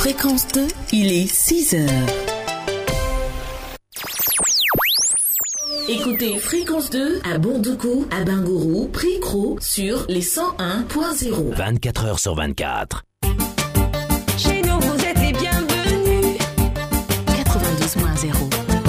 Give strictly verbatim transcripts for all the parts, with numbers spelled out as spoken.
Fréquence deux, il est six heures. Écoutez Fréquence deux à Bondoukou, à Bingourou, Pricro sur les cent un point zéro. vingt-quatre heures sur vingt-quatre. Chez nous, vous êtes les bienvenus. quatre-vingt-douze point zéro.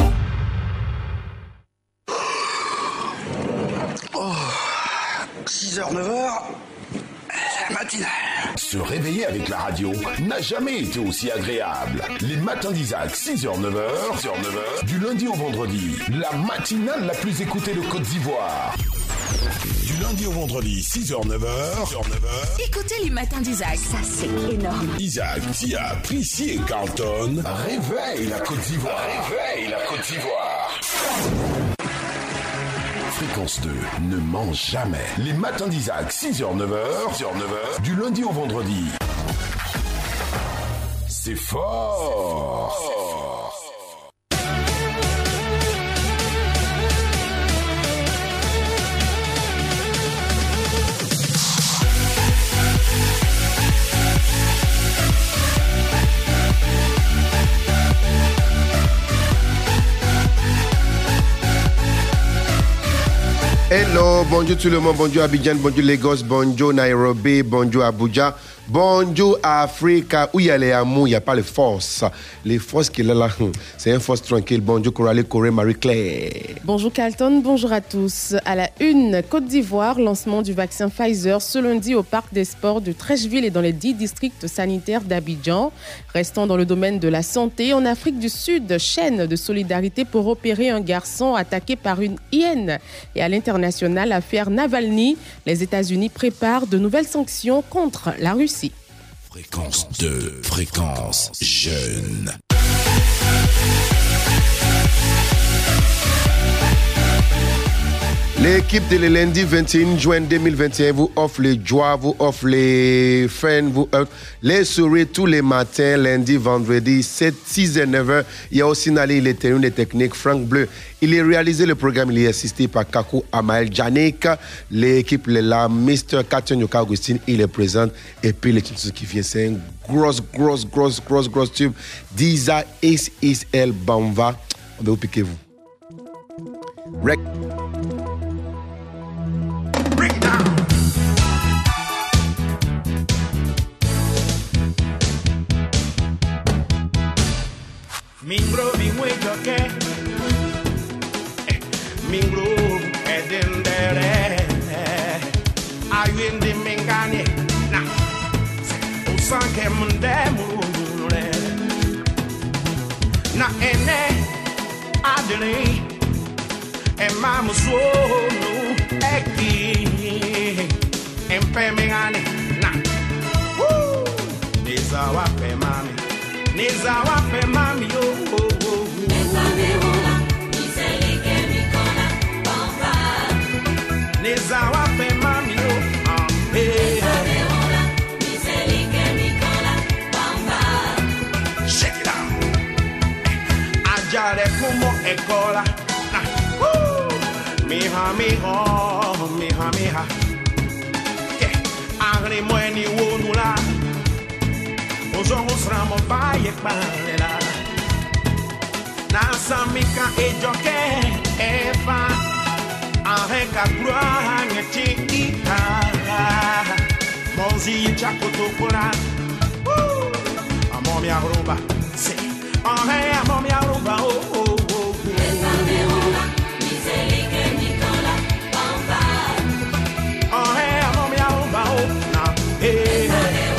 Oh, six heures, neuf heures, la matinale. Se réveiller avec la radio n'a jamais été aussi agréable. Les matins d'Isaac, six heures neuf heures, six heures neuf heures, du lundi au vendredi, la matinale la plus écoutée de Côte d'Ivoire. Du lundi au vendredi, six heures neuf heures, six heures neuf heures. Écoutez les matins d'Isaac. Ça, c'est énorme. Isaac, Tia, Prissy et Carlton réveillent la Côte d'Ivoire. Réveillent la Côte d'Ivoire. Fréquence deux ne ment jamais. Les matins d'Isaac, six heures neuf heures, six heures neuf heures, du lundi au vendredi. C'est fort. C'est fort. Hello, bonjour tout le monde, bonjour Abidjan, bonjour Lagos, bonjour Nairobi, bonjour Abuja, bonjour Africa, où il y a les amours, il n'y a pas les forces. Les forces qu'il y a là, c'est une force tranquille. Bonjour Coralie, Corée, Marie-Claire. Bonjour Carlton, bonjour à tous. À la une, Côte d'Ivoire, lancement du vaccin Pfizer ce lundi au parc des sports de Trècheville et dans les dix districts sanitaires d'Abidjan. Restant dans le domaine de la santé, en Afrique du Sud, chaîne de solidarité pour opérer un garçon attaqué par une hyène. Et à l'international, affaire Navalny, les États-Unis préparent de nouvelles sanctions contre la Russie. Fréquence deux, fréquence jeune. L'équipe de le lundi vingt et un juin deux mille vingt et un vous offre les joies, vous offre les fun, vous offre les sourires tous les matins, lundi, vendredi, sept, six et neuf heures. Il y a aussi Nali, il est tenu des techniques, Franck Bleu. Il est réalisé le programme, il est assisté par Kakou Amael Janik. L'équipe est là, mister Katia Nyoka Augustine, il est présent. Et puis l'équipe qui vient, c'est un gros, gros, gros, gros, gros tube. Disa X X L Bamba. On va vous piquer vous. Rec- Mingro bingwejoke Mingro edendere Ayuende mengane Na Usanke mundemu Na ene Adele Emma musonu Eki Empe mengane Na Woo Neza wape mami Neza wape mami yo oh, oh, oh. Neza mehola, niselike mikola, bomba. Neza wape mami yo um, hey. Neza mehola, niselike mikola, bomba. Shake it out. Ajare kumo ekola. Ah, woo. Miha miha, miha miha. Yeah. Agri mweni wonula. Ozongo sramo baie kbalela Na samika ejoke eva Areka kura ngeti ita Monzi chakotokora Amomi aruba Se Ahe amomi aruba oh oh oh Esa mehola Niselike Nicola Bamba Ahe amomi aruba oh Na Hey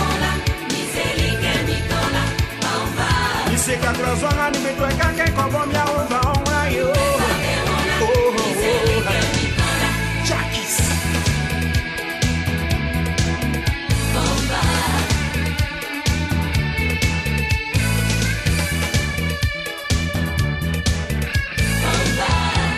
Se quatro zona ni me toca que como me ahoga ahora yo. Oh, Jackis. Bomba. Bomba.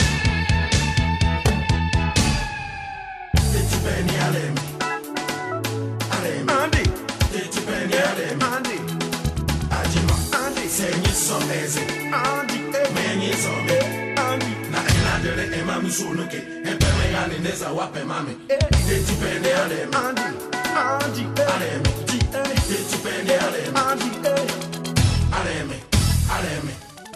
Te tupeni alem. Alem. Andy. Te tupeni alem. Andy. Ajima. Senyi someze Andi menyi some Andi na enadere ema misunuke Empeme yani neza wape mami Deti pende ale Andi Andi Ale Deti pende ale Andi Aleme, aleme.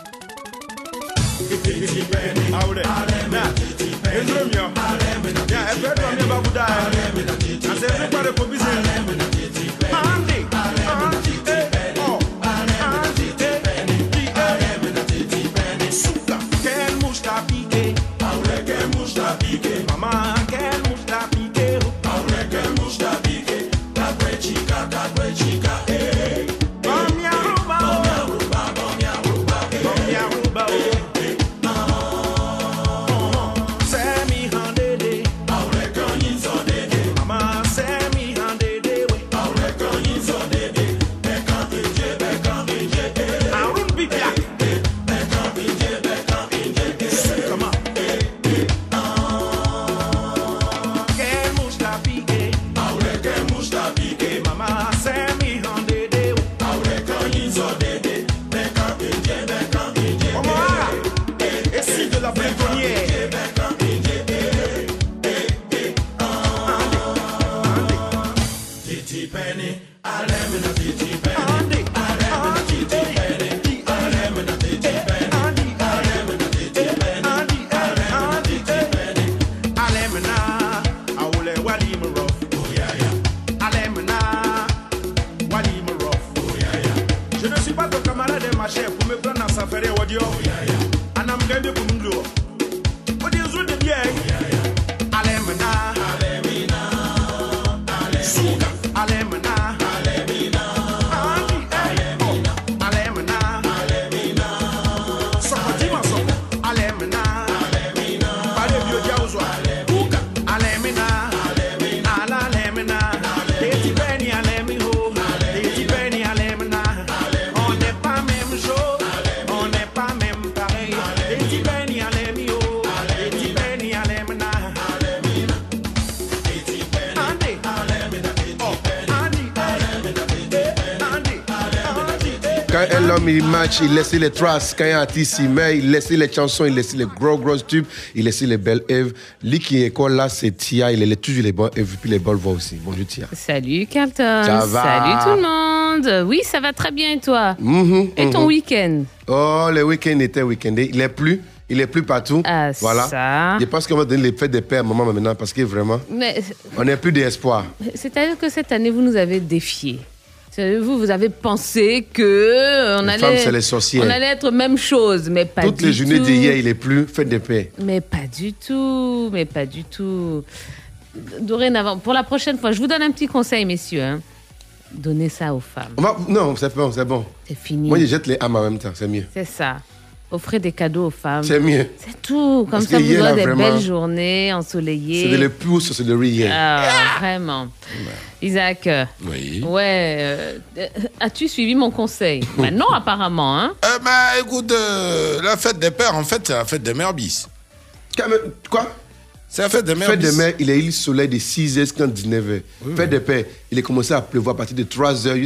Titi penny, aleme, titi penny, aleme, titi penny, aleme, titi penny, aleme, titi penny, Andy, Andy, eh, oh, Andy, penny, aleme, titi penny, suka, quel mouche t'a piqué, aure quel mouche t'a piqué, maman, quel mouche t'a piqué, aure quel mouche t'a piqué, ta belle chica, ta belle chica, eh. Il match, il laissait les traces. Quand il y a un artiste, il met, il laissait les chansons, il laissait les gros, gros tubes, il laissait les belles Eve. Lui qui est école là, c'est Tia, il est toujours les bonnes Eve, puis les bonnes voix aussi. Bonjour Tia. Salut Carlton. Ça va? Salut tout le monde. Oui, ça va très bien et toi? Mm-hmm, Et ton mm-hmm. week-end? Oh, le week-end était week-endé. Il est plus. Il est plus partout. Ah, voilà. Ça. Je pense qu'on va donner les fêtes des pères à maman maintenant parce que vraiment, Mais, on n'a plus d'espoir. C'est-à-dire que cette année, vous nous avez défiés. Vous, vous avez pensé que on les allait, femmes, c'est les sorcières. On allait être même chose, mais pas Toutes du tout. les journées d'hier, il est plus fête des pères. Mais pas du tout, mais pas du tout. Dorénavant, pour la prochaine fois, je vous donne un petit conseil, messieurs. Hein. Donnez ça aux femmes. Va, non, c'est bon, c'est bon. C'est fini. Moi, je jette les âmes en même temps, c'est mieux. C'est ça. Offrez des cadeaux aux femmes. C'est mieux. C'est tout. Comme Parce ça, vous hier, aurez là, des vraiment, belles journées ensoleillées. C'était le plus, c'est le riz. Ah, vraiment. Isaac. Oui. Ouais. Euh, as-tu suivi mon conseil? Bah non, apparemment. Hein? Euh, bah, écoute, euh, la fête des pères, en fait, c'est la fête des mères bis. Quoi? C'est la fête des mères Fête bis. des mères, il a eu le soleil de six heures jusqu'à dix-neuf heures. Oui, fête oui. des pères, il a commencé à pleuvoir à partir de trois heures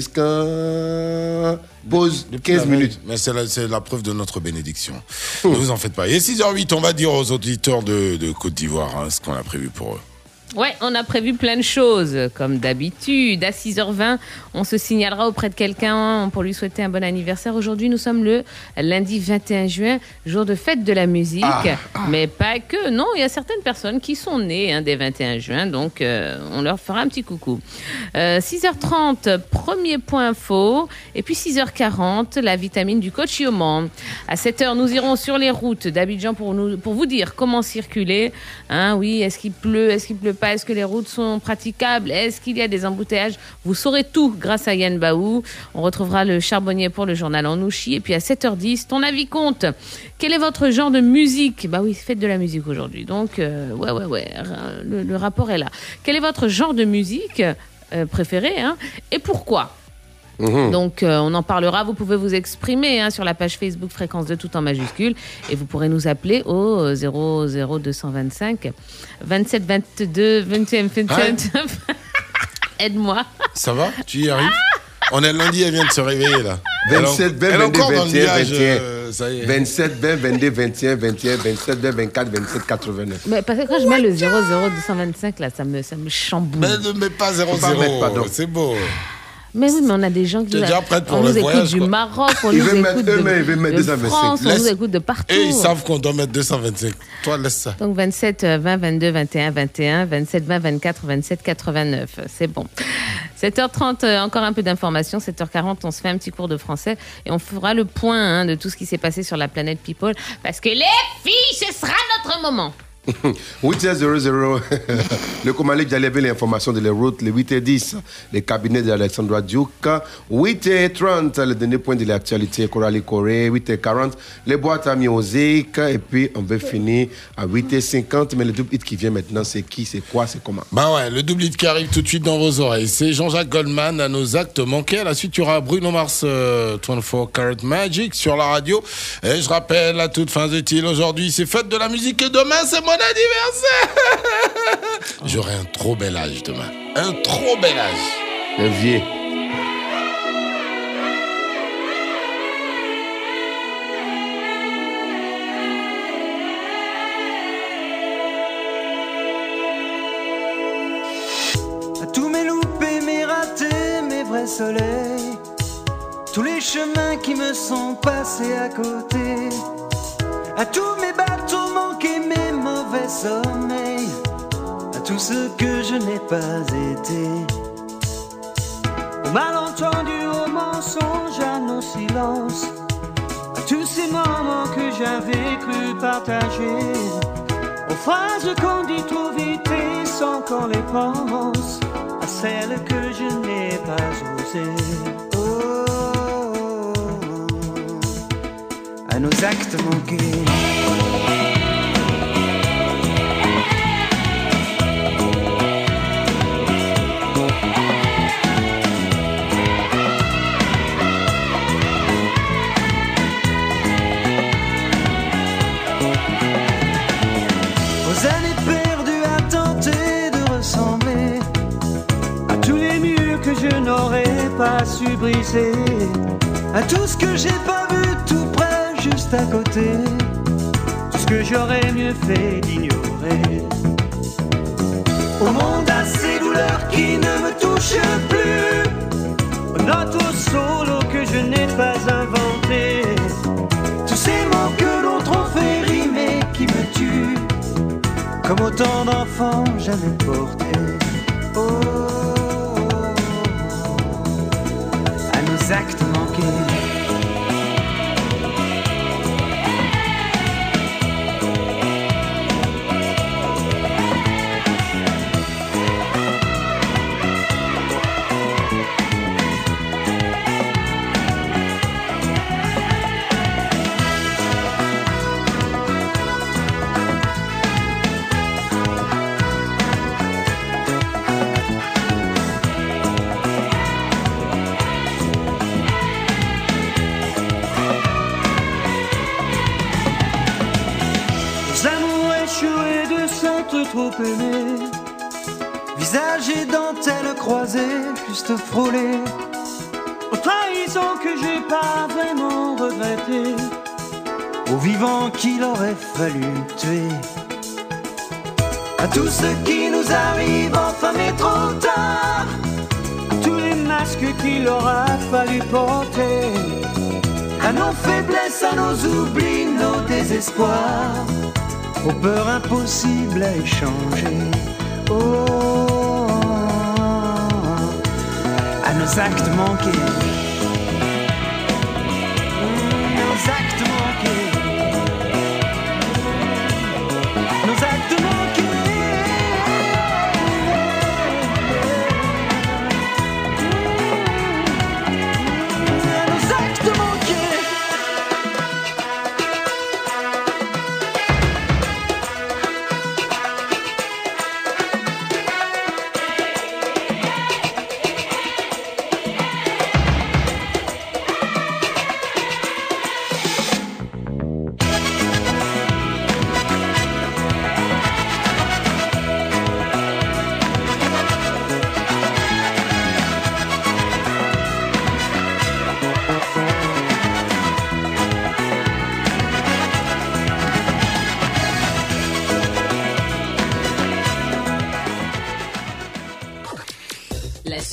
jusqu'à pause quinze minutes. Mais c'est la, c'est la preuve de notre bénédiction. Ne vous en faites pas. Il est six heures huit, on va dire aux auditeurs de, de Côte d'Ivoire hein, ce qu'on a prévu pour eux. Ouais, on a prévu plein de choses, comme d'habitude. À six heures vingt, on se signalera auprès de quelqu'un pour lui souhaiter un bon anniversaire. Aujourd'hui, nous sommes le lundi vingt et un juin, jour de fête de la musique. Ah, ah. Mais pas que, non, il y a certaines personnes qui sont nées hein, dès vingt et un juin, donc euh, on leur fera un petit coucou. Euh, six heures trente, premier point info. Et puis six heures quarante, la vitamine du coach Yoman. À sept heures, nous irons sur les routes d'Abidjan pour, nous, pour vous dire comment circuler. Hein, oui, est-ce qu'il pleut, est-ce qu'il pleut pas? Est-ce que les routes sont praticables? Est-ce qu'il y a des embouteillages? Vous saurez tout grâce à Yann Baou. On retrouvera le charbonnier pour le journal en Ouchi. Et puis à sept heures dix, ton avis compte. Quel est votre genre de musique? Bah oui, faites de la musique aujourd'hui. Donc, euh, ouais, ouais, ouais, le, le rapport est là. Quel est votre genre de musique euh, préféré hein? Et pourquoi? Mmh. Donc, euh, on en parlera. Vous pouvez vous exprimer hein, sur la page Facebook Fréquence de tout en majuscule. Et vous pourrez nous appeler au zéro zéro deux cent vingt-cinq vingt-sept vingt-deux vingt et un vingt-sept. Hein? Aide-moi. Ça va? Tu y arrives? On est lundi, elle vient de se réveiller là. vingt-sept, vingt, elle est vingt-deux, encore dans le vingt et un, nuage, vingt et un. euh, ça y est. vingt-sept, vingt, vingt-deux, vingt et un, vingt et un, vingt-sept, vingt, vingt-quatre, vingt-sept, quatre-vingt-neuf. Mais parce que quand je mets le zéro zéro deux cent vingt-cinq, là, ça me, ça me chamboule. Mais ne mets pas zéro zéro, mettre, pardon. c'est beau. Mais oui, mais on a des gens qui T'es déjà prête pour on le nous écoute voyage, du quoi. Maroc, on Ils nous veulent écoute mettre de, eux-mêmes, ils veulent mettre de deux cent vingt-cinq. France, on Laisse- nous écoute de partout. Et ils savent qu'on doit mettre deux cent vingt-cinq. Toi, laisse ça. Donc vingt-sept, vingt, vingt-deux, vingt et un, vingt et un, vingt-sept, vingt, vingt-quatre, vingt-sept, quatre-vingt-neuf. C'est bon. sept heures trente, euh, encore un peu d'informations. sept heures quarante, on se fait un petit cours de français et on fera le point hein, de tout ce qui s'est passé sur la planète People. Parce que les filles, ce sera notre moment. huit heures zéro, le Comali Djalébé, l'information de les routes, les huit heures dix, les cabinets d'Alexandra Duke, huit heures trente, le dernier point de l'actualité, Coralie Corée, huit heures quarante, les boîtes à musique, et puis on va finir à huit heures cinquante, mais le double hit qui vient maintenant, c'est qui, c'est quoi, c'est comment? Bah ouais, le double hit qui arrive tout de suite dans vos oreilles. C'est Jean-Jacques Goldman à nos actes manqués. À la suite, il y aura Bruno Mars, euh, vingt-quatre Karat Magic sur la radio. Et je rappelle à toutes fins utiles, aujourd'hui, c'est fête de la musique et demain, c'est mon anniversaire. J'aurai un trop bel âge demain. Un trop bel âge. Le vieux. À tous mes loupés, mes ratés, mes vrais soleils, tous les chemins qui me sont passés à côté, à tous mes bateaux manqués, mes mauvais sommeils, à tout ce que je n'ai pas été, aux malentendus, aux mensonges, à nos silences, à tous ces moments que j'avais cru partager, aux phrases qu'on dit trop vite et sans qu'on les pense, à celles que je n'ai pas osées. Oh, oh, oh, à nos actes manqués. Aux années perdues à tenter de ressembler à tous les murs que je n'aurais pas su briser, à tout ce que j'ai pas vu tout près, juste à côté, tout ce que j'aurais mieux fait d'ignorer. Au monde à ces douleurs qui ne me touchent plus, aux notes au solo que je n'ai pas inventé, tous ces mots que d'autres ont fait rimer qui me tuent, comme autant d'enfants jamais portés. Oh, oh, oh, à nos actes manqués. Trop aimé, visage et dentelle croisée, juste frôlée, aux trahisons que j'ai pas vraiment regrettées, aux vivants qu'il aurait fallu tuer, à tout ce qui nous arrive enfin mais trop tard, à tous les masques qu'il aura fallu porter, à nos faiblesses, à nos oublis, nos désespoirs, aux peurs impossibles à échanger. Oh, oh, oh, à nos actes manqués. Nos actes manqués. Nos actes manqués. Nos actes manqués.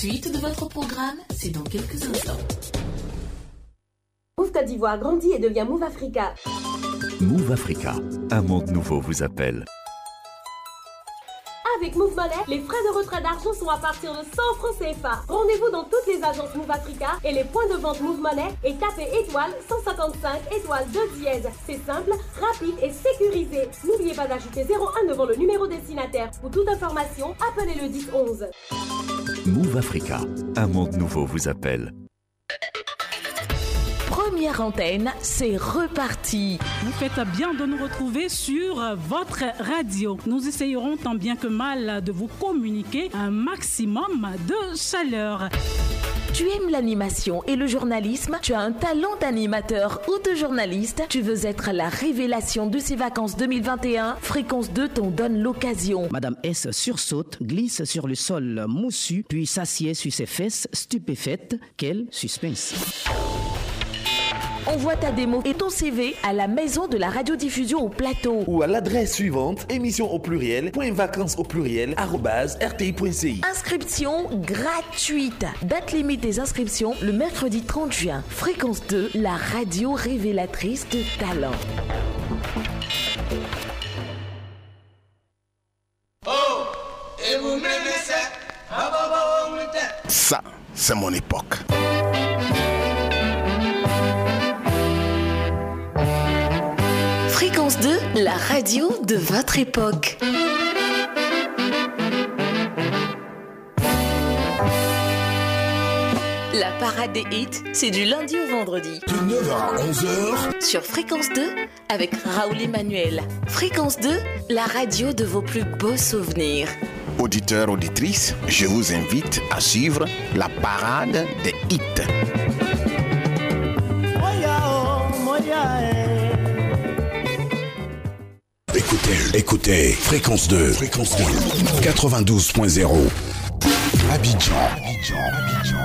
suite de votre programme, c'est dans quelques instants. Move Côte d'Ivoire grandit et devient Move Africa. Move Africa, un monde nouveau vous appelle. Avec Move Money, les frais de retrait d'argent sont à partir de cent francs C F A. Rendez-vous dans toutes les agences Move Africa et les points de vente Move Money et tapez étoile cent cinquante-cinq étoile deux dièse. C'est simple, rapide et sécurisé. N'oubliez pas d'ajouter zéro un devant le numéro destinataire. Pour toute information, appelez le dix onze. Move Africa, un monde nouveau vous appelle. Première antenne, c'est reparti. Vous faites bien de nous retrouver sur votre radio. Nous essayerons tant bien que mal de vous communiquer un maximum de chaleur. Tu aimes l'animation et le journalisme? Tu as un talent d'animateur ou de journaliste? Tu veux être la révélation de ces vacances deux mille vingt et un? Fréquence deux t'en donne l'occasion. Madame S sursaute, glisse sur le sol moussu, puis s'assied sur ses fesses, stupéfaite. Quel suspense! Envoie ta démo et ton C V à la maison de la radiodiffusion au plateau. Ou à l'adresse suivante, émission au pluriel, point vacances au pluriel, arrobase, rti.ci. Inscription gratuite. Date limite des inscriptions, le mercredi trente juin. Fréquence deux, la radio révélatrice de talent. Oh, et vous m'aimez ça? Ça, c'est mon époque. Fréquence deux, la radio de votre époque. La parade des hits, c'est du lundi au vendredi. De neuf heures à onze heures. Sur Fréquence deux, avec Raoul Emmanuel. Fréquence deux, la radio de vos plus beaux souvenirs. Auditeurs, auditrices, je vous invite à suivre la parade des hits. Écoutez, écoutez, Fréquence deux, Fréquence deux, quatre-vingt-douze point zéro. Abidjan, Abidjan, Abidjan.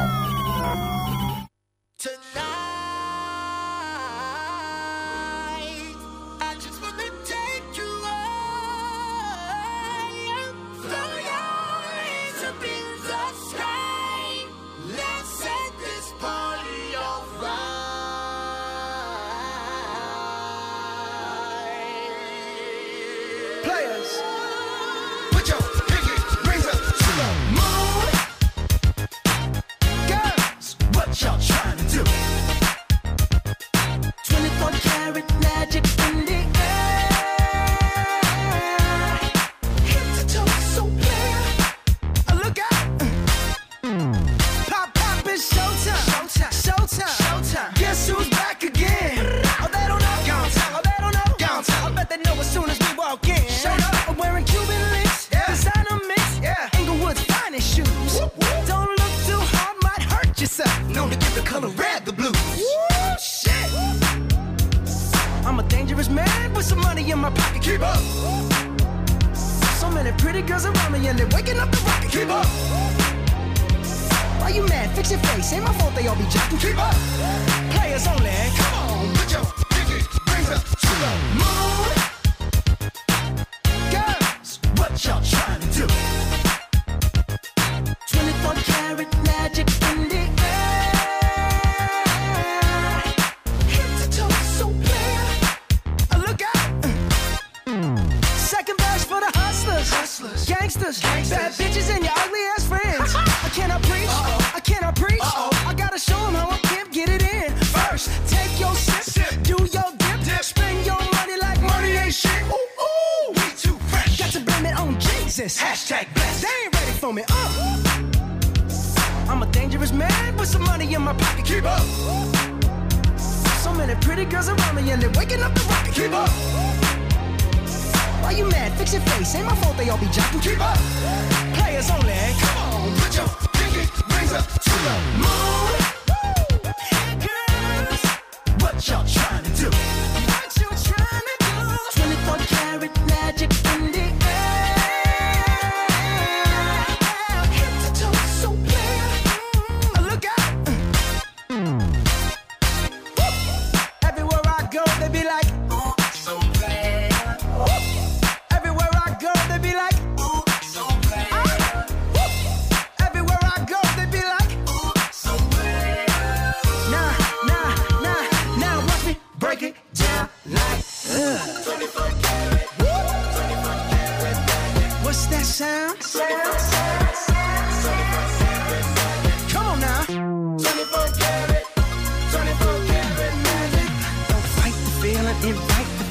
Everywhere I go, they be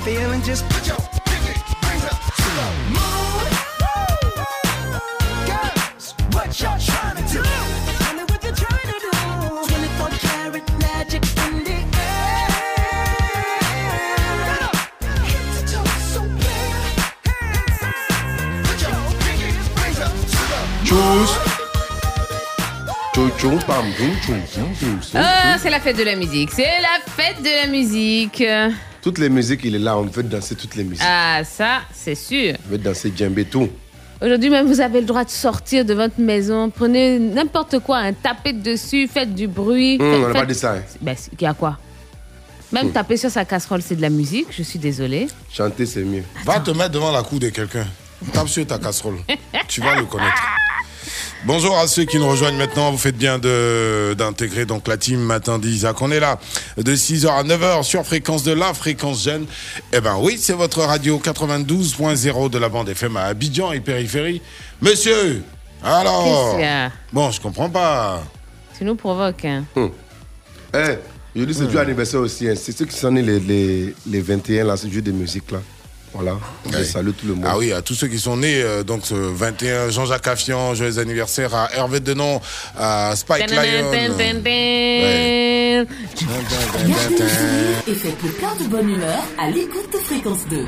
feeling, just put your pinky rings up to the moon. Girls, what y'all trying to do? Tell me what you're trying to do. twenty-four karat magic in the air. Head to toe, so clear. Put your pinky rings up to the Choose. Chou, chou, pam, chou, chou, chou, chou. Ah, c'est la fête de la musique. C'est la fête de la musique. Toutes les musiques, il est là. On veut danser toutes les musiques. Ah, ça, c'est sûr. On veut danser djembé, tout. Aujourd'hui même, vous avez le droit de sortir de votre maison. Prenez n'importe quoi, hein, tapez dessus, faites du bruit. Mmh, faites, on n'a faites... pas dit ça. Hein. Ben, il y a quoi? Même mmh. taper sur sa casserole, c'est de la musique. Je suis désolée. Chanter, c'est mieux. Va te mettre devant la cour de quelqu'un. Tape sur ta casserole. Tu vas le connaître. Bonjour à ceux qui nous rejoignent maintenant. Vous faites bien de, d'intégrer donc la team Matin d'Isaac. On est là de six heures à neuf heures sur fréquence de la fréquence jeune. Eh ben oui, c'est votre radio quatre-vingt-douze point zéro de la bande F M à Abidjan et périphérie. Monsieur, alors Qu'est-ce qu'il y a? Bon, je comprends pas. Tu nous provoques, hein. Hum. Eh, aujourd'hui, c'est hum. du anniversaire aussi. Hein. C'est ceux qui sont nés les, les, les vingt et un, là, c'est du de musique, là. Voilà, je ouais. salue tout le monde. Ah oui, à tous ceux qui sont nés, euh, donc ce vingt et un, Jean-Jacques Affian, joyeux anniversaire à Hervé Denon, à Spike Lion. Ouais. Et faites le plein de bonne humeur à l'écoute de Fréquence deux.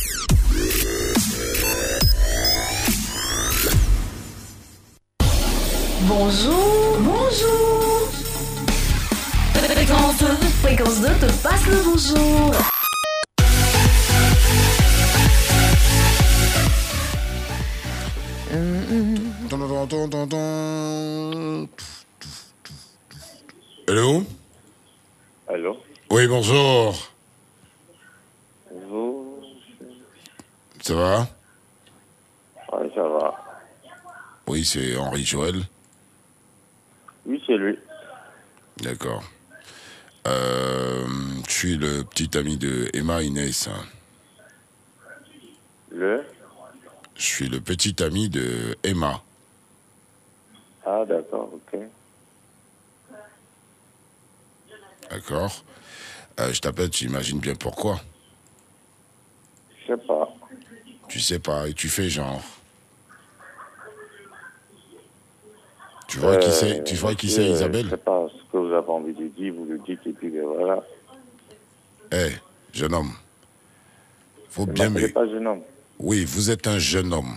Bonjour, bonjour. Fréquence deux, Fréquence deux te passe le bonjour. Hello? Allô? Oui, bonjour. Bonjour. Ça va? Oui, ça va. Oui, c'est Henri Joël. Oui, c'est lui. D'accord. Euh, je suis le petit ami de Emma Inès. Le? Je suis le petit ami de Emma. Ah, d'accord, ok. D'accord. Euh, je t'appelle, tu imagines bien pourquoi. Je sais pas. Tu sais pas, et tu fais genre. Tu vois euh, qui c'est, tu vois qui c'est, Isabelle? Je sais pas ce que vous avez envie de dire, vous le dites et puis voilà. Eh, hey, jeune homme. Faut ne bien me. pas jeune homme. Oui, vous êtes un jeune homme.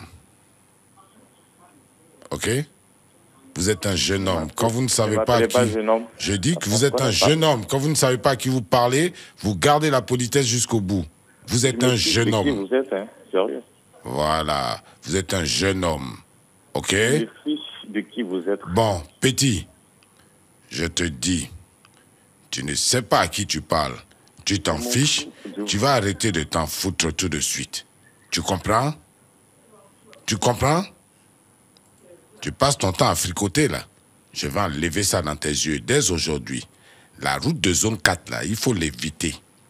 Ok? Vous êtes un jeune homme. Quand vous ne savez pas à qui... pas jeune homme. Je dis que vous êtes un jeune homme. Quand vous ne savez pas à qui vous parlez, vous gardez la politesse jusqu'au bout. Vous êtes un jeune homme. Vous êtes, hein? Sérieux? Voilà. Vous êtes un jeune homme. Ok? Le fils de qui vous êtes? Bon, petit, je te dis, tu ne sais pas à qui tu parles. Tu t'en fiches. Tu vas arrêter de t'en foutre tout de suite. Tu comprends? Tu comprends? Tu passes ton temps à fricoter, là. Je vais enlever ça dans tes yeux dès aujourd'hui. La route de zone quatre, là, il faut l'éviter.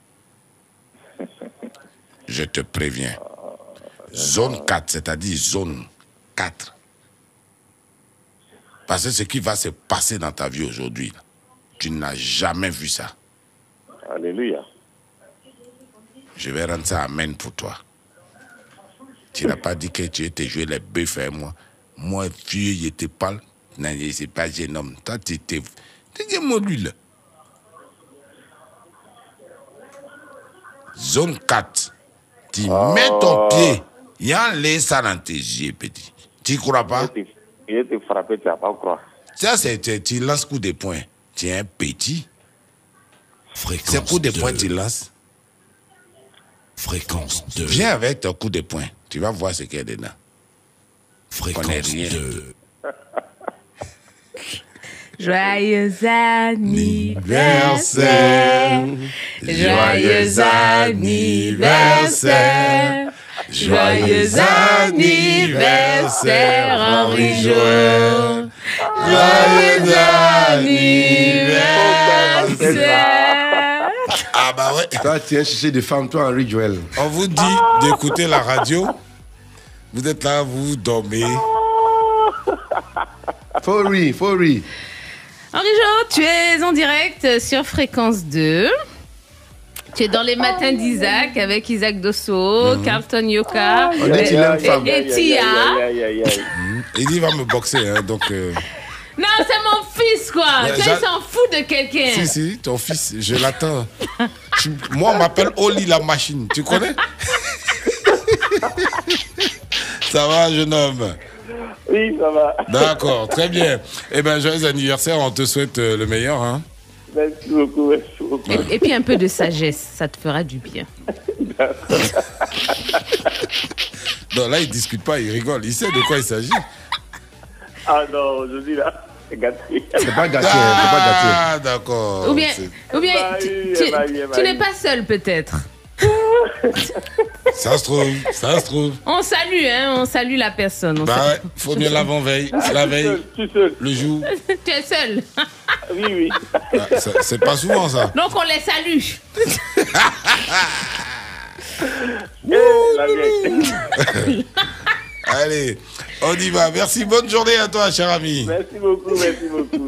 Je te préviens. Zone quatre, c'est-à-dire zone quatre. Parce que ce qui va se passer dans ta vie aujourd'hui, là, tu n'as jamais vu ça. Alléluia. Je vais rendre ça amen pour toi. Tu n'as pas dit que tu étais joué les bœufs et moi. Moi, vieux, il était pâle. Non, c'est pas jeune homme. Toi, tu étais... Tu es lui, là. Zone quatre. Tu oh. mets ton pied. Il y a un lait ça dans tes yeux, petit. Tu ne crois pas? Il était frappé, tu n'as pas croire. Ça, c'est... Tu lances coup de poing. Tu es un petit. Fréquence c'est coup de deux. poing tu lances. Fréquence deux. Viens avec ton coup de poing. Tu vas voir ce qu'il y a dedans. Fréquence deux. Joyeux anniversaire. Joyeux anniversaire. Joyeux anniversaire, Henri Joël. Joyeux anniversaire. Ah bah ouais. Toi, tu es un chiché de femme, toi, Henri Joël. On vous dit d'écouter la radio. Vous êtes là, vous dormez. For real, for real. Henri Jo, tu es en direct sur Fréquence deux. Tu es dans les matins d'Isaac avec Isaac Dosso, Mhm. Carlton Yoka On dit qu'il aime et, femme. et Tia. Mhm. Il dit il va me boxer, hein, donc. euh, Non, c'est mon fils, quoi. Ouais, Ça, j'a- il s'en fout de quelqu'un. Si, si, ton fils, je l'attends. Tu- Moi, on m'appelle Oli la machine. Tu connais? Ça va, jeune homme? Oui, ça va. D'accord, très bien. Eh bien, joyeux anniversaire, on te souhaite euh, le meilleur. Hein. Merci beaucoup, merci beaucoup. Et, et puis un peu de sagesse, ça te fera du bien. Non, là, il discute pas, il rigole. Il sait de quoi il s'agit. Ah non, aujourd'hui là, c'est gâté. C'est pas gâté, hein, c'est pas gâté. Ah, d'accord. Ou bien, C'est- ou bien Bah tu, oui, tu- bah oui, bah tu oui. n'es pas seul, peut-être. Ça se trouve, ça se trouve. On salue, hein, on salue la personne. on Bah salue. ouais, faut mieux l'avant-veille. La veille, le jour. Tu es seul. Oui, oui. Ah, ça- c'est pas souvent ça. Donc on les salue. La vieille. Allez, on y va. Merci, bonne journée à toi, cher ami. Merci beaucoup, merci beaucoup.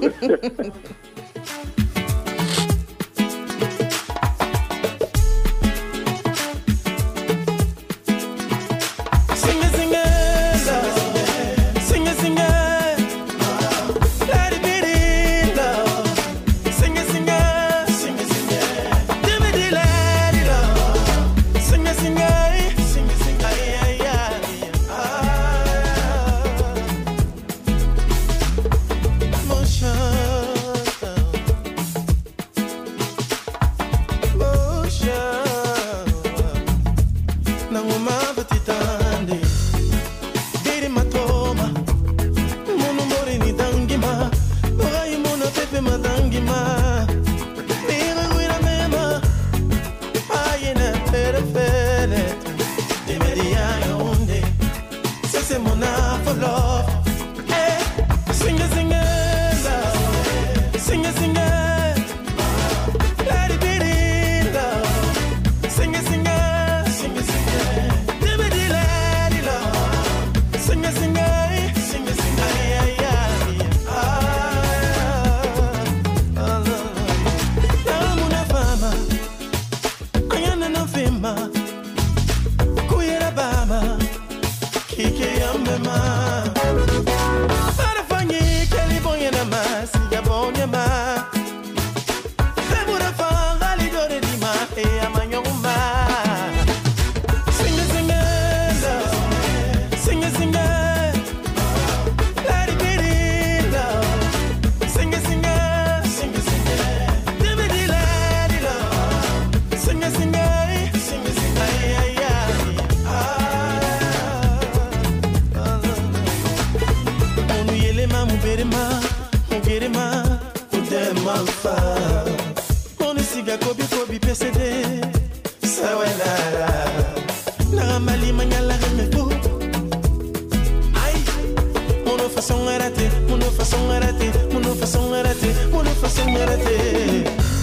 Sing it, sing it, love. Sing it, sing it. Let it be the love. Sing it, sing it, sing it, sing it. Give me the let it love. Sing it, sing it, sing it, sing it. Yeah, yeah, yeah. Ah, motion, motion. Nanguma petitande, diri matoma, munu mori ni dangima, orai muna pepe madangima, mira guira mema, ayena pere pere, de media yonde, sese mona for love, eh, sing it, sing it, love, sing it, sing it, let it be the love, sing it, sing it, sing it, sing it. Give me the lady love. Sing it, sing it, sing it, sing it. Yeah, yeah, yeah. Ah, ah, la, la. Damu na fama, ayana na fema, kuyera baba, kike ya mema. Para fanyi keli bonye na masi ya bonye ma. Ebura fanga ligore di ma e amanyoma. Sing it, sing it, love. Sing it, sing it. Let it be the love. Sing it, sing it, sing it, sing it. Give me the let it love. Sing it, sing it, sing it, sing it. Yeah, yeah, yeah. Ah, ah, la. Onu yele ma mu bere ma, mu gere ma, mu de ma fa. Onu siga kobi kobi P C D. Sawenara. La mali manyala remepo. Aïe. Mon façon raté, mon façon raté, mon façon raté, mon façon raté.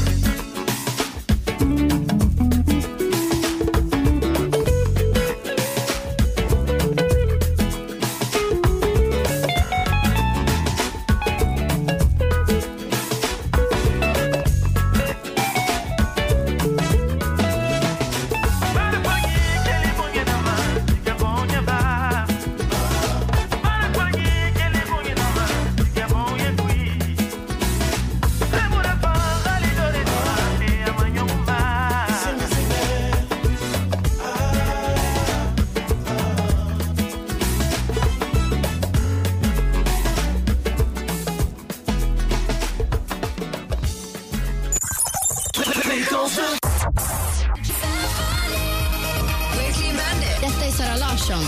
Detta är Sara Larsson.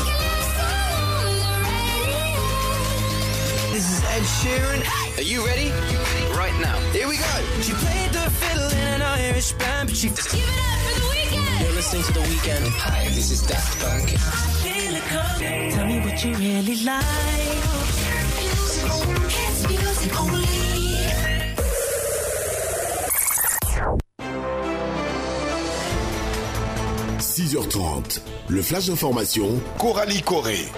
This is Ed Sheeran. Are you ready? Right now. Here we go. She played the fiddle in an Irish band, but she give it up for the weekend. You're listening to The Weekend. Hi, this is Daft Punk. Tell me what you really like. It's music only. six heures trente, le flash d'information, Coralie Corée.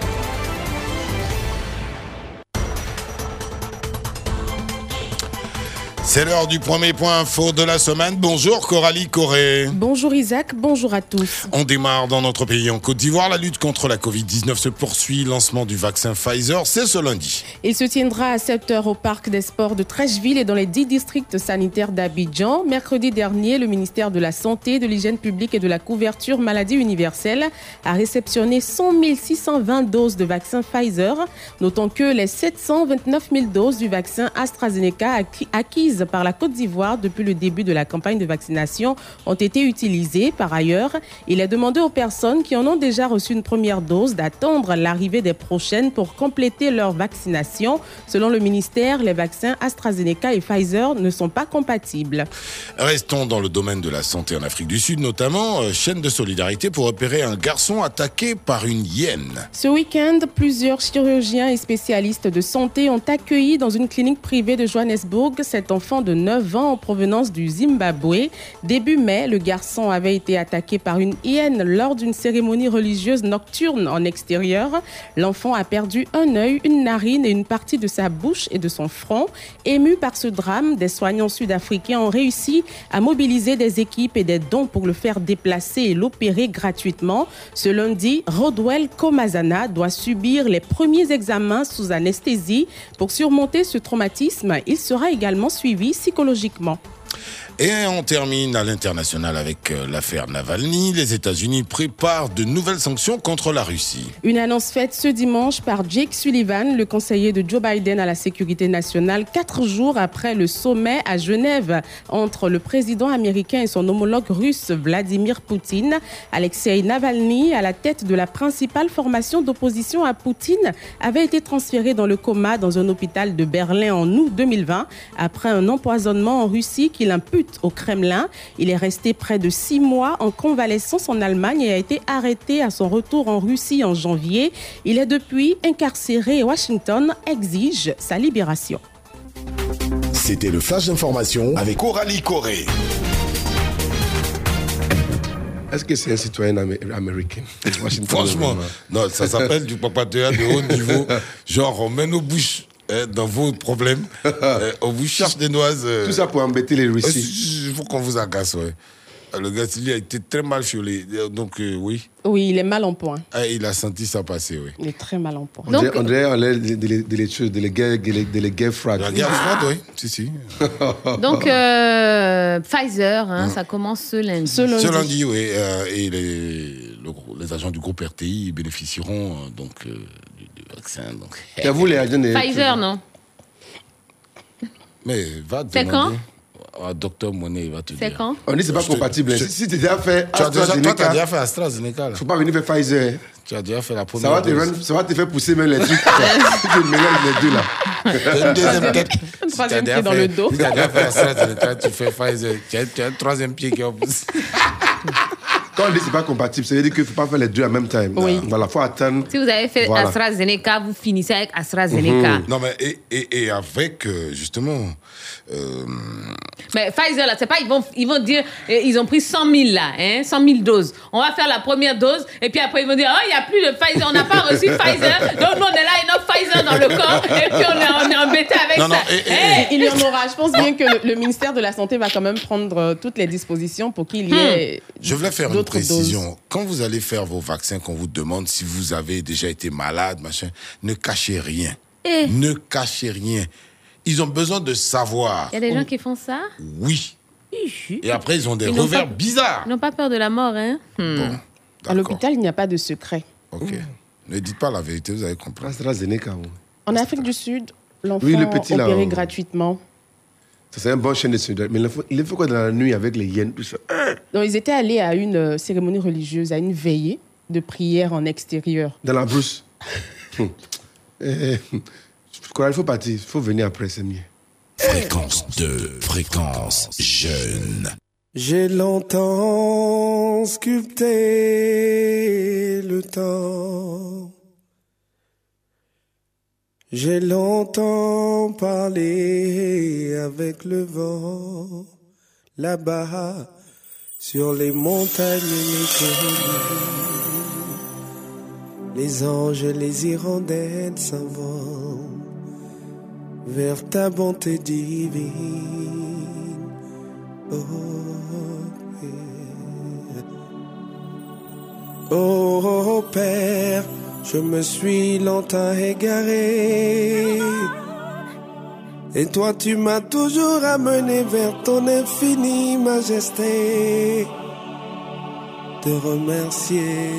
C'est l'heure du premier point info de la semaine. Bonjour Coralie Corré. Bonjour Isaac, bonjour à tous. On démarre dans notre pays en Côte d'Ivoire. La lutte contre la covid dix-neuf se poursuit. Lancement du vaccin Pfizer, c'est ce lundi. Il se tiendra à sept heures au parc des sports de Treichville et dans les dix districts sanitaires d'Abidjan. Mercredi dernier, le ministère de la Santé, de l'Hygiène publique et de la couverture maladie universelle a réceptionné cent mille six cent vingt doses de vaccin Pfizer. Notons que les sept cent vingt-neuf mille doses du vaccin AstraZeneca acquises par la Côte d'Ivoire depuis le début de la campagne de vaccination ont été utilisées. Par ailleurs, il est demandé aux personnes qui en ont déjà reçu une première dose d'attendre l'arrivée des prochaines pour compléter leur vaccination. Selon le ministère, les vaccins AstraZeneca et Pfizer ne sont pas compatibles. Restons dans le domaine de la santé en Afrique du Sud, notamment euh, chaîne de solidarité pour repérer un garçon attaqué par une hyène. Ce week-end, plusieurs chirurgiens et spécialistes de santé ont accueilli dans une clinique privée de Johannesburg cet enfant de neuf ans en provenance du Zimbabwe. Début mai, le garçon avait été attaqué par une hyène lors d'une cérémonie religieuse nocturne en extérieur. L'enfant a perdu un œil, une narine et une partie de sa bouche et de son front. Ému par ce drame, des soignants sud-africains ont réussi à mobiliser des équipes et des dons pour le faire déplacer et l'opérer gratuitement. Ce lundi, Rodwell Komazana doit subir les premiers examens sous anesthésie. Pour surmonter ce traumatisme, il sera également suivi psychologiquement. Et on termine à l'international avec l'affaire Navalny. Les États-Unis préparent de nouvelles sanctions contre la Russie. Une annonce faite ce dimanche par Jake Sullivan, le conseiller de Joe Biden à la sécurité nationale, quatre jours après le sommet à Genève entre le président américain et son homologue russe Vladimir Poutine. Alexei Navalny, à la tête de la principale formation d'opposition à Poutine, avait été transféré dans le coma dans un hôpital de Berlin en août deux mille vingt après un empoisonnement en Russie qu'il impute au Kremlin. Il est resté près de six mois en convalescence en Allemagne et a été arrêté à son retour en Russie en janvier. Il est depuis incarcéré et Washington exige sa libération. C'était le flash d'information avec Coralie Corré. Est-ce que c'est un citoyen amé- américain? Franchement, non, ça s'appelle du papatéa de haut niveau. Genre, on met nos bouches eh, dans vos problèmes. eh, on vous cherche des noises. Euh, Tout ça pour embêter les Russes. Il faut qu'on vous agace, ouais. Le gars, il a été très mal fiolé. Donc, euh, oui. Oui, il est mal en point. Ah, il a senti ça passer, oui. Il est très mal en point. On dirait, on dirait on dirait de, de, de, les choses, de les guerres, de les, de les guerres froides. La guerre froide, oui. Si, si. Donc, euh, Pfizer, hein, ça commence ce lundi. Ce lundi, ce lundi oui. Euh, et les, le, les agents du groupe R T I bénéficieront euh, donc, euh, du, du vaccin. Donc. Et vous, les agents de... Pfizer, non? Mais va C'est demander. quand? Ah, docteur Monet va te C'est dire. quand? On dit que ce n'est pas compatible. je- Si, si tu as déjà fait Tu as déjà, toi, tu as AstraZeneca, déjà fait AstraZeneca. il ne faut pas venir faire Pfizer. Tu as déjà fait la première Ça va, te, dose. rendre- ça va te faire pousser même les trucs. Si tu mélanges les deux là. Une deuxième tête. Un troisième Si t'as pied dans déjà le fait- dos. Si tu as déjà fait AstraZeneca, tu fais Pfizer. Tu as, tu as un troisième pied qui est en plus. Quand on dit que ce n'est pas compatible, ça veut dire qu'il ne faut pas faire les deux en même temps. Oui. Voilà, il faut attendre. Si vous avez fait Voilà. AstraZeneca, vous finissez avec AstraZeneca. Non, mais et, et, et avec, euh, justement. euh, Mais Pfizer, là, c'est pas, ils vont, ils vont dire, eh, ils ont pris cent mille là, hein, cent mille doses. On va faire la première dose, et puis après, ils vont dire, oh, il n'y a plus de Pfizer, on n'a pas reçu Pfizer, donc nous, on est là, il y a notre Pfizer dans le corps, et puis on est, on est embêté avec Non, ça. non, et- et- Eh, Il y en aura. Je pense bien que le, le ministère de la Santé va quand même prendre euh, toutes les dispositions pour qu'il y ait Je voulais faire une d'autres précision. doses. Quand vous allez faire vos vaccins, qu'on vous demande si vous avez déjà été malade, machin, ne cachez rien. Eh. Ne cachez rien. Ils ont besoin de savoir. Il y a des gens qui font ça. Oui. Et après, ils ont des Ils n'ont revers pas- bizarres. Ils n'ont pas peur de la mort, hein. Hmm. Bon, À d'accord. l'hôpital, il n'y a pas de secret. Ok. Ne dites pas la vérité, vous allez comprendre. AstraZeneca. oui. En Afrique du Sud, l'enfant Oui, le petit, là, opéré on- gratuitement. Ça, c'est un bon chaîne de solidarité. Mais il faut, il faut quoi dans la nuit avec les hyènes, tout ça? Donc, ils étaient allés à une euh, cérémonie religieuse, à une veillée de prière en extérieur. Dans la brousse. Hum. Eh, eh, Coralie, il faut partir. Il faut venir après, c'est mieux. Fréquence deux, fréquence jeune. J'ai longtemps sculpté le temps. J'ai longtemps parlé avec le vent. Là-bas, sur les montagnes méconnues, les anges et les hirondelles s'envolent vers ta bonté divine. Oh, Père. Oh, Père, je me suis longtemps égaré. Et toi, tu m'as toujours amené vers ton infinie majesté. Te remercier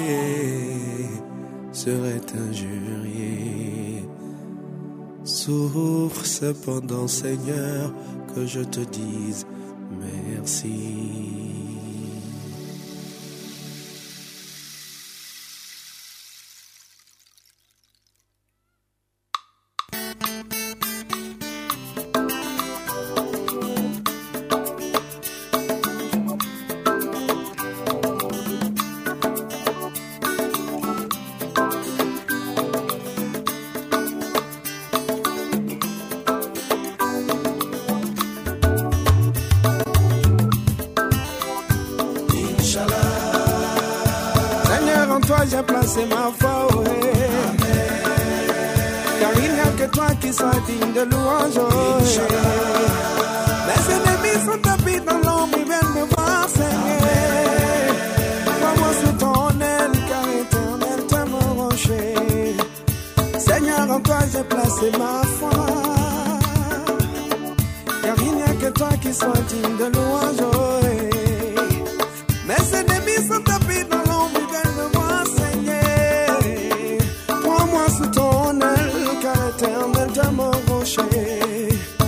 serait injurier. Souffre cependant, Seigneur, que je te dise merci. J'ai placé ma foi, oh, hey. Car il n'y a que toi qui sois digne de louange, oh, hey. Mes ennemis sont tapis dans l'ombre, ils viennent me voir, Seigneur. Prends-moi sous ton aile, car éternel t'es mon rocher. Seigneur, en toi j'ai placé ma foi. Car il n'y a que toi qui sois digne de louange, oh, hey. Mes ennemis sont tapis dans l'ombre, ils viennent me voir. Éternel de mon rocher.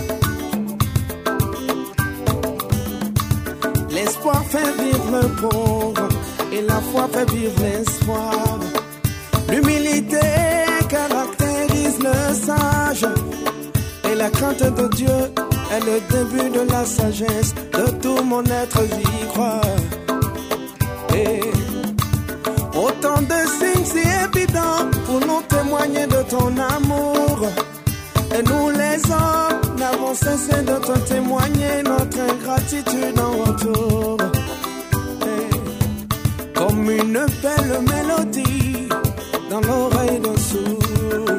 L'espoir fait vivre le pauvre et la foi fait vivre l'espoir. L'humilité caractérise le sage et la crainte de Dieu est le début de la sagesse. De tout mon être j'y crois. Et autant de signes si évidents pour nous témoigner de ton amour. Et nous les hommes n'avons cessé de te témoigner notre ingratitude en retour. Et comme une belle mélodie dans l'oreille d'un sourd.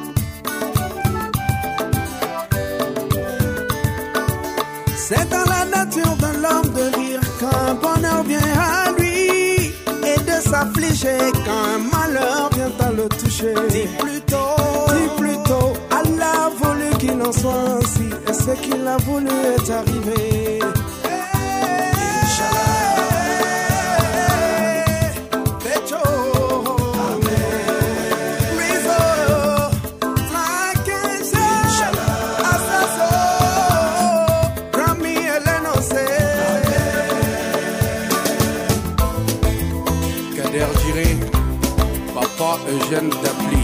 C'est dans la nature de l'homme de rire quand un bonheur vient à lui. Et de s'affliger quand un malheur vient à le toucher. Dis plutôt, dis plutôt, Allah a voulu qu'il en soit ainsi. Et ce qu'il a voulu est arrivé. Eugène Dapli.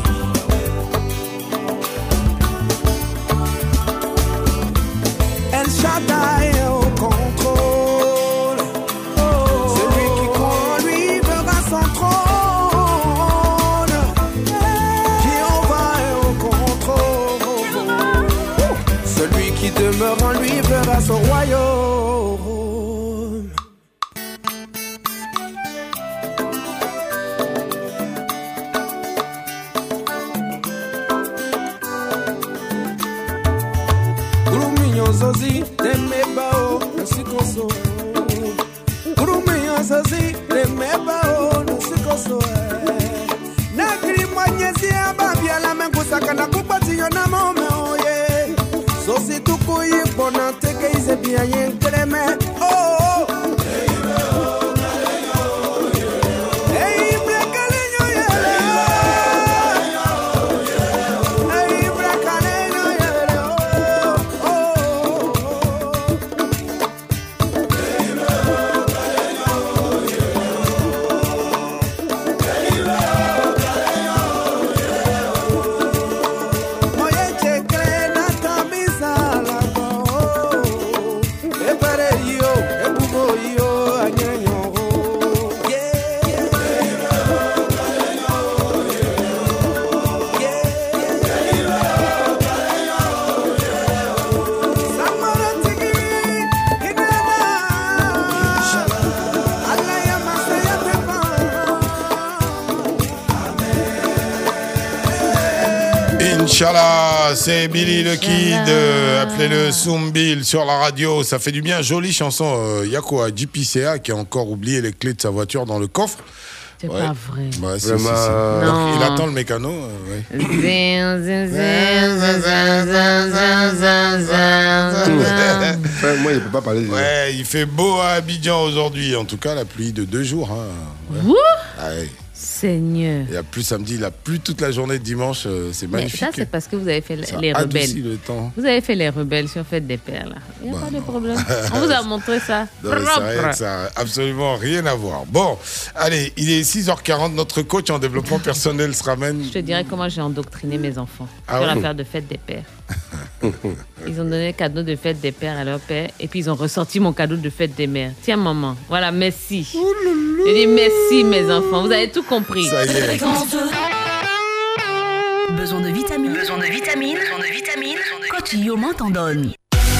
El Shaddai est au contrôle. Oh, celui qui croit en lui verra son trône. Jéhovah est au contrôle. Celui qui demeure en lui verra son royaume. Zozi, de mebao, no sikoso. Kurumiyo zozi, de mebao, no sikoso. Nakri mwanyezi ababia la mengusa kana kupati yo na mome oye. Zozi tukuyi bona teke ize biya yenkreme. Oh, oh. Inch'Allah, c'est Billy le Kid, euh, appelez-le Soumbil sur la radio, ça fait du bien, jolie chanson. Il euh, y a quoi, J P C A qui a encore oublié les clés de sa voiture dans le coffre. C'est ouais. pas vrai. Ouais, c'est, c'est, c'est. Non. Il attend le mécano. Euh, ouais. Moi, il peut pas parler. Ouais, il fait beau à Abidjan aujourd'hui. En tout cas, la pluie de deux jours. Hein. Ouais. Ah, ouais. Seigneur. Il a plu samedi, il a plu toute la journée de dimanche. Euh, c'est magnifique. Mais ça, c'est parce que vous avez fait ça les rebelles. Le temps. Vous avez fait les rebelles sur Fête des Pères, là. Il n'y a bah pas non. de problème. On vous a montré ça. Non, c'est rien que ça n'a absolument rien à voir. Bon, allez, il est six heures quarante. Notre coach en développement personnel se ramène. Je te dirais comment j'ai endoctriné mes enfants ah sur oui. l'affaire de Fête des Pères. Ils ont donné le cadeau de Fête des Pères à leur père et puis ils ont ressorti mon cadeau de Fête des Mères. Tiens, maman, voilà, merci. Je dis merci, mes enfants. Vous avez tout compris. Ça y est. Besoin de vitamines. Besoin de vitamines. Besoin de vitamines. Coach Yoman t'en donne.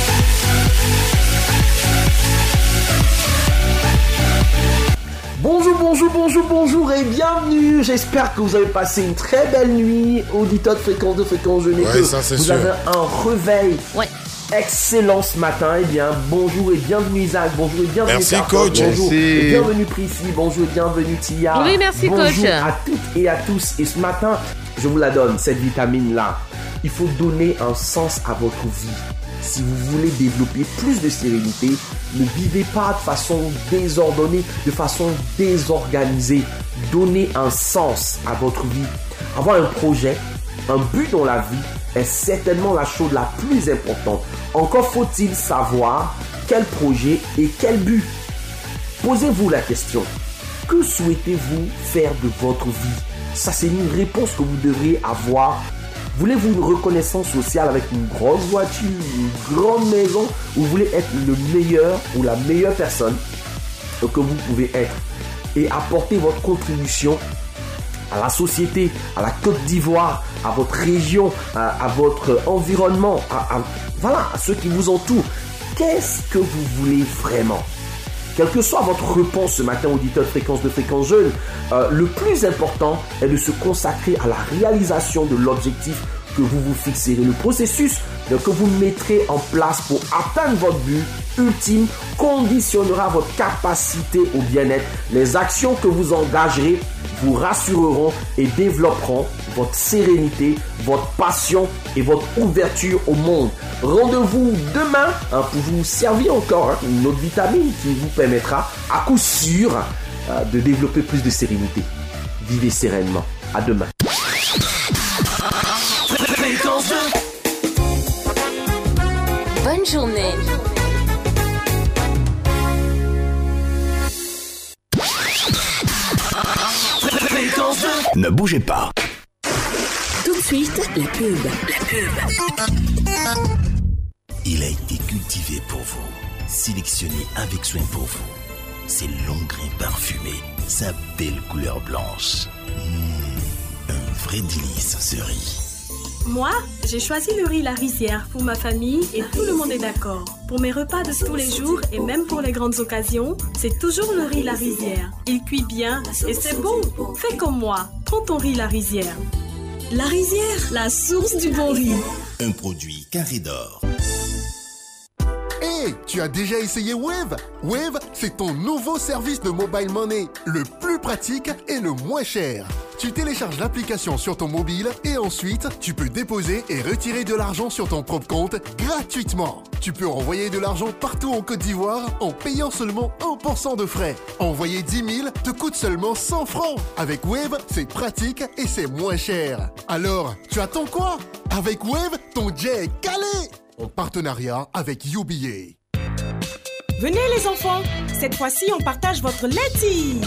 Bonjour, bonjour, bonjour, bonjour et bienvenue. J'espère que vous avez passé une très belle nuit, auditeur de fréquence de fréquence jeune et ouais, que ça, c'est vous sûr. avez un réveil ouais. excellent ce matin. Eh bien, bonjour et bienvenue Isaac, bonjour et bienvenue merci Carton, coach. bonjour merci. et bienvenue Priscille, bonjour et bienvenue Tia. Oui, merci bonjour coach. Bonjour à toutes et à tous. Et ce matin, je vous la donne, cette vitamine-là. Il faut donner un sens à votre vie. Si vous voulez développer plus de sérénité, ne vivez pas de façon désordonnée, de façon désorganisée. Donnez un sens à votre vie. Avoir un projet, un but dans la vie est certainement la chose la plus importante. Encore faut-il savoir quel projet et quel but. Posez-vous la question. Que souhaitez-vous faire de votre vie? Ça, c'est une réponse que vous devriez avoir. Voulez-vous une reconnaissance sociale avec une grosse voiture, une grande maison, ou vous voulez être le meilleur ou la meilleure personne que vous pouvez être et apporter votre contribution à la société, à la Côte d'Ivoire, à votre région, à, à votre environnement, à, à, voilà, à ceux qui vous entourent. Qu'est-ce que vous voulez vraiment? Quelle que soit votre réponse ce matin, auditeur de fréquence de fréquence jeune, euh, le plus important est de se consacrer à la réalisation de l'objectif que vous vous fixerez. Le processus que vous mettrez en place pour atteindre votre but ultime conditionnera votre capacité au bien-être. Les actions que vous engagerez vous rassureront et développeront votre sérénité, votre passion et votre ouverture au monde. Rendez-vous demain hein, pour vous servir encore hein, une autre vitamine qui vous permettra à coup sûr euh, de développer plus de sérénité. Vivez sereinement. À demain. Bonne journée. Ne bougez pas. Tout de suite, la pub. La pub. Il a été cultivé pour vous, sélectionné avec soin pour vous. Ses longs grains parfumés, sa belle couleur blanche. Mmh, un vrai délice ce riz. Moi, j'ai choisi le riz La Rizière pour ma famille et tout le monde est d'accord. Pour mes repas de tous les jours et même pour les grandes occasions, c'est toujours le riz La Rizière. Il cuit bien et c'est bon. Fais comme moi, prends ton riz La Rizière. La Rizière, la source du bon riz. Un produit Carré d'Or. Hey, tu as déjà essayé Wave? Wave, c'est ton nouveau service de mobile money, le plus pratique et le moins cher. Tu télécharges l'application sur ton mobile et ensuite, tu peux déposer et retirer de l'argent sur ton propre compte gratuitement. Tu peux envoyer de l'argent partout en Côte d'Ivoire en payant seulement un pour cent de frais. Envoyer dix mille te coûte seulement cent francs. Avec Wave, c'est pratique et c'est moins cher. Alors, tu attends quoi? Avec Wave, ton jet est calé! En partenariat avec U B A. Venez les enfants, cette fois-ci on partage votre laiti.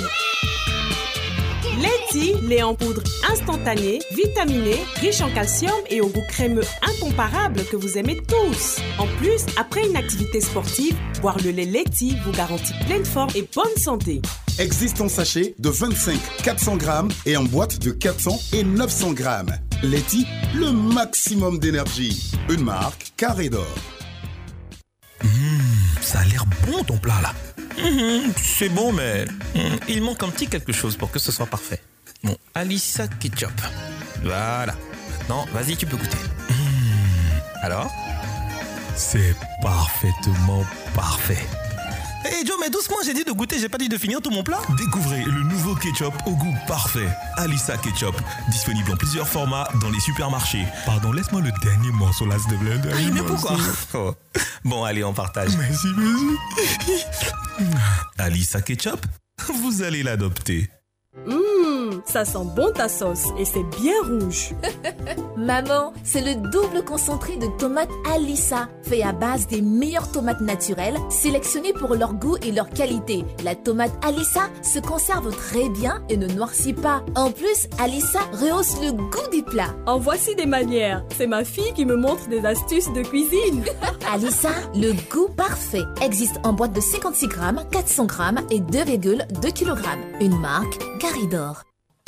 Laiti, lait en poudre instantané, vitaminé, riche en calcium et au goût crémeux incomparable que vous aimez tous. En plus, après une activité sportive, boire le lait Laiti vous garantit pleine forme et bonne santé. Existe en sachet de vingt-cinq à quatre cents grammes et en boîte de quatre cents et neuf cents grammes. Laiti, le maximum d'énergie. Une marque Carré d'Or. Mmh, ça a l'air bon ton plat là. Mmh, c'est bon mais mmh, il manque un petit quelque chose pour que ce soit parfait. Bon, Alissa Ketchup. Voilà. Maintenant, vas-y, tu peux goûter. Mmh. Alors? C'est parfaitement parfait. Hé hey Joe, mais doucement, j'ai dit de goûter, j'ai pas dit de finir tout mon plat. Découvrez le nouveau ketchup au goût parfait. Alissa Ketchup, disponible en plusieurs formats dans les supermarchés. Pardon, laisse-moi le dernier morceau là, s'il te plaît. Ah, mais pourquoi? Oh. Bon, allez, on partage. Merci, merci. Alissa Ketchup, vous allez l'adopter. Mmh, ça sent bon ta sauce et c'est bien rouge. Maman, c'est le double concentré de tomates Alissa, fait à base des meilleures tomates naturelles, sélectionnées pour leur goût et leur qualité. La tomate Alissa se conserve très bien et ne noircit pas. En plus, Alissa rehausse le goût des plats. En voici des manières. C'est ma fille qui me montre des astuces de cuisine. Alissa, le goût parfait, existe en boîte de cinquante-six grammes, quatre cents grammes et deux virgule deux kilogrammes. Une marque Caridor.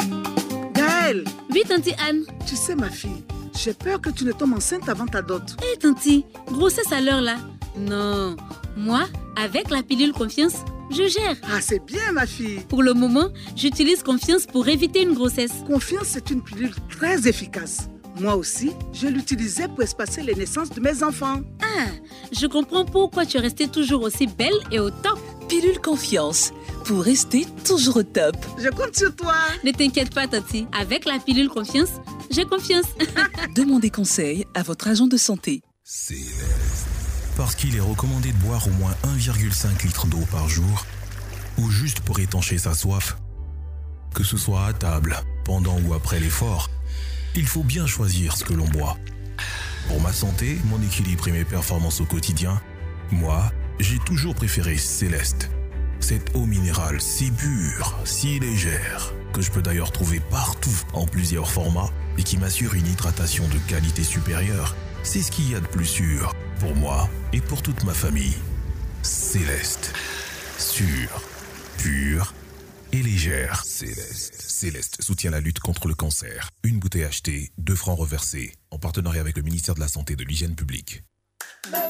Gaëlle. Oui, Tanti Anne. Tu sais, ma fille, j'ai peur que tu ne tombes enceinte avant ta dot. Hé, hey, Tanti, grossesse à l'heure là. Non, moi, avec la pilule Confiance, je gère. Ah, c'est bien, ma fille. Pour le moment, j'utilise Confiance pour éviter une grossesse. Confiance, c'est une pilule très efficace. Moi aussi, je l'utilisais pour espacer les naissances de mes enfants. Ah, je comprends pourquoi tu es restée toujours aussi belle et au top. Pilule Confiance, pour rester toujours au top. Je compte sur toi. Ne t'inquiète pas, Tati. Avec la pilule Confiance, j'ai confiance. Demandez conseil à votre agent de santé. Céleste. Parce qu'il est recommandé de boire au moins un virgule cinq litres d'eau par jour, ou juste pour étancher sa soif. Que ce soit à table, pendant ou après l'effort, il faut bien choisir ce que l'on boit. Pour ma santé, mon équilibre et mes performances au quotidien, moi, j'ai toujours préféré Céleste. Cette eau minérale si pure, si légère, que je peux d'ailleurs trouver partout en plusieurs formats et qui m'assure une hydratation de qualité supérieure, c'est ce qu'il y a de plus sûr pour moi et pour toute ma famille. Céleste. Sûre, pure et légère. Céleste. Céleste soutient la lutte contre le cancer. Une bouteille achetée, deux francs reversés, en partenariat avec le ministère de la Santé et de l'Hygiène publique. Maman,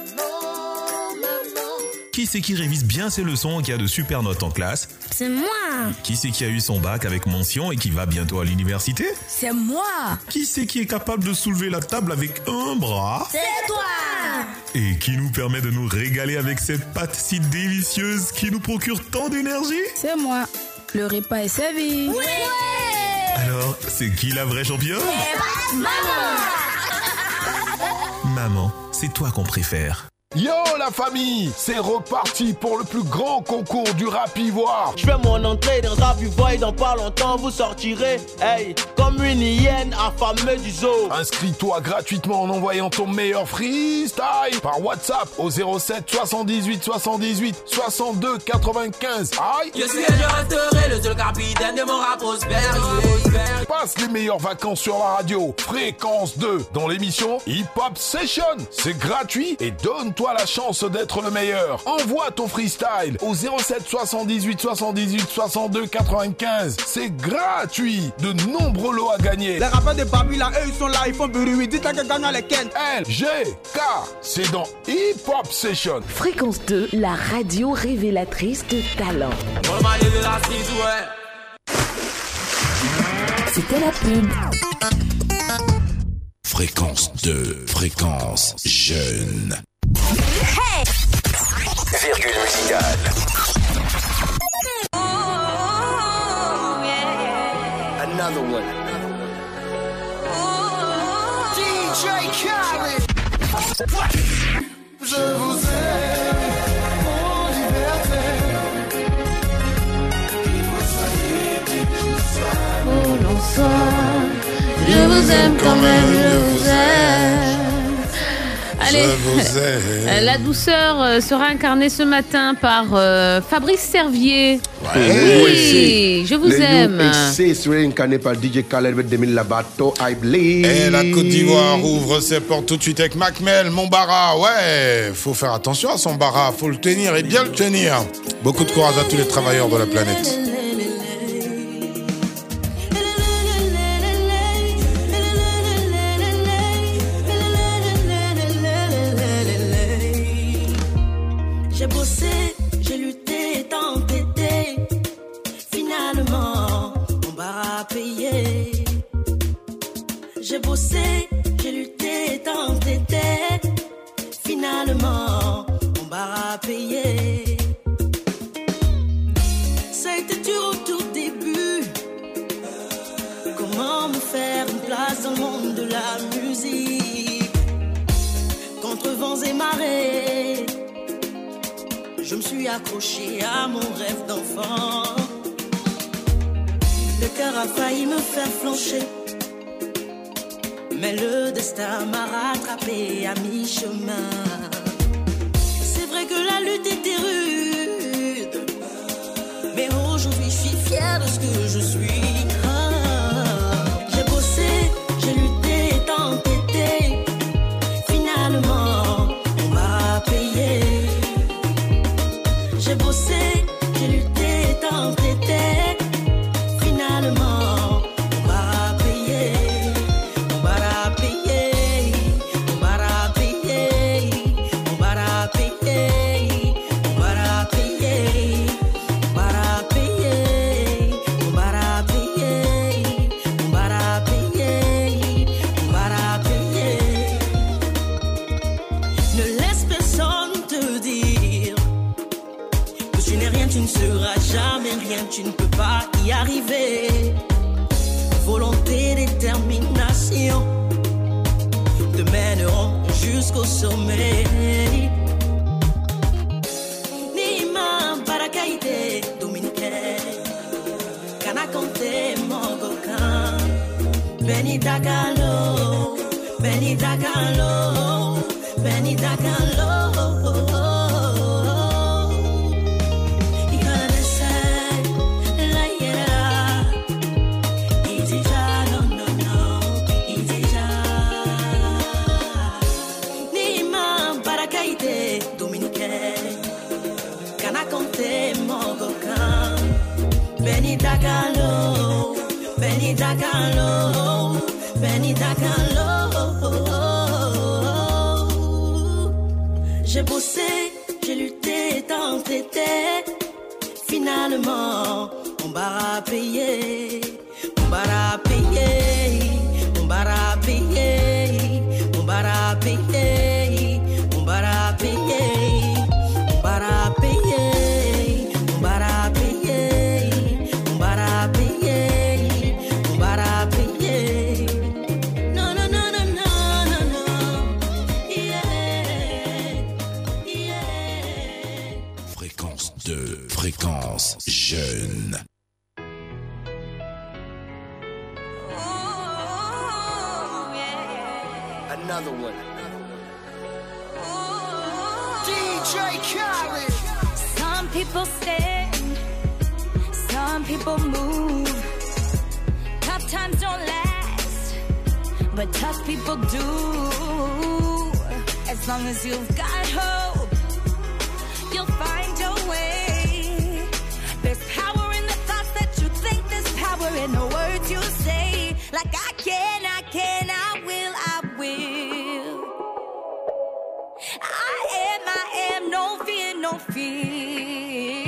maman. Qui c'est qui révise bien ses leçons et qui a de super notes en classe? C'est moi. Qui c'est qui a eu son bac avec mention et qui va bientôt à l'université? C'est moi. Qui c'est qui est capable de soulever la table avec un bras? C'est toi. Et qui nous permet de nous régaler avec cette pâte si délicieuse qui nous procure tant d'énergie? C'est moi. Le repas est servi. Oui. Alors, c'est qui la vraie championne? C'est maman. Maman, c'est toi qu'on préfère. Yo la famille, c'est reparti pour le plus grand concours du rap ivoire. Je fais mon entrée dans rap ivoire et dans pas longtemps vous sortirez, hey, comme une hyène affamée du zoo. Inscris-toi gratuitement en envoyant ton meilleur freestyle par WhatsApp au zéro sept soixante-dix-huit soixante-dix-huit soixante-deux quatre-vingt-quinze. Aïe. Je suis et je resterai le seul capitaine de mon rap prospère. Passe les meilleures vacances sur la radio. Fréquence deux dans l'émission Hip Hop Session. C'est gratuit et donne-toi la chance d'être le meilleur. Envoie ton freestyle au zéro sept soixante-dix-huit soixante-dix-huit soixante-deux quatre-vingt-quinze. C'est gratuit. De nombreux lots à gagner. Les rappeurs de Babi là, eux ils sont là, ils font bruit. Dites-toi que gagnent lesquels. L G K, c'est dans Hip Hop Session. Fréquence deux, la radio révélatrice de talent. C'était la pub. Fréquence deux, fréquence jeune. Hey! Virgule musicale. Oh, yeah. Another one. Oh, D J Khaled. Je vous aime, mon liberté. Oh non, ça, je vous aime quand même, je vous aime. Allez, la douceur sera incarnée ce matin par euh, Fabrice Servier. Ouais. Oui, je vous Le aime. C'est sera incarné par D J Khaled with Demi Labato, I believe. Et la Côte d'Ivoire ouvre ses portes tout de suite avec Macmel, mon bara. Ouais, faut faire attention à son bara, faut le tenir et bien le tenir. Beaucoup de courage à tous les travailleurs de la planète. J'ai bossé, j'ai lutté, tant été. Finalement, mon bar a payé. J'ai bossé, j'ai lutté, tenté, finalement, mon bar a payé. Ça a été dur au tout début. Comment me faire une place dans le monde de la musique? Contre vents et marées, je me suis accroché à mon rêve d'enfant. Le cœur a failli me faire flancher, mais le destin m'a rattrapé à mi-chemin. C'est vrai que la lutte était rude, mais aujourd'hui je suis fière de ce que je suis. Ah, j'ai bossé, j'ai lutté, tenté, finalement on m'a payé. J'ai bossé, j'ai lutté, tenté, finalement on m'a payé. On m'a payé, on m'a payé, on m'a payé, on m'a payé, on m'a payé, on m'a payé, on m'a payé, on m'a payé. Ne laisse personne te dire que tu n'es rien, tu ne seras jamais rien, tu ne peux pas y arriver. Volonté, détermination te mèneront jusqu'au sommet. Nima Barakaïté dominicaine, Kanakonte Mogokan, Benita Galo, Benita Galo, Benita Galo. Benita Galo, Benita Galo, Benita Galo. J'ai bossé, j'ai lutté, tenté, finalement on m'a payé, on m'a payé, on m'a payé, on m'a payé, on m'a payé, on m'a payé, on m'a payé. Fréquence deux, fréquence jeune. Another one. D J Khaled. Some people stand, some people move. Tough times don't last, but tough people do. As long as you've got hope, you'll find your way. There's power in the thoughts that you think, there's power in the words you say. Like I can, I can, I will, I will. I am, I am, no fear, no fear.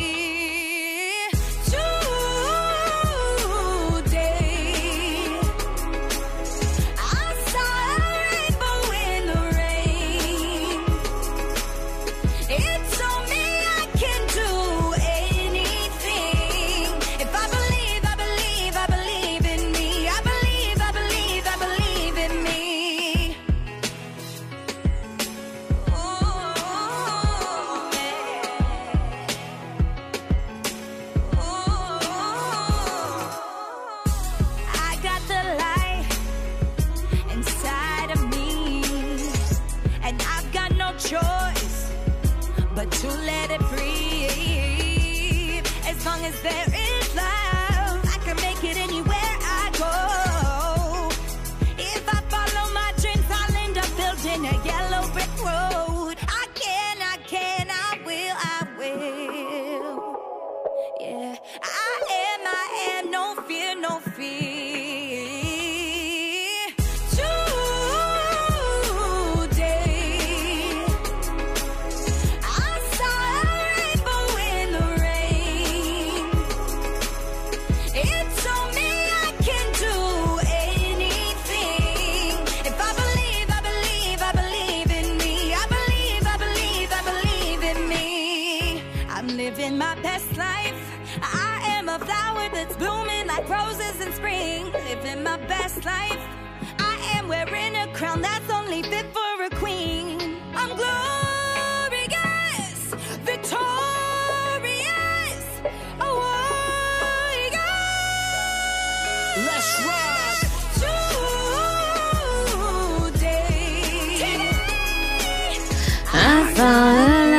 Choice but to let it breathe. As long as there is love, I can make it anywhere I go. If I follow my dreams, I'll end up building a yellow brick road. I can, I can, I will, I will. Yeah, I am, I am, no fear, no fear. violets blooming like roses in spring. Living my best life. I am wearing a crown that's only fit for a queen. I'm glorious, victorious. Oh, warrior. Let's ride. Today. I found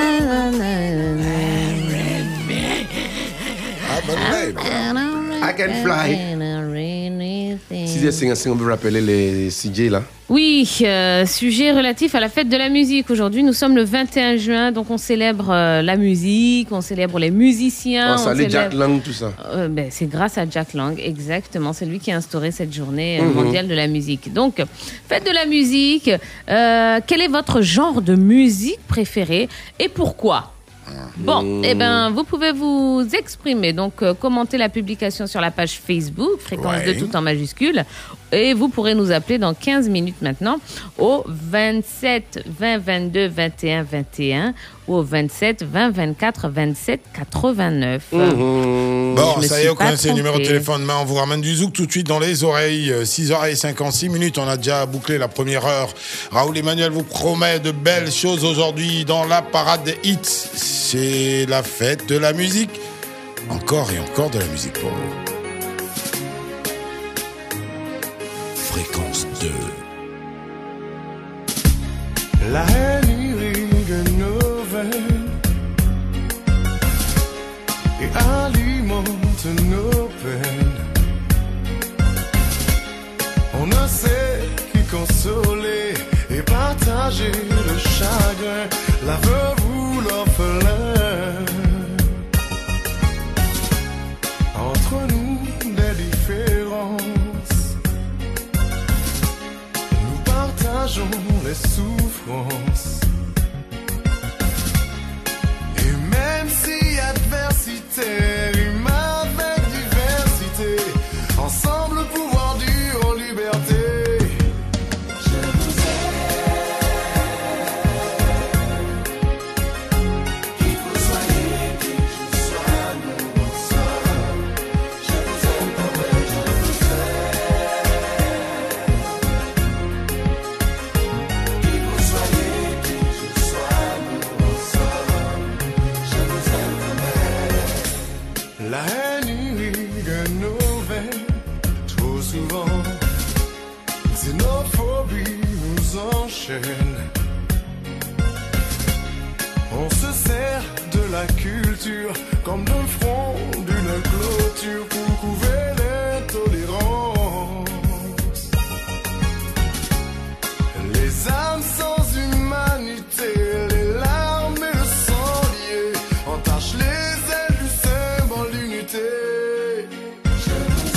I can fly. Si j'ai sing, on peut rappeler les C J là. Oui, euh, sujet relatif à la fête de la musique. Aujourd'hui, nous sommes le vingt et un juin, donc on célèbre euh, la musique, on célèbre les musiciens. On salue célèbre... Jack Lang, tout ça. Euh, ben, c'est grâce à Jack Lang, exactement. C'est lui qui a instauré cette journée Mhm. mondiale de la musique. Donc, fête de la musique. Euh, quel est votre genre de musique préféré et pourquoi ? Bon, eh ben, vous pouvez vous exprimer. Donc, euh, commentez la publication sur la page Facebook, Fréquence Ouais. deux tout en majuscule. Et vous pourrez nous appeler dans quinze minutes maintenant au vingt-sept vingt vingt-deux vingt et un vingt et un ou au vingt-sept vingt vingt-quatre vingt-sept quatre-vingt-neuf. Bon, Je me ça y suis est, vous pas connaissez le numéro de trompée. téléphone. Mais on vous ramène du zouk tout de suite dans les oreilles. Euh, six heures cinquante-six minutes. On a déjà bouclé la première heure. Raoul Emmanuel vous promet de belles choses aujourd'hui dans la parade des hits. C'est la fête de la musique. Encore et encore de la musique pour vous. Fréquence deux. La henriga nouvelle et alimente nos peines. On ne sait qui consoler et partager le chagrin, la veuve ou l'orphelin. Entre nous des différences, nous partageons les souffrances. Et même si adversité rime avec diversité, ensemble pouvoir dur en liberté. Je vous aime. Qui vous soyez, qui je sois, nous ensemble. Je vous aime comme je vous aime. Qui vous soyez, qui je sois, nous ensemble. Je vous aime comme la haine irrigue nos veines. Trop souvent, xénophobie nous enchaîne. On se sert de la culture comme d'un front d'une clôture pour couver l'intolérance. Les âmes sans humanité, les larmes et le sang liés entachent les ailes du symbole d'unité. Je vous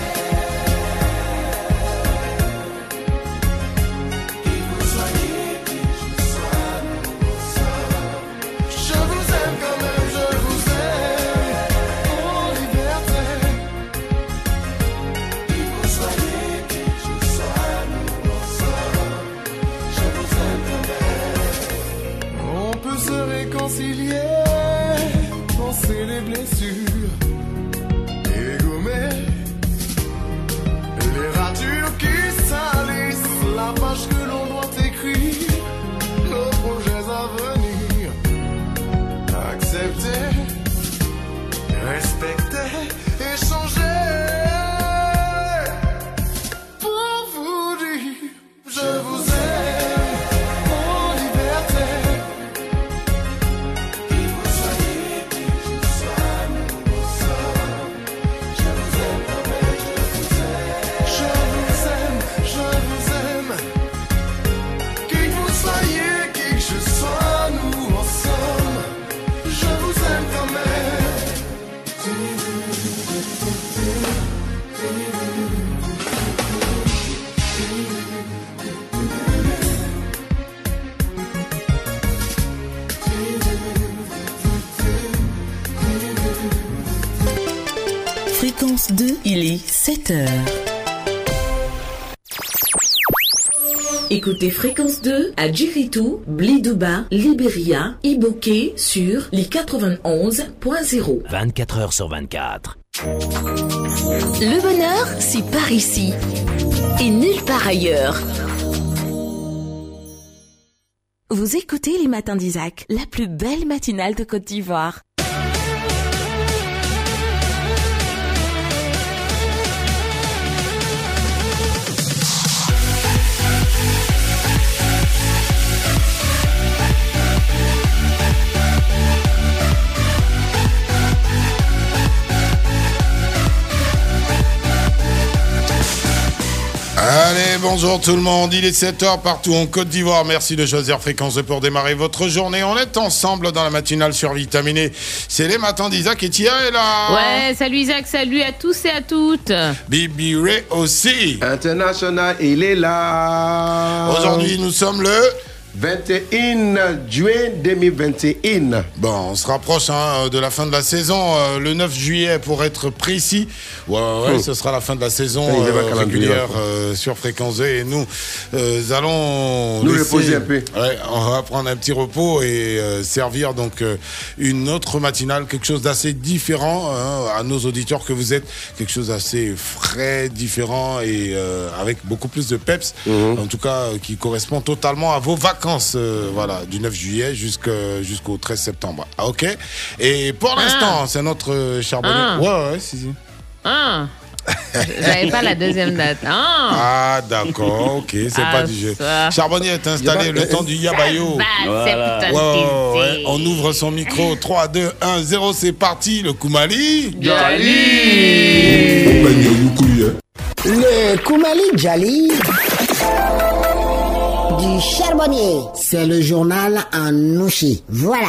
aime. Qui vous soyez, qui je sois, nous ensemble. Je vous aime quand même, je vous aime en liberté. Qui vous soyez, qui je sois, nous ensemble. Je vous aime quand même. On peut se réconcilier, penser les blessures et gommer les ratures qui salissent la page que l'on doit écrire, nos projets à venir. Accepter, respecter, échanger. Pour vous dire, je vous aime en liberté. Qui vous soyez, qui je sois, nous ensemble. Je vous aime quand même, je vous aime. Je vous aime, je vous aime. Qui vous soyez, qui que je sois, nous ensemble. Je vous aime quand même. Fréquence deux, il est sept heures. Écoutez Fréquence deux à Djiritou, Blidouba, Libéria, Iboké sur les quatre-vingt-onze point zéro. vingt-quatre heures sur vingt-quatre. Le bonheur, c'est par ici et nulle part ailleurs. Vous écoutez les matins d'Isaac, la plus belle matinale de Côte d'Ivoire. Allez, bonjour tout le monde, il est sept heures partout en Côte d'Ivoire. Merci de choisir Fréquence deux pour démarrer votre journée. On est ensemble dans la matinale survitaminée. C'est les matins d'Isaac et Tia est là. Ouais, salut Isaac, salut à tous et à toutes. Bibi Ray aussi. International, il est là. Aujourd'hui, nous sommes le vingt et un juin deux mille vingt et un. Bon, on se rapproche hein, de la fin de la saison. Euh, le neuf juillet, pour être précis. Ouais, ouais, mmh. Ce sera la fin de la saison euh, régulière euh, sur Fréquence deux. Et nous euh, allons nous laisser, reposer un peu. Ouais, on va prendre un petit repos et euh, servir donc euh, une autre matinale, quelque chose d'assez différent hein, à nos auditeurs que vous êtes, quelque chose d'assez frais, différent et euh, avec beaucoup plus de peps. Mmh. En tout cas, euh, qui correspond totalement à vos vacances. Euh, voilà, du neuf juillet jusqu'au, jusqu'au treize septembre. Ah, ok. Et pour l'instant, ah. c'est notre charbonnier. Ah. Ouais, ouais, si, si. Ah. J'avais pas la deuxième date. Ah, ah d'accord, ok, c'est ah, pas du jeu. Ça. Charbonnier est installé le temps du yabayo. Voilà. Ouais, ouais, ouais. On ouvre son micro. trois, deux, un, zéro, c'est parti. Le Koumali Djali. Le Koumali Djali du charbonnier. C'est le journal en nouchi. Voilà.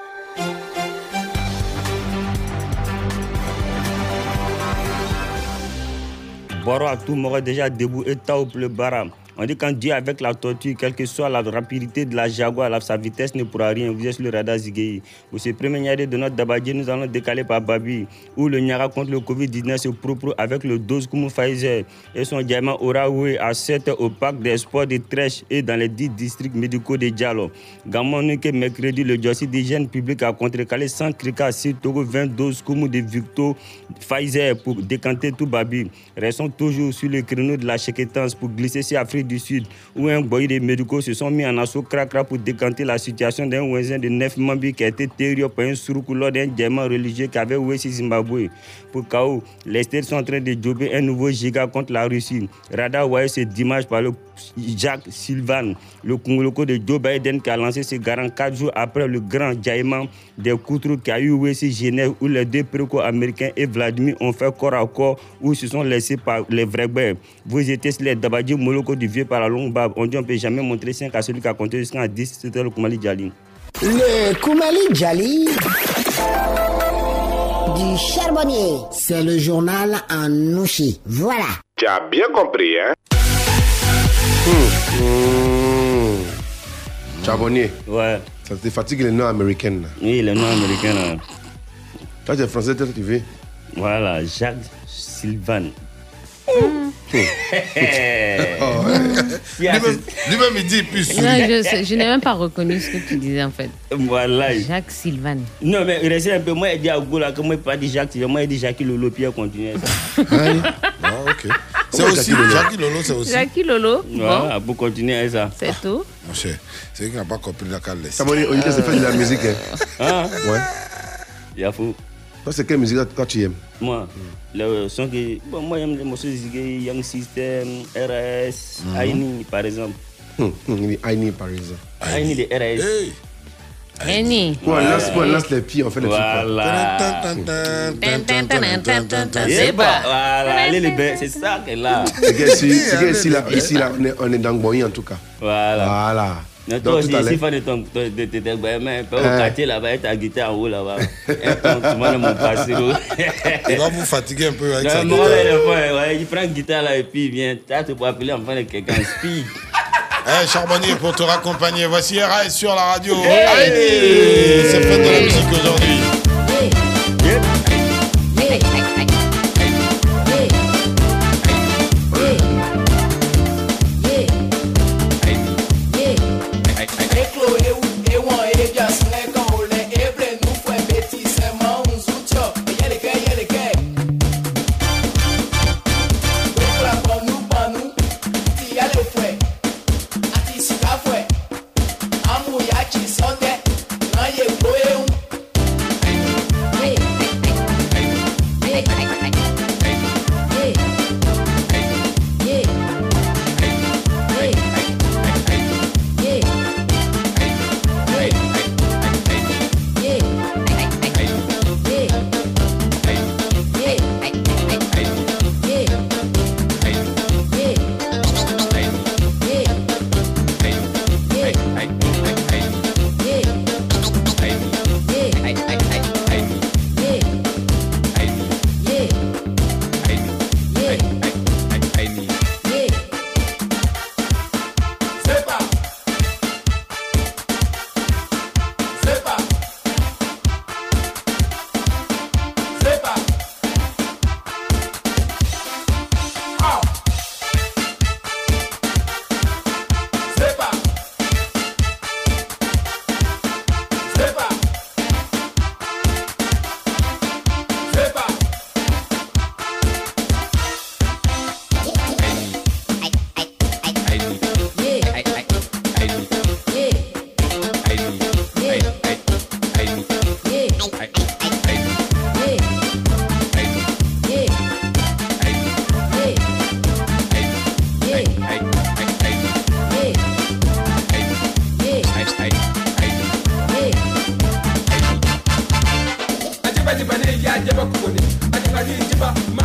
Boro à tout m'aurait déjà debout et tao le baram. On dit quand Dieu avec la tortue, quelle que soit la rapidité de la jaguar, sa vitesse ne pourra rien. Vous êtes sur le radar Zigueyi. Pour ce premier Niaré de notre Dabadji, nous allons décaler par Babi, où le Niara contre le covid dix-neuf se propre avec le dose comme Pfizer et son diamant aura oué à sept au parc des sports de Trèche et dans les dix districts médicaux de Diallo. Gamon que mercredi, le dossier d'hygiène publique a contrecalé cent crica sur Togo vingt doses comme de Victo Pfizer pour décanter tout Babi. Restons toujours sur le créneau de la chéquetance pour glisser sur Afrique du Sud, où un boy des médicaux se sont mis en assaut cracra pour décanter la situation d'un voisin de neuf membres qui a été terroré par un sourou lors d'un diamant religieux qui avait oué sur Zimbabwe. Pour K O, les States sont en train de jobber un nouveau giga contre la Russie. Radar voyait ce dimanche par le Jacques Sylvan, le Congolais de Joe Biden qui a lancé ce garant quatre jours après le grand jaillement des Koutrous qui a eu oué sur Genève, où les deux préco américains et Vladimir ont fait corps à corps, où ils se sont laissés par les vrais bêtes. Vous étiez sur les Dabadji Moloko du vieux par la longue barbe. On dit on ne peut jamais montrer cinq à celui qui a compté jusqu'à dix. C'était le Koumali Djali. Le Koumali Djali du charbonnier. C'est le journal en nouchi. Voilà. Tu as bien compris, hein? Mmh. Mmh. Charbonnier. Ouais. Ça te fatigue les noms américains. Là. Oui, les noms américains. Là. Toi, tu es français, toi, tu veux. Voilà, Jacques Sylvan. Mmh. oh, ouais. lui-même, lui-même il dit plus. Non, je, je n'ai même pas reconnu ce que tu disais en fait. Voilà. Jacques Sylvan. Non mais restez un peu. Moi il dit à Goula que moi pas dit Jacques Sylvan. Moi il dit Jacques Lolo Pierre continue ça. Ah ok. C'est aussi Jacques Lolo, c'est aussi. Jacques Lolo. Voilà, pour continuer avec ça. C'est tout. Mon cher, c'est qu'il n'a pas compris la cale. Ça veut dire on c'est fait de la musique. Hein? Ouais. Il a fou. Toi, c'est quelle musique que tu aimes? Moi, mm. le son que. Bon, moi, j'aime les morceaux de Young System, R A S, mm. Aini, par exemple. Mm. Mm. Aini, par exemple. Aini de R A S. Hey. Aini. On lance, on lance les pieds, on fait les trucs. Voilà. C'est pas. Voilà, les bêtes, c'est ça qu'elle a. C'est que ici, ici, là, ici, là, on est, on est dans Gboyi en tout cas. Voilà. Voilà. Non, toi aussi, si fan de ton de tes mais au quartier là-bas, ta guitare en haut là-bas. Tu m'as mon passé. Il va vous fatiguer un peu avec ça. Non, ouais, il prend une guitare là et puis il vient. Tu peux appeler enfin quelqu'un speed. Eh, Charbonnier, pour te raccompagner, voici R A S sur la radio. Hey. Hey. C'est fait de la musique aujourd'hui. Hey. Hey. Hey.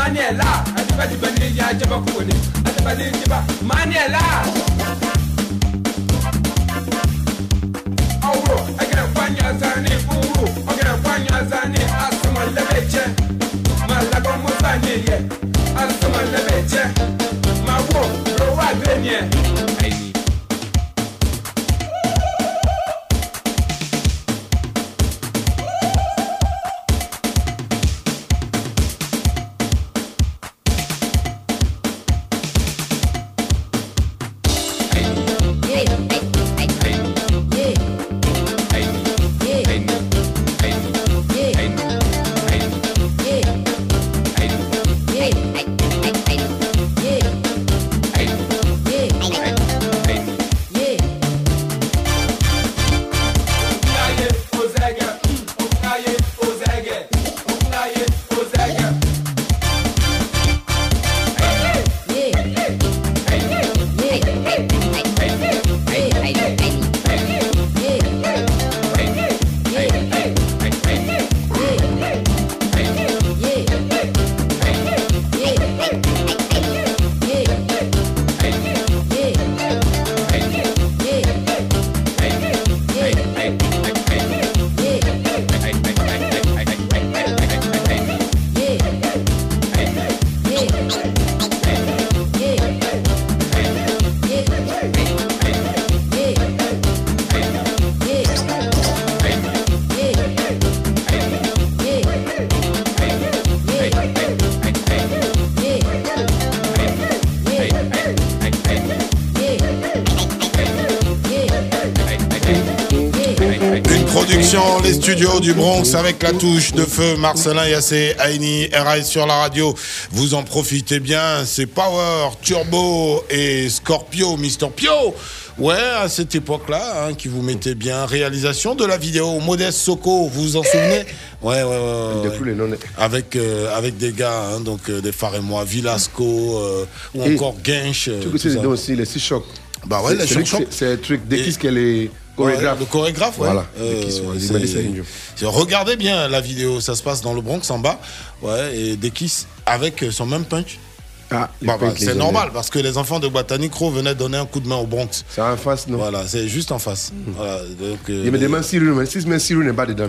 Maniela, Adibadi Bania Jabakuni, Adibadi Jiba, Maniela. Auro, I get a Panya Zani, Uru, I get a Panya Zani, Asama Leveche, Malaga Mosani, Asama Leveche, Mawo, Roa Grenier. Les studios du Bronx avec la touche de feu, Marcelin Yassé, Aini, R I sur la radio. Vous en profitez bien, c'est Power, Turbo et Scorpio, Mister Pio. Ouais, à cette époque-là, hein, qui vous mettait bien. Réalisation de la vidéo, Modeste Soko, vous vous en souvenez? Ouais, ouais, ouais. ouais, ouais. Avec, euh, avec des gars, hein, donc euh, des Phares et moi, Villasco, euh, ou et encore Gensh. Euh, tu sais aussi les six chocs. Bah ouais, les six chocs. C'est un truc, dès qu'est-ce qu'elle est. Chorégraphe. Ouais, le chorégraphe, ouais. Voilà. Euh, c'est... Regardez bien la vidéo, ça se passe dans le Bronx en bas. Ouais, et des Kiss avec son même punch. Ah, bah, bah, c'est normal années. Parce que les enfants de Boitanicro venaient donner un coup de main au Bronx. C'est en face, non? Voilà, c'est juste en face. Mmh. Voilà, donc, euh, il y a des mains Cyril, mais si Cyril n'est pas dedans.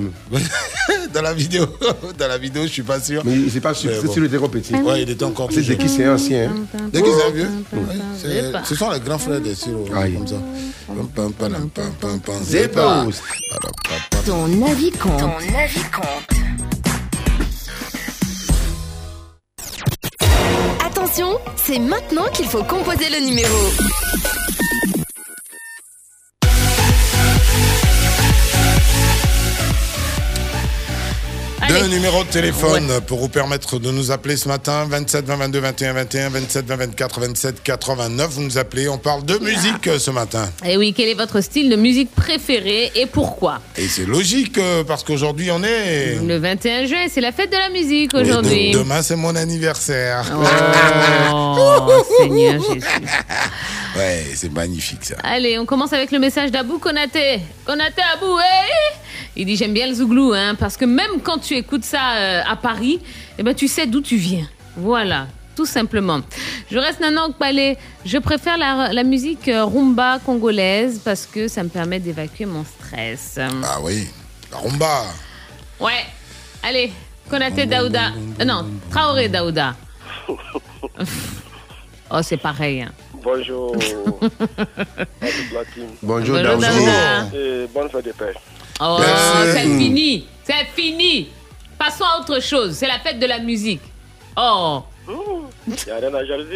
Dans la vidéo, dans la vidéo, je suis pas sûr. Mais c'est pas sûr. C'est Cyril était encore petit. Ouais, il était encore petit. C'est qui c'est ancien. Hein. Dès qu'ils sont vieux. Ouais, ce sont les grands frères de Cyril. Comme ça. Zépa. Ton avis compte. Ton avis compte. Attention, c'est maintenant qu'il faut composer le numéro. Deux numéros de téléphone ouais. pour vous permettre de nous appeler ce matin, vingt-sept vingt vingt-deux vingt et un vingt et un, vingt-sept vingt vingt-quatre vingt-sept quatre-vingt-neuf. Vous nous appelez, on parle de musique ah. ce matin. Et oui, quel est votre style de musique préféré et pourquoi? Et c'est logique parce qu'aujourd'hui on est... Le vingt et un juin, c'est la fête de la musique aujourd'hui. De, demain c'est mon anniversaire. Oh, Seigneur Jésus. Ouais, c'est magnifique ça. Allez, on commence avec le message d'Abou Konaté. Konaté Abou, hey il dit j'aime bien le zouglou, hein, parce que même quand tu écoutes ça euh, à Paris, eh ben, tu sais d'où tu viens. Voilà, tout simplement. Je reste Nana Okpalé. Je préfère la, la musique rumba congolaise parce que ça me permet d'évacuer mon stress. Ah oui, la rumba. Ouais, allez, Konaté Daouda. Euh, non, Traoré Daouda. Oh, c'est pareil. Hein. Bonjour. Bonjour, Bonjour Daouda. Et bonne fête de paix. Oh, merci. C'est fini, c'est fini. Passons à autre chose, c'est la fête de la musique. Oh. Il n'y a rien à jalouser.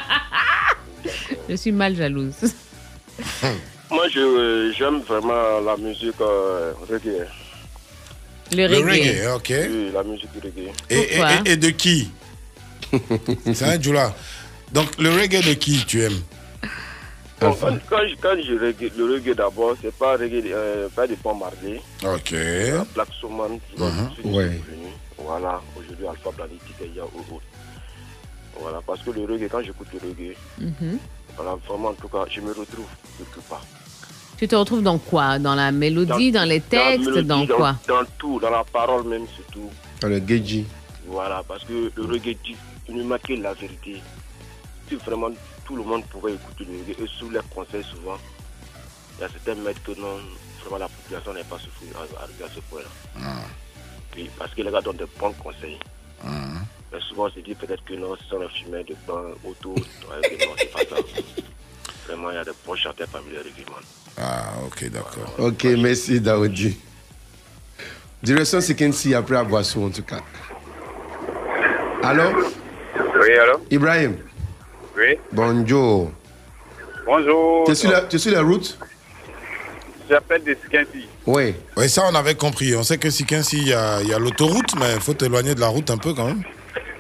Je suis mal jalouse. Moi, je, j'aime vraiment la musique euh, reggae. Le reggae. Le reggae, ok. Oui, la musique du reggae. Et, et, et, et de qui? C'est un Djoula. Donc, le reggae de qui tu aimes? Bon, quand, quand, je, quand je reggae, le reggae d'abord, c'est pas reggae, euh, pas de Bob Marley. Ok. Euh, Black Soman, tu uh-huh. vois, ouais. Voilà, aujourd'hui Alpha Blanitique et Yao. Voilà, parce que le reggae, quand j'écoute le reggae, mm-hmm. voilà, vraiment, en tout cas, je me retrouve quelque part. Tu te retrouves dans quoi? Dans la mélodie, dans, dans les textes, dans, mélodie, dans quoi? Dans, dans tout, dans la parole même surtout. Dans le geji. Voilà, parce que le reggae dit il ne manquait la vérité. Si vraiment tout le monde pouvait écouter le reggae et sous les conseils souvent, il y a certains maîtres que non, vraiment la population n'est pas arrivée à ce point-là. Mm. Oui, parce que les gars donnent de bons conseils. Mm. Mais souvent on se dit peut-être que non, ce sont les fumeurs de pain autour, non, c'est pas ça. Vraiment, il y a de bons chanteurs parmi les reggae. Ah, ok, d'accord. Ok, merci Daoudi. Direction Sikensi après à Boissou en tout cas. Allô? Oui, allô? Ibrahim. Oui. Bonjour. Bonjour. Tu es sur la, tu es sur la route? J'appelle de Sikensi. Oui. Oui, ça on avait compris. On sait que Sikensi, il y a, y a l'autoroute, mais il faut t'éloigner de la route un peu quand même.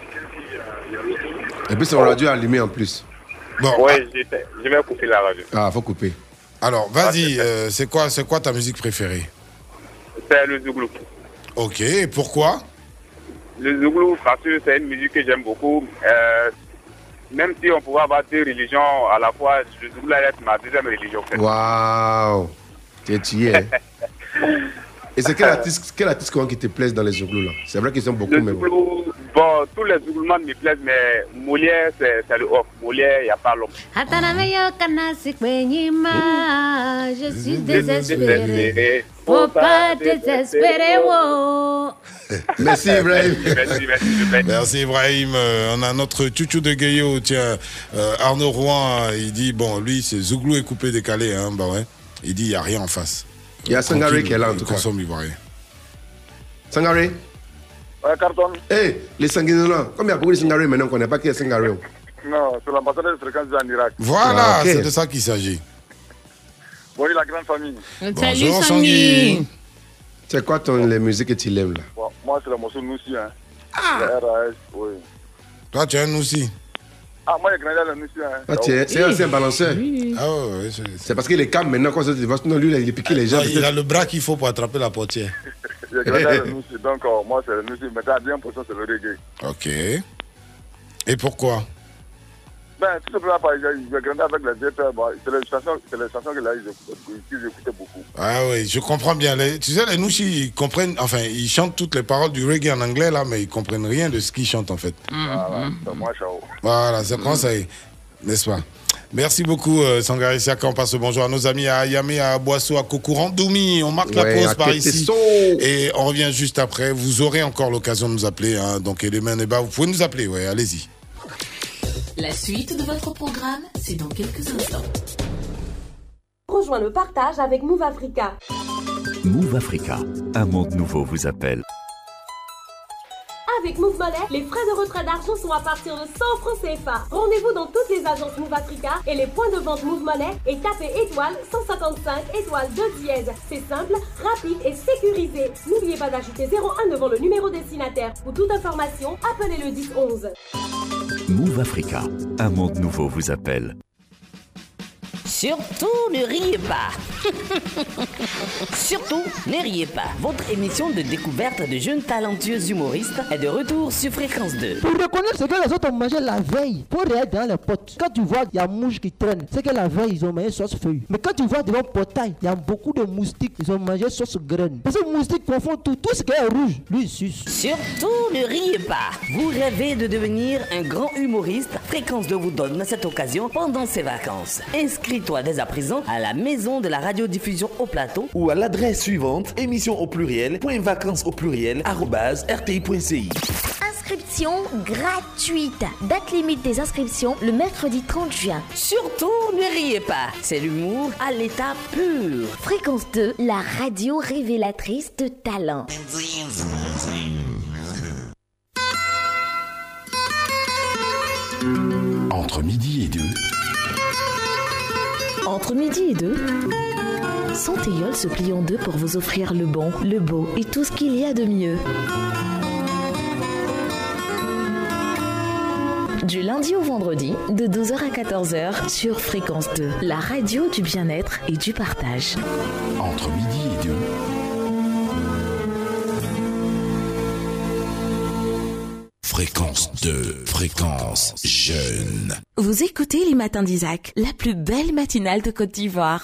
Et puis son radio est allumé en plus. Bon. Oui, ah. je vais couper la radio. Ah, faut couper. Alors, vas-y, euh, c'est quoi, c'est quoi ta musique préférée? C'est le Zouglou. Ok, et pourquoi? Le Zouglou, parce que c'est une musique que j'aime beaucoup. Euh, même si on pouvait avoir deux religions à la fois, le Zouglou est ma deuxième religion. Waouh, tu es tué. Hein? Et c'est quel artiste, quel artiste qui te plaise dans les Zouglous là? C'est vrai qu'ils sont beaucoup, le mais bon. Bon, tous les Zouglouman me plaisent, mais Molière, c'est, c'est le off. Molière, il n'y a pas l'homme. Je suis désespéré. Faut pas désespérer. Merci Ibrahim. Merci, merci, merci. Merci Ibrahim. Euh, on a notre chouchou de Gayo, tiens, euh, Arnaud Rouen, il dit, bon, lui, c'est Zouglou et coupé décalé, hein, bah ouais. Il dit, il n'y a rien en face. Il y a Sangaré qui est là, en tout cas. Consomme Ivoirien. Sangaré? Ouais, carton. Eh, hey, les Sanguinolans, comme il y a beaucoup de Sangaré maintenant, on ne connaît pas qui est Sangaré. Non, c'est l'ambassadeur de fréquence en Irak. Voilà, ah, okay. C'est de ça qu'il s'agit. Bonjour la grande famille. Salut Sangui. C'est quoi ton, les musiques que tu aimes là? Bon, moi, c'est le morceau Noussi. Hein. Ah. Le R A S, oui. Toi, tu es un Noussi? Ah, moi, j'ai grandi dans le Noussi. Hein. Ah, c'est, c'est un, c'est un balanceur. Oui. Ah, ouais, c'est, c'est... c'est parce qu'il est calme maintenant, quand ça se voit. Sinon, lui, il est piqué les gens. Ah, il a le bras qu'il faut pour attraper la portière. J'ai grandi dans le Noussi, donc euh, moi, c'est le Noussi. Mais t'as bien pour ça, c'est le reggae. Ok. Et pourquoi? Ben, tout simplement, j'ai grandi avec les diètes. Bon, c'est les chansons, c'est les chansons que là, ils écoutaient beaucoup. Ah oui, je comprends bien. Les, tu sais, les Nouchi, ils comprennent, enfin, ils chantent toutes les paroles du reggae en anglais, là, mais ils comprennent rien de ce qu'ils chantent, en fait. Voilà, c'est moi, ciao. Voilà, c'est comme ça, n'est-ce pas? Merci beaucoup, euh, Sangaré Siaka. On passe le bonjour à nos amis à Yamé, à Boissou, à Kokourandoumi. On marque ouais, la pause par ici. Et on revient juste après. Vous aurez encore l'occasion de nous appeler. Hein, donc, Elemen Eba, vous pouvez nous appeler. Ouais, allez-y. La suite de votre programme, c'est dans quelques instants. Rejoins le partage avec Move Africa. Move Africa, un monde nouveau vous appelle. Avec Move Money, les frais de retrait d'argent sont à partir de cent francs C F A. Rendez-vous dans toutes les agences Move Africa et les points de vente Move Money et tapez étoile cent cinquante-cinq étoile deux dièse. C'est simple, rapide et sécurisé. N'oubliez pas d'ajouter zéro un devant le numéro destinataire. Pour toute information, appelez le dix onze. Move Africa, un monde nouveau vous appelle. Surtout ne riez pas. Surtout ne riez pas. Votre émission de découverte de jeunes talentueux humoristes est de retour sur Fréquence deux. Pour reconnaître ce que les autres ont mangé la veille, pour regarder dans les potes. Quand tu vois il y a mouche qui traîne, c'est que la veille ils ont mangé sauce feuille. Mais quand tu vois devant le portail, il y a beaucoup de moustiques, ils ont mangé sauce graine. Parce que les moustiques confondent tout, tout ce qui est rouge, lui il suce. Surtout ne riez pas. Vous rêvez de devenir un grand humoriste? Fréquence deux vous donne cette occasion pendant ses vacances. Inscris-toi dès à présent à la maison de la radiodiffusion au plateau ou à l'adresse suivante émission au pluriel point vacances au pluriel arobase r t i point c i. Inscription gratuite. Date limite des inscriptions le mercredi trente juin. Surtout ne riez pas. C'est l'humour à l'état pur. Fréquence deux, la radio révélatrice de talent. Entre midi et deux. Entre midi et deux, Santéol se plie en deux pour vous offrir le bon, le beau et tout ce qu'il y a de mieux. Du lundi au vendredi, de douze heures à quatorze heures, sur Fréquence deux, la radio du bien-être et du partage. Entre midi et deux. Fréquence deux, fréquence jeune. Vous écoutez les matins d'Isaac, la plus belle matinale de Côte d'Ivoire.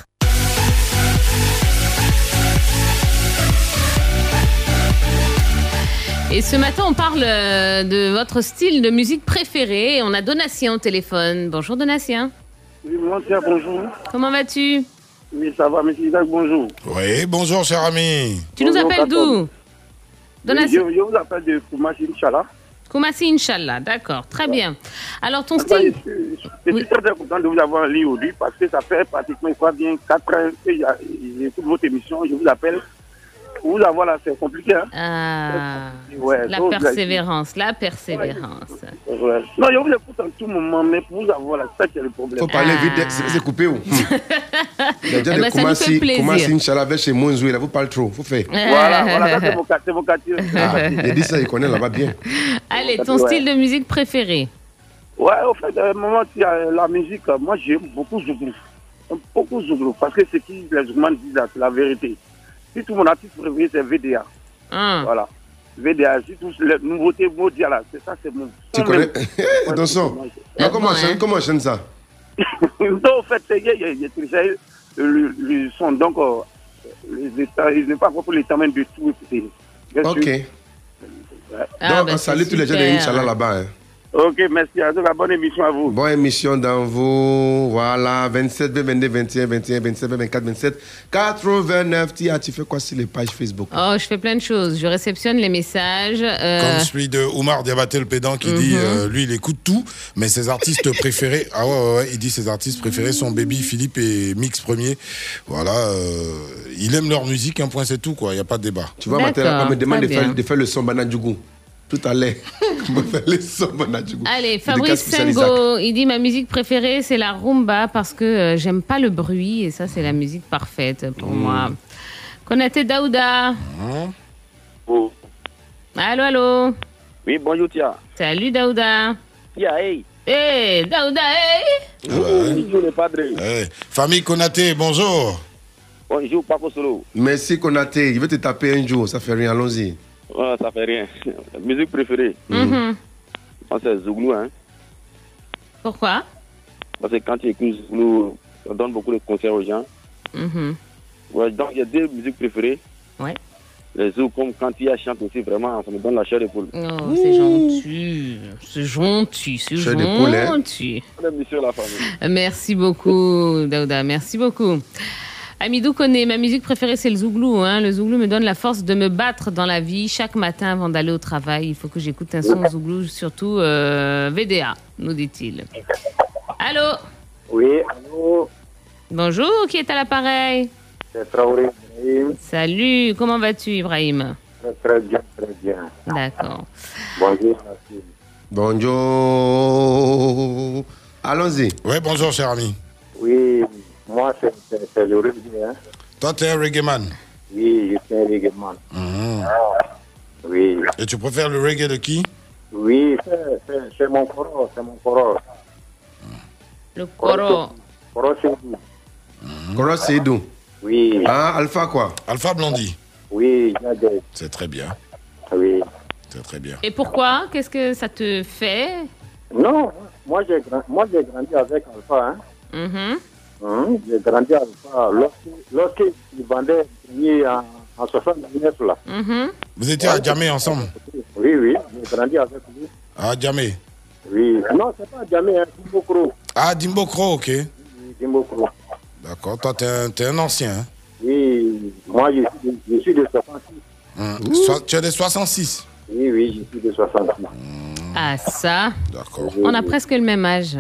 Et ce matin, on parle euh, de votre style de musique préféré. On a Donatien au téléphone. Bonjour Donatien. Oui, Montia, bonjour. Comment vas-tu? Oui, ça va, monsieur Isaac, bonjour. Oui, bonjour, cher ami. Tu nous appelles d'où? Donatien. Je, je vous appelle de Koumassi, Inch'Allah. Koumassi, Inch'Allah, d'accord, très bien. Alors, ton style... Je, je, je suis très, très content de vous avoir en ligne aujourd'hui parce que ça fait pratiquement, je crois bien, quatre ans que j'écoute votre émission. Je vous appelle. Pour vous avoir là, c'est compliqué. Hein? Ah, ouais, la donc, persévérance, la persévérance. Ouais. Non, je vous écoute en tout moment, mais pour vous avoir là, c'est ça qui est le problème. Faut parler Ah. vite, c'est c'est coupé où? Il y a déjà Eh des ben, ça nous fait Koumassi, plaisir. Koumassi, Inch'Allah, avec chez Monzoué, là, vous parlez trop, faut faire. Voilà, voilà, ça, c'est mon quartier, c'est mon quartier. Ah, il a dit ça, il connaît là-bas bien. Allez, ton style de musique préféré? Ouais, au fait, à un moment, il y a la musique, moi j'aime beaucoup Zouglou. Beaucoup Zouglou, parce que ce qui les Zougmans disent, c'est la vérité. Si tout mon artiste préféré, c'est V D A. Ah. Voilà. V D A, surtout les nouveautés mondiales, là, c'est ça, c'est mon. Tu connais? Dans son. Non, comment on chante- comment on chante ça? Donc, en fait, il y a, il y a, il y a téléchargé le, le son, donc, euh, les états, il n'est pas pour les termes de tout écouter. Bien Ok. sûr. Ah, Donc, ben, on salue c'est tous les gens de super. Inch'Allah là-bas. Hein. Ok, merci. À la bonne émission à vous. Bonne émission dans vous. Voilà, vingt-sept, vingt-deux, vingt et un, vingt et un, vingt-sept, vingt-quatre, vingt-sept, quatre-vingt-neuf. Tia, tu fais quoi sur les pages Facebook? Oh, je fais plein de choses. Je réceptionne les messages. euh, Comme celui de Oumar Diabaté le pédant qui dit, Mhm. euh, lui, il écoute tout, mais ses artistes préférés, ah ouais, ouais, ouais, il dit ses artistes préférés sont Baby, Philippe et Mix Premier. Voilà, euh, il aime leur musique, un point c'est tout, quoi, il n'y a pas de débat. Tu vois, Matin, on me demande de faire, de faire le son Banadjougou. Tout à l'heure. On me fait le son Banadjougou. Allez, Dédicace Fabrice spéciale Isaac. Sengo, il dit ma musique préférée c'est la rumba parce que euh, j'aime pas le bruit et ça c'est la musique parfaite pour Mm. moi. Konaté Daouda. Allô, allô. Oui, bonjour Tia. Salut Daouda. Tia, hey. Hey, Daouda, hey. Bonjour le padre. Eh, famille Konaté, bonjour. Bonjour Paco Solo. Merci Konaté. Je vais te taper un jour. Ça fait rien. Allons-y. Ouais, ça fait rien. Musique préférée. Mhm. Moi, c'est Zouglou, hein. Pourquoi? Parce que quand tu écoutes Zouglou, on donne beaucoup de conseils aux gens. Mhm. Ouais, donc, il y a deux musiques préférées. Ouais. Les Zou, comme quand il y a chante aussi, vraiment, ça me donne la chair de poule. Oh, c'est gentil. C'est gentil, c'est Chair de poule, hein. gentil. Bonne émission, la famille. Merci beaucoup, Daouda. Merci beaucoup. Amidou connaît ma musique préférée, c'est le Zouglou. Hein. Le Zouglou me donne la force de me battre dans la vie. Chaque matin avant d'aller au travail, il faut que j'écoute un son Zouglou, surtout euh, V D A, nous dit-il. Allô? Oui, allô? Bonjour, qui est à l'appareil? C'est Traoré Ibrahim. Salut, comment vas-tu, Ibrahim? Très, très bien, très bien. D'accord. Bonjour, merci. Bonjour. Allons-y. Ouais, bonjour, cher ami. Oui, moi, c'est- c'est c'est le reggae. Hein. Toi, t'es un reggae man. Oui, je suis un reggae man. Mhm. Oui. Et tu préfères le reggae de qui? Oui, c'est- c'est c'est mon coro, c'est mon coro. Le coro. Coro, c'est vous. Koro Seydou. Oui. Ah, Alpha quoi? Alpha Blondie. Oui, il y a des... C'est très bien. Oui. C'est très bien. Et pourquoi? Qu'est-ce que ça te fait? Non, moi j'ai gra- moi, j'ai grandi avec Alpha. Hein. Mhm. Hum, j'ai grandi avec Alpha. Lorsqu'il lorsqu'il vendait premier en, en soixante-dix-neuf là. Mhm. Vous étiez à Djamé ensemble? Oui, oui, j'ai grandi avec lui. À Djamé? Oui. Non, c'est pas jamais, hein, Dimbo Kro. Ah, Dimbo Kro, ok. Oui, Dimbo Kro. D'accord, toi, t'es un, t'es un ancien. Hein? Oui, moi je suis de, je suis de soixante-six. Hum. Soi- tu es de soixante-six? Oui, oui, je suis de soixante-six. Ah, ça. D'accord. On a presque le même âge.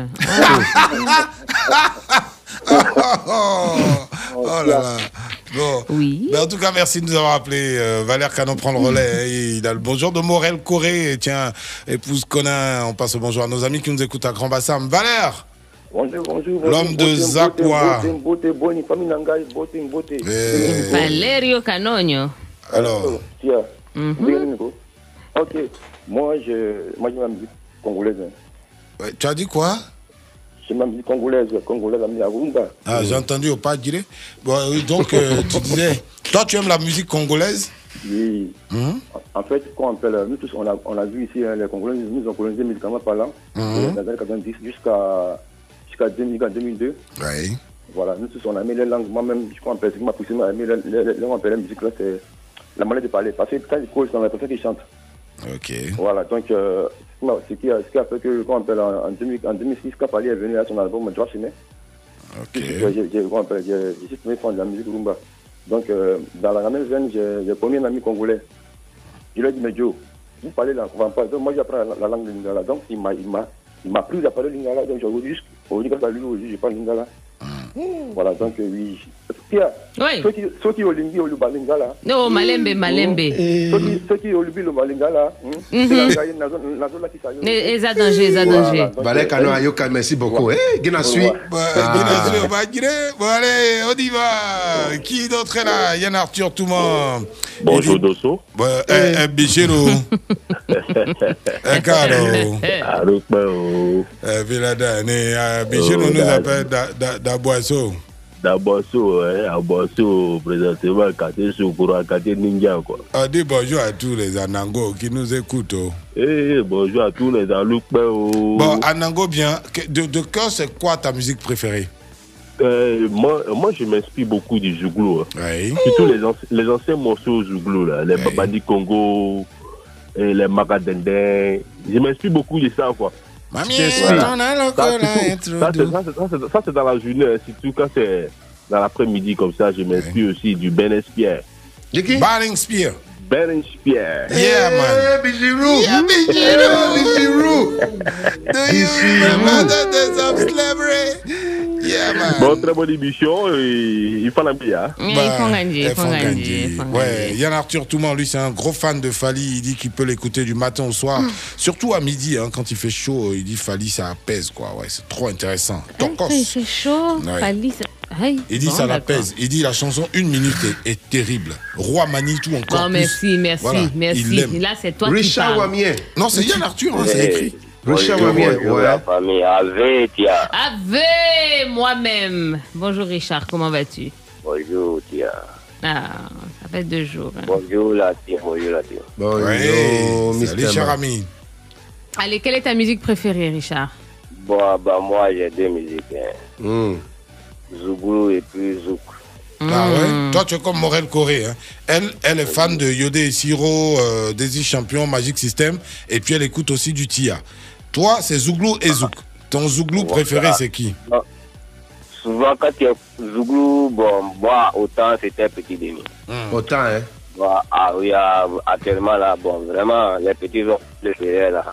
Oh, oh là là. Bon. Oui. Mais en tout cas, merci de nous avoir appelé. Euh, Valère Canon prend le relais. hein. Il a le bonjour de Morel Corée. Et tiens, épouse Conin, on passe le bonjour à nos amis qui nous écoutent à Grand Bassam. Valère! Bonjour, bonjour. L'homme de Zakwa. Beauté, bonne famille Nangai, beauté, beauté. Eh. Valerio Canogno. Alors, Tiens, Mhm. bien, Nico. Ok, moi je, moi j'ai ma musique congolaise. hein. ouais, tu as dit quoi? J'ai ma musique congolaise, congolaise, la musique rumba. Ah, j'ai entendu au pas dire. Bon, oui, donc, euh, tu disais, toi, tu aimes la musique congolaise? Oui. Hum? En fait, quand on appelle, nous tous, on a, on a vu ici, hein, les Congolais, nous ont colonisé médicalement parlant, Mhm. euh, dans les années quatre-vingt-dix jusqu'à jusqu'à deux mille, deux mille deux. Oui. Voilà, nous tous, on a mis les langues. Moi-même, je crois, ce qui m'a poussé à aimer les langues, la musique, là, c'est la manière de parler. Parce que quand ils causent, on a personne qui chante. Ok. Voilà, donc, euh, ce, qui a, ce qui a fait que, comment on appelle, en, deux mille, en deux mille six, quand Fally est venu à son album Droit Chemin, ok. J'ai, j'ai, j'ai, j'ai, j'ai été fan de la musique rumba. Donc, euh, dans la même veine, j'ai, j'ai connu un ami congolais. Je lui ai dit, mais Joe, vous parlez la rumba. Donc, moi, j'apprends la, la langue de Lingala. Donc, il m'a, il m'a, il m'a pris à parler Lingala. Donc, j'ai juste, aujourd'hui, quand lui, aujourd'hui, je parle Lingala. Voilà, donc euh, oui. Pierre, oui. Ceux qui ceux qui ont lingi au Lingala. Non, Malembe, Malembe. Ceux qui ceux qui ont lingi au Lingala. Les adangés, les adangés. Balek Kano Ayoka, merci beaucoup. Eh, Guina suit. Bon, allez, on y va. Qui d'autre est là? Yann Arthur Touman. Bonjour, Dosso. Eh, Bichero. Eh, Caro. Allô, Pao. Eh, Villadane. Bichero nous appelle Daboiseau. Daboiseau, hein, Daboiseau, présentement, Kate Soukura, Kate Ninja, quoi. On dit bonjour à tous les Anango qui nous écoutent. Eh, bonjour à tous les Alouk, Pao. Bon, Anango, bien. De, de cœur, c'est quoi ta musique préférée? Euh, moi, moi, je m'inspire beaucoup du Zouglou. Hein. Oui. Surtout les, anci- les anciens morceaux Zouglou, là, les oui. Babadi Congo, et les Magadendin. Je m'inspire beaucoup de ça, quoi. Mamie, voilà. on a le ça, surtout, ça, c'est, ça, c'est, ça, c'est, ça, c'est dans la journée, hein. Surtout quand c'est dans l'après-midi comme ça, je m'inspire oui. aussi du Ben Spear. De qui? Ben Spear. Ben Spear. Yeah, man. Bijirou. Yeah, Bijirou. Bijirou. Do you remember the days of slavery? Yeah, man. Bon, très bonne émission. Il faut l'envier. Hein? Bah, il faut gagner. Il faut gagner. Ouais, Yann Arthur Touman, lui, c'est un gros fan de Fally. Il dit qu'il peut l'écouter du matin au soir. Mm. Surtout à midi, hein, quand il fait chaud. Il dit Fally, ça apaise, quoi. Ouais, c'est trop intéressant. Quand il fait chaud, ouais. Fally, ça... Hey, il dit bon, ça l'apaise. Il dit la chanson Une minute est, est terrible. Roi Manitou encore oh, plus. Merci, merci, voilà, merci. Là, c'est toi Richard qui parles. Wamier. Non, c'est Yann Arthur, hein, c'est écrit. Richard Wamier, ouais. La famille, Ave, Tia. Ave, moi-même. Bonjour Richard, comment vas-tu? Bonjour, Tia. Ah, ça fait deux jours. Hein. Bonjour, la Tia. Bonjour, la Tia. Bonjour, ouais, salut, cher ami. Allez, quelle est ta musique préférée, Richard? Bon, bah, moi, j'ai deux musiques. Hein. Mm. Zouglou et puis Zouk. Mm. Ah ouais? Toi, tu es comme Morel Corée. Hein. Elle, elle est fan de Yodé et Siro, euh, Desi Champion, Magic System, et puis elle écoute aussi du Tia. Toi, c'est Zouglou et Zouk. Ton Zouglou bon, préféré, c'est qui? Non. Souvent, quand il y a Zouglou, bon, moi, autant c'était Petit Demi. Mm. Autant, hein? Bon, ah oui, actuellement, là, bon, vraiment, les petits ont préférés, là.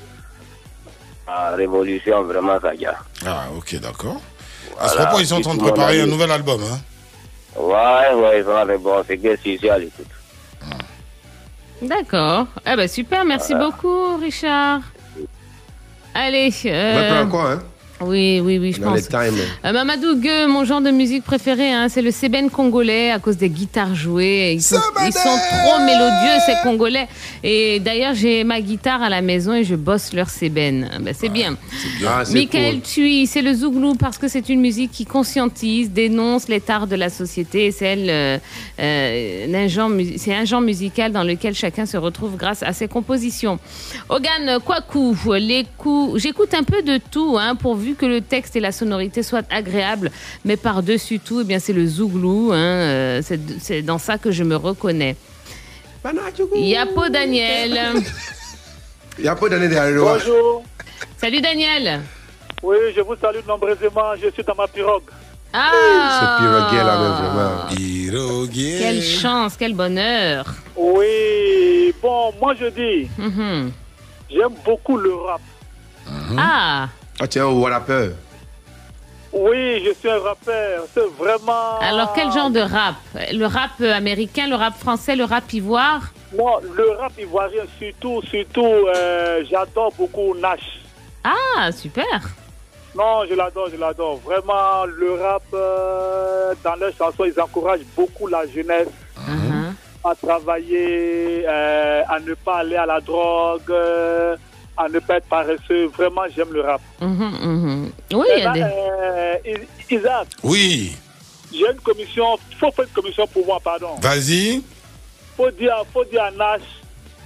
La révolution, vraiment, ça y a. Ah, ok, d'accord. Voilà, à ce propos, ils sont en train de préparer un nouvel album, hein? Ouais, ouais, ils sont bon, c'est que si, si, à l'écoute. D'accord. Eh ben, super, merci voilà. beaucoup, Richard. Allez. Euh... On va prendre quoi, hein? Oui, oui, oui, je Dans pense. Les euh, Mamadou Gueux, mon genre de musique préféré, hein, c'est le sébène congolais à cause des guitares jouées. Ils sont, ils sont trop mélodieux, ces Congolais. Et d'ailleurs, j'ai ma guitare à la maison et je bosse leur sébène. Ben, c'est, ouais, bien. c'est bien. Ah, c'est Michael cool. Thuy, c'est le Zouglou parce que c'est une musique qui conscientise, dénonce les tares de la société. C'est, elle, euh, euh, un genre, c'est un genre musical dans lequel chacun se retrouve grâce à ses compositions. Ogan Kwaku, les coups, j'écoute un peu de tout, hein, pourvu que le texte et la sonorité soient agréables, mais par-dessus tout, eh bien, c'est le Zouglou, hein, euh, c'est, c'est dans ça que je me reconnais. Yapo Daniel. Yapo Daniel. Bonjour. Salut Daniel. Oui, je vous salue nombreusement, je suis dans ma pirogue. Ah, ce piroguier là, même vraiment. Piroguier. Quelle chance, quel bonheur. Oui, bon, moi je dis, mm-hmm. j'aime beaucoup le rap. Mm-hmm. Ah. Ah, tu es un rappeur? Oui, je suis un rappeur. C'est vraiment... Alors, quel genre de rap? Le rap américain, le rap français, le rap ivoire? Non, le rap ivoirien, surtout, surtout, euh, j'adore beaucoup Nash. Ah, super. Non, je l'adore, je l'adore. Vraiment, le rap, euh, dans leurs chansons, ils encouragent beaucoup la jeunesse uh-huh. à travailler, euh, à ne pas aller à la drogue, euh, à ne pas être paresseux. Vraiment, j'aime le rap. Mmh, mmh. Oui, il y a des... Euh, Isaac. Oui. J'ai une commission. Il faut faire une commission pour moi, pardon. Vas-y. Faut dire, faut dire à Nash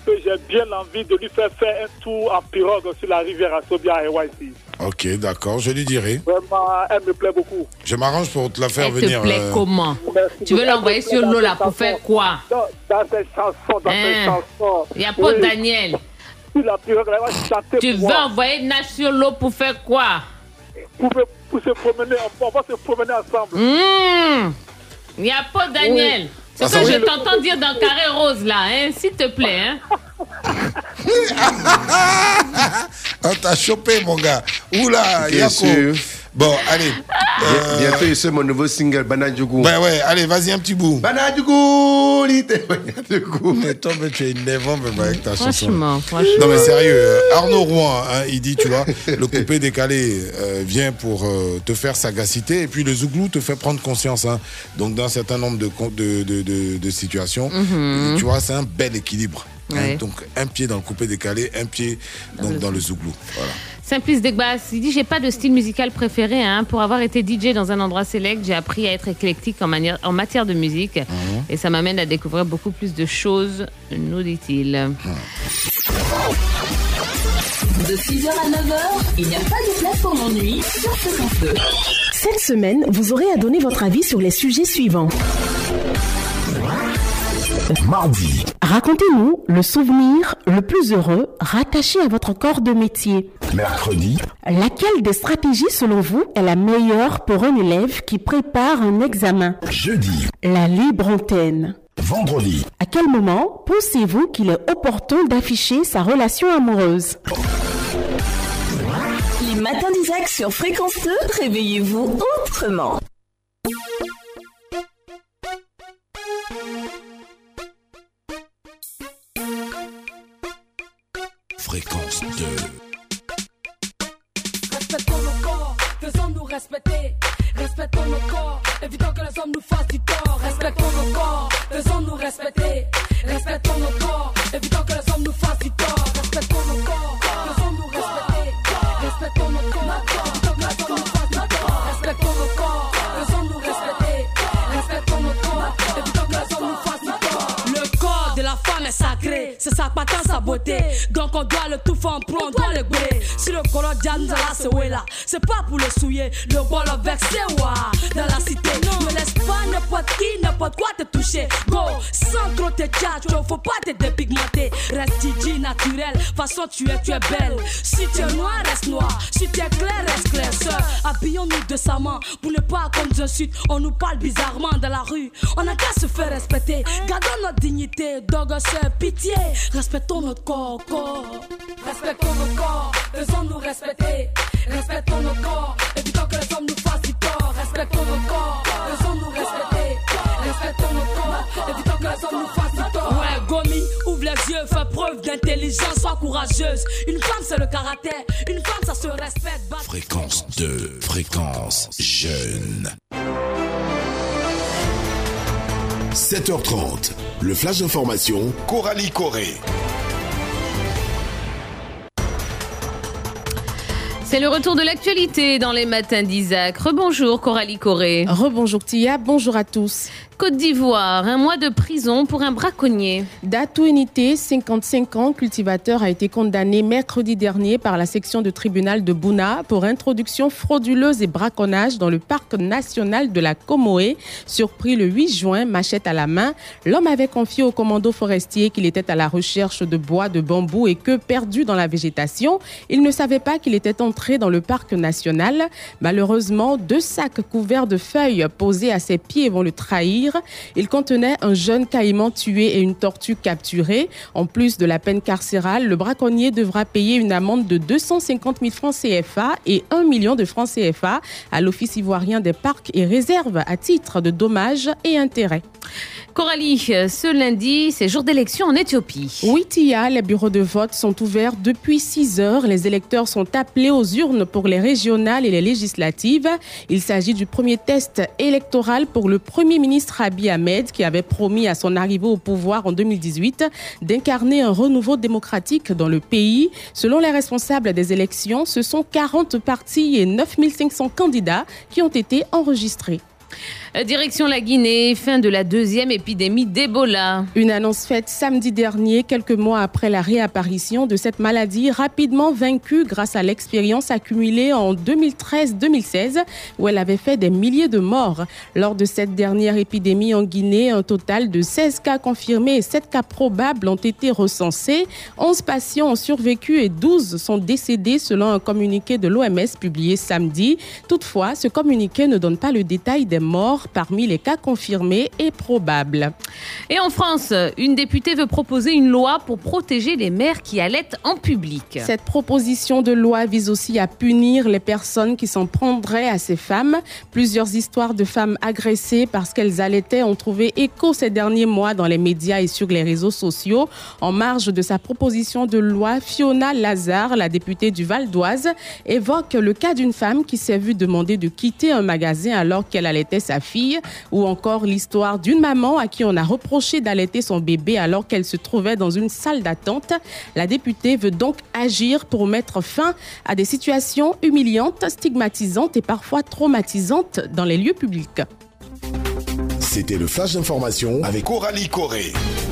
que j'ai bien envie de lui faire faire un tour en pirogue sur la rivière à Sobia à Y C. Ok, d'accord, je lui dirai. Vraiment, elle me plaît beaucoup. Je m'arrange pour te la faire Elle venir. te plaît euh, comment? Merci Tu veux beaucoup. l'envoyer Elle me sur plaît l'eau dans là ses pour faire chansons. quoi? Dans, dans ses chansons, dans ses Hein? chansons. Il n'y a pas Oui. Daniel. Sur la pirogue, elle va chanter Tu pour veux moi. envoyer Nash sur l'eau pour faire quoi? Pour, pour se promener, on, on va se promener ensemble. Mmh. Il n'y a pas Daniel. Oui. C'est Ah, ce ça que oui. je t'entends dire dans Carré Rose là, hein? S'il te plaît. Hein? On t'a chopé, mon gars. Oula, Bien Yako. sûr. Bon, allez. Bien- Bientôt, il sort mon nouveau single, Banadjougou. Ben ouais, allez, vas-y un petit bout. Banadjougou, l'ité, Banadjougou. Mais toi, mais tu es énervant même avec ta chanson. Franchement, franchement. Non mais sérieux, euh, Arnaud Rouen, hein, il dit, tu vois, le coupé décalé euh, vient pour euh, te faire sagacité et puis le zouglou te fait prendre conscience. Hein. Donc dans un certain nombre de, con- de, de, de, de situations, Mhm. tu vois, c'est un bel équilibre. Hein. Ouais. Donc un pied dans le coupé décalé, un pied donc, le dans le zouglou. Voilà. Simplice Degbas, il dit j'ai pas de style musical préféré. Hein. Pour avoir été D J dans un endroit select, j'ai appris à être éclectique en, manière, en matière de musique. Et ça m'amène à découvrir beaucoup plus de choses, nous dit-il. De six heures à neuf heures, il n'y a pas de place pour l'ennui sur Fréquence deux. Cette semaine, vous aurez à donner votre avis sur les sujets suivants. Mardi, Racontez-nous le souvenir le plus heureux rattaché à votre corps de métier. mercredi, Laquelle des stratégies, selon vous, est la meilleure pour un élève qui prépare un examen? jeudi, La libre antenne. vendredi, À quel moment pensez-vous qu'il est opportun d'afficher sa relation amoureuse? Les matins d'Isaac sur Fréquence deux, réveillez-vous autrement. Fréquence deux. Respectons nos corps, faisons-nous respecter. Respectons nos corps, évitons que les hommes nous fassent du tort. Respectons nos corps, faisons-nous respecter. Respectons nos corps, évitons que les hommes nous fassent du tort. Respectons nos corps, faisons-nous respecter. Respectons nos corps, évitons que les hommes nous fassent du tort. Respectons nos corps, faisons-nous respecter. Respectons nos corps, évitons que les hommes nous fassent du tort. Le corps de la femme est sacré, c'est sa patente, sa beauté. Donc on doit le tout faire en pro, on doit le brûler. Si le colon Diane là, c'est où là, c'est pas pour le souiller, le bon le vexer, ouah. Dans la cité, ne laisse pas n'importe qui, n'importe quoi te toucher. Go, sans trop te tchatcher, faut pas te dépigmenter. Reste Gigi naturel, façon tu es, tu es belle. Si tu es noir, reste noir. Si tu es clair, reste clair. Sœur, habillons-nous décemment pour ne pas comme de suite. On nous parle bizarrement dans la rue. On a qu'à se faire respecter. Gardons notre dignité, dog, sœur, pitié. Respectons notre corps, corps. Respectons nos corps, faisons-nous respecter. Respectons nos corps, évitons que les hommes nous fassent du tort. Respectons nos corps, faisons-nous respecter. Respectons nos corps, évitons que les hommes nous fassent du tort. Ouais, Gomi, ouvre les yeux, fais preuve d'intelligence, sois courageuse. Une femme, c'est le caractère. Une femme, ça se respecte. Fréquence deux, fréquence jeune. sept heures trente, le flash d'information, Coralie Corée. C'est le retour de l'actualité dans les matins d'Isaac. Rebonjour Coralie Corée. Rebonjour Tia, bonjour à tous. Côte d'Ivoire, un mois de prison pour un braconnier. Datou Unité, cinquante-cinq ans, cultivateur, a été condamné mercredi dernier par la section de tribunal de Bouna pour introduction frauduleuse et braconnage dans le parc national de la Comoé. Surpris le huit juin, machette à la main, l'homme avait confié au commando forestier qu'il était à la recherche de bois de bambou et que, perdu dans la végétation, il ne savait pas qu'il était entré dans le parc national. Malheureusement, deux sacs couverts de feuilles posés à ses pieds vont le trahir. Il contenait un jeune caïman tué et une tortue capturée. En plus de la peine carcérale, le braconnier devra payer une amende de deux cent cinquante mille francs C F A et un million de francs C F A à l'Office ivoirien des parcs et réserves à titre de dommages et intérêts. Coralie, ce lundi, c'est jour d'élection en Éthiopie. Oui, Tia, les bureaux de vote sont ouverts depuis six heures. Les électeurs sont appelés aux urnes pour les régionales et les législatives. Il s'agit du premier test électoral pour le Premier ministre Abiy Ahmed, qui avait promis à son arrivée au pouvoir en deux mille dix-huit d'incarner un renouveau démocratique dans le pays. Selon les responsables des élections, ce sont quarante partis et neuf mille cinq cents candidats qui ont été enregistrés. Direction la Guinée, fin de la deuxième épidémie d'Ebola. Une annonce faite samedi dernier, quelques mois après la réapparition de cette maladie, rapidement vaincue grâce à l'expérience accumulée en deux mille treize deux mille seize, où elle avait fait des milliers de morts. Lors de cette dernière épidémie en Guinée, un total de seize cas confirmés et sept cas probables ont été recensés. onze patients ont survécu et douze sont décédés selon un communiqué de l'O M S publié samedi. Toutefois, ce communiqué ne donne pas le détail des morts parmi les cas confirmés et probables. Et en France, une députée veut proposer une loi pour protéger les mères qui allaitent en public. Cette proposition de loi vise aussi à punir les personnes qui s'en prendraient à ces femmes. Plusieurs histoires de femmes agressées parce qu'elles allaitaient ont trouvé écho ces derniers mois dans les médias et sur les réseaux sociaux. En marge de sa proposition de loi, Fiona Lazare, la députée du Val d'Oise, évoque le cas d'une femme qui s'est vue demander de quitter un magasin alors qu'elle allaitait sa fille. Ou encore l'histoire d'une maman à qui on a reproché d'allaiter son bébé alors qu'elle se trouvait dans une salle d'attente. La députée veut donc agir pour mettre fin à des situations humiliantes, stigmatisantes et parfois traumatisantes dans les lieux publics. C'était le flash d'information avec Coralie Corée.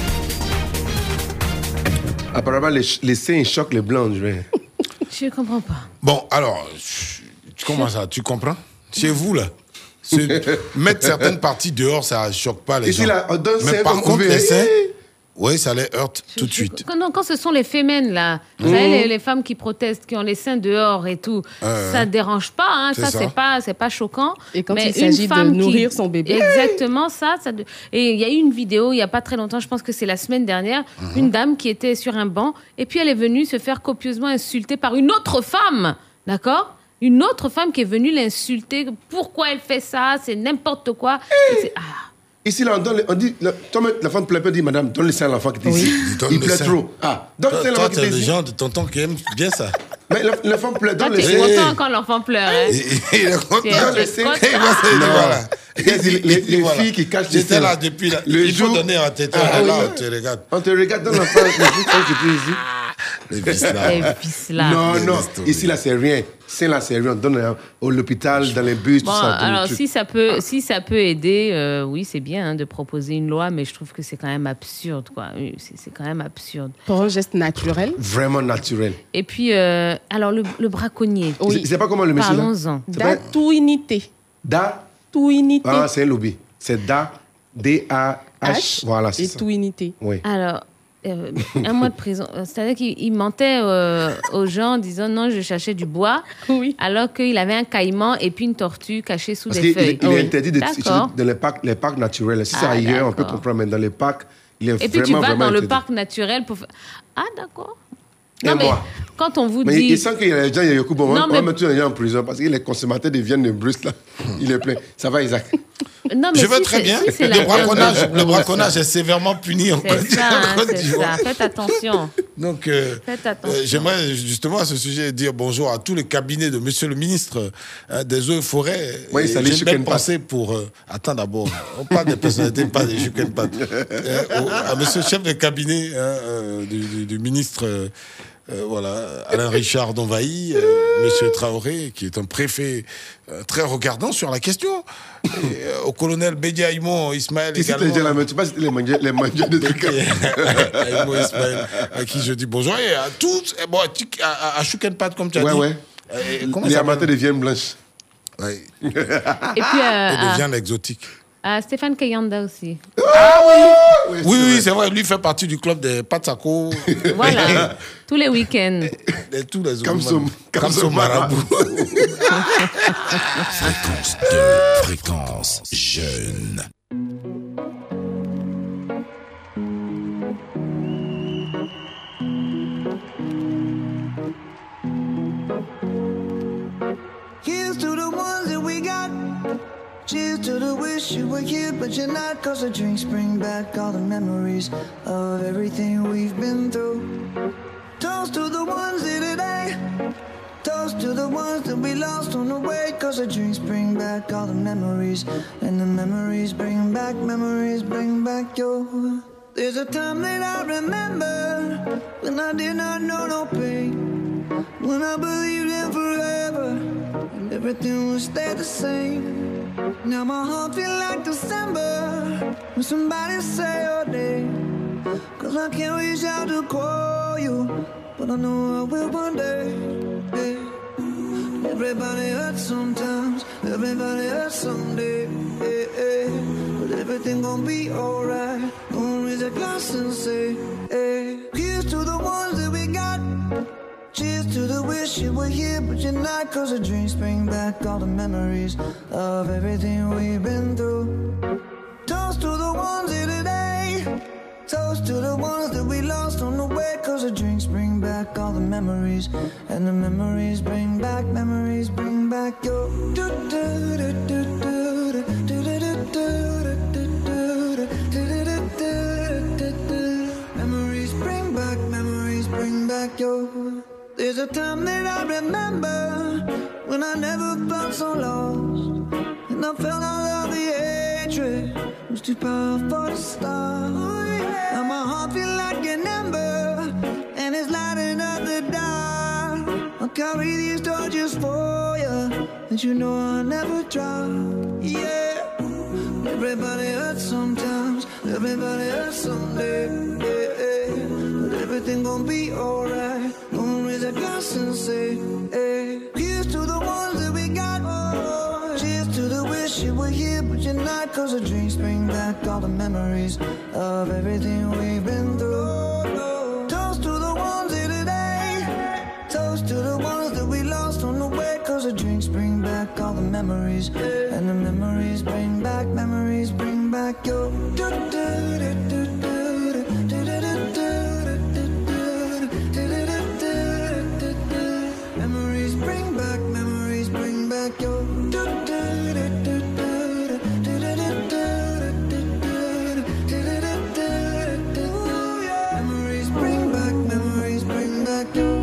Apparemment, les, les seins choquent les blancs. Je ne comprends pas. Bon, alors, comment ça? Tu comprends? Chez vous, là Se mettre certaines parties dehors, ça ne choque pas les Ici, gens. Là, on donne mais par contre, les seins, oui, ça les heurte je, tout de je, suite. Quand, non, quand ce sont les fémènes, là, vous mmh. savez, les, les femmes qui protestent, qui ont les seins dehors et tout, euh, ça ne dérange pas, hein, ça, ça. c'est pas, c'est pas choquant. Et quand mais il s'agit de nourrir qui... son bébé. Exactement, ça. ça de... Et il y a eu une vidéo, il n'y a pas très longtemps, je pense que c'est la semaine dernière, mmh. une dame qui était sur un banc, et puis elle est venue se faire copieusement insulter par une autre femme, d'accord ? Une autre femme qui est venue l'insulter. Pourquoi elle fait ça? C'est n'importe quoi. Hey. Ah. Ici, là, on, donne, on dit... La, toi, la femme pleure, dit, madame, donne le sein à l'enfant qui est oui. ici. Il pleure trop. Ah, donne toi, le sein à l'enfant qui est ici. Toi, t'es le genre de tonton qui aime bien ça. Mais l'enfant pleure, donne ah, le sein. Tu es content quand l'enfant pleure, hein? Il est content. Donne le sein. Voilà. Les, les, les voilà. filles qui cachent les J'étais là depuis là. Le Il jour... faut donner un téton. Ah, là, oui. on te regarde. On te regarde dans l'enfant. Le jour quand j'étais ici. Les vis là. Les vis là. Non, non. Ici, là, c'est rien. C'est là, c'est rien. On donne à l'hôpital, dans les bus, bon, tout ça. Alors, si ça, peut, si ça peut aider, euh, oui, c'est bien hein, de proposer une loi, mais je trouve que c'est quand même absurde, quoi. C'est, c'est quand même absurde. Pour un geste naturel. Vraiment naturel. Et puis, euh, alors, le, le braconnier. Oui. Je sais pas comment le monsieur. Parlons-en. Datuinité. Da. Tuinité. Ah, c'est un lobby. C'est da. D A H. Voilà, c'est et ça. Tuinité. Oui. Alors, euh, un mois de prison. C'est-à-dire qu'il mentait euh, aux gens en disant non, je cherchais du bois. Oui. Alors qu'il avait un caïman et puis une tortue cachée sous Parce des qu'il, feuilles. Il, il oui. est interdit de, dans les parcs, les parcs naturels. Si c'est ah, ailleurs, on peut comprendre, mais dans les parcs, il est et vraiment, puis tu vas dans interdit. le parc naturel pour faire... Ah, d'accord. Et non, mais moi. Quand on vous mais dit... il sent qu'il y a des gens, il y a beaucoup bon, on va mais... mettre les gens en prison parce que les consommateurs de viande de Bruce, là, il est plein. Ça va, Isaac? Non, mais je si veux très bien. Si le, braconnage, le braconnage est sévèrement puni en Côte d'Ivoire. C'est ça, hein, faites attention. Donc, euh, Faites attention. Euh, j'aimerais justement à ce sujet dire bonjour à tous les cabinets de Monsieur le ministre euh, des Eaux et Forêts. Oui, ça les J'ai une pensée pour... Euh, attends d'abord, on parle des personnalités, pas des chukenpat. Euh, à Monsieur le chef de cabinet hein, euh, du, du, du ministre... Euh, Euh, voilà, Alain Richard d'Envahi, euh, Monsieur Traoré, qui est un préfet euh, très regardant sur la question, et, euh, au colonel Bédia Aïmon Ismaël Ici, également. Tu la tu passes les mangas les mangas de trucs. Aïmon Ismaël, à qui je dis bonjour, et à tous, et bon, à, à, à Choukenpat, comme tu as ouais, dit. Ouais, ouais. Les amateurs de viande blanche. Ouais. Et puis, euh, et de viande exotique. Ah, Stéphane Kayanda aussi. Ah oui Oui, oui, oui c'est vrai. Lui fait partie du club des Patsako. Voilà, tous les week-ends. Et tous les Comme son, comme son marabout. Fréquence deux, fréquence jeune. Here's to the ones that we got. Cheers to the wish you were here, but you're not. Cause the drinks bring back all the memories of everything we've been through. Toast to the ones here today. Toast to the ones that we lost on the way. Cause the drinks bring back all the memories. And the memories bring back, memories bring back your... There's a time that I remember when I did not know no pain. When I believed in forever and everything would stay the same. Now my heart feel like December when somebody say your name. Cause I can't reach out to call you, but I know I will one day. Yeah. Everybody hurts sometimes, everybody hurts someday. Yeah, yeah. But everything gon' be alright. Gonna raise a glass and say, hey. Here's to the ones that we got. Cheers to the wish you were here, but you're not. Cause the drinks bring back all the memories of everything we've been through. Toast to the ones here today. Toast to the ones that we lost on the way. Cause the drinks bring back all the memories. And the memories bring back, memories bring back your memories bring back, memories bring back your. There's a time that I remember when I never felt so lost, and I felt all of the hatred was too powerful to stop. Now my heart feel like an ember, and it's lighting up the dark. I'll carry these torches for you, and you know I'll never drop. Yeah, everybody hurts sometimes, everybody hurts someday. Yeah, yeah. But everything gon' be alright. Gonna raise a glass and say, hey. Here's to the ones that we got. Oh, cheers to the wish you were here, but you're not. Cause the drinks bring back all the memories of everything we've been through. Toast to the ones here today. Toast to the ones that we lost on the way. Cause the drinks bring back all the memories. And the memories bring back, memories bring back your. Memories bring back, memories bring back your. Memories bring back, memories bring back your.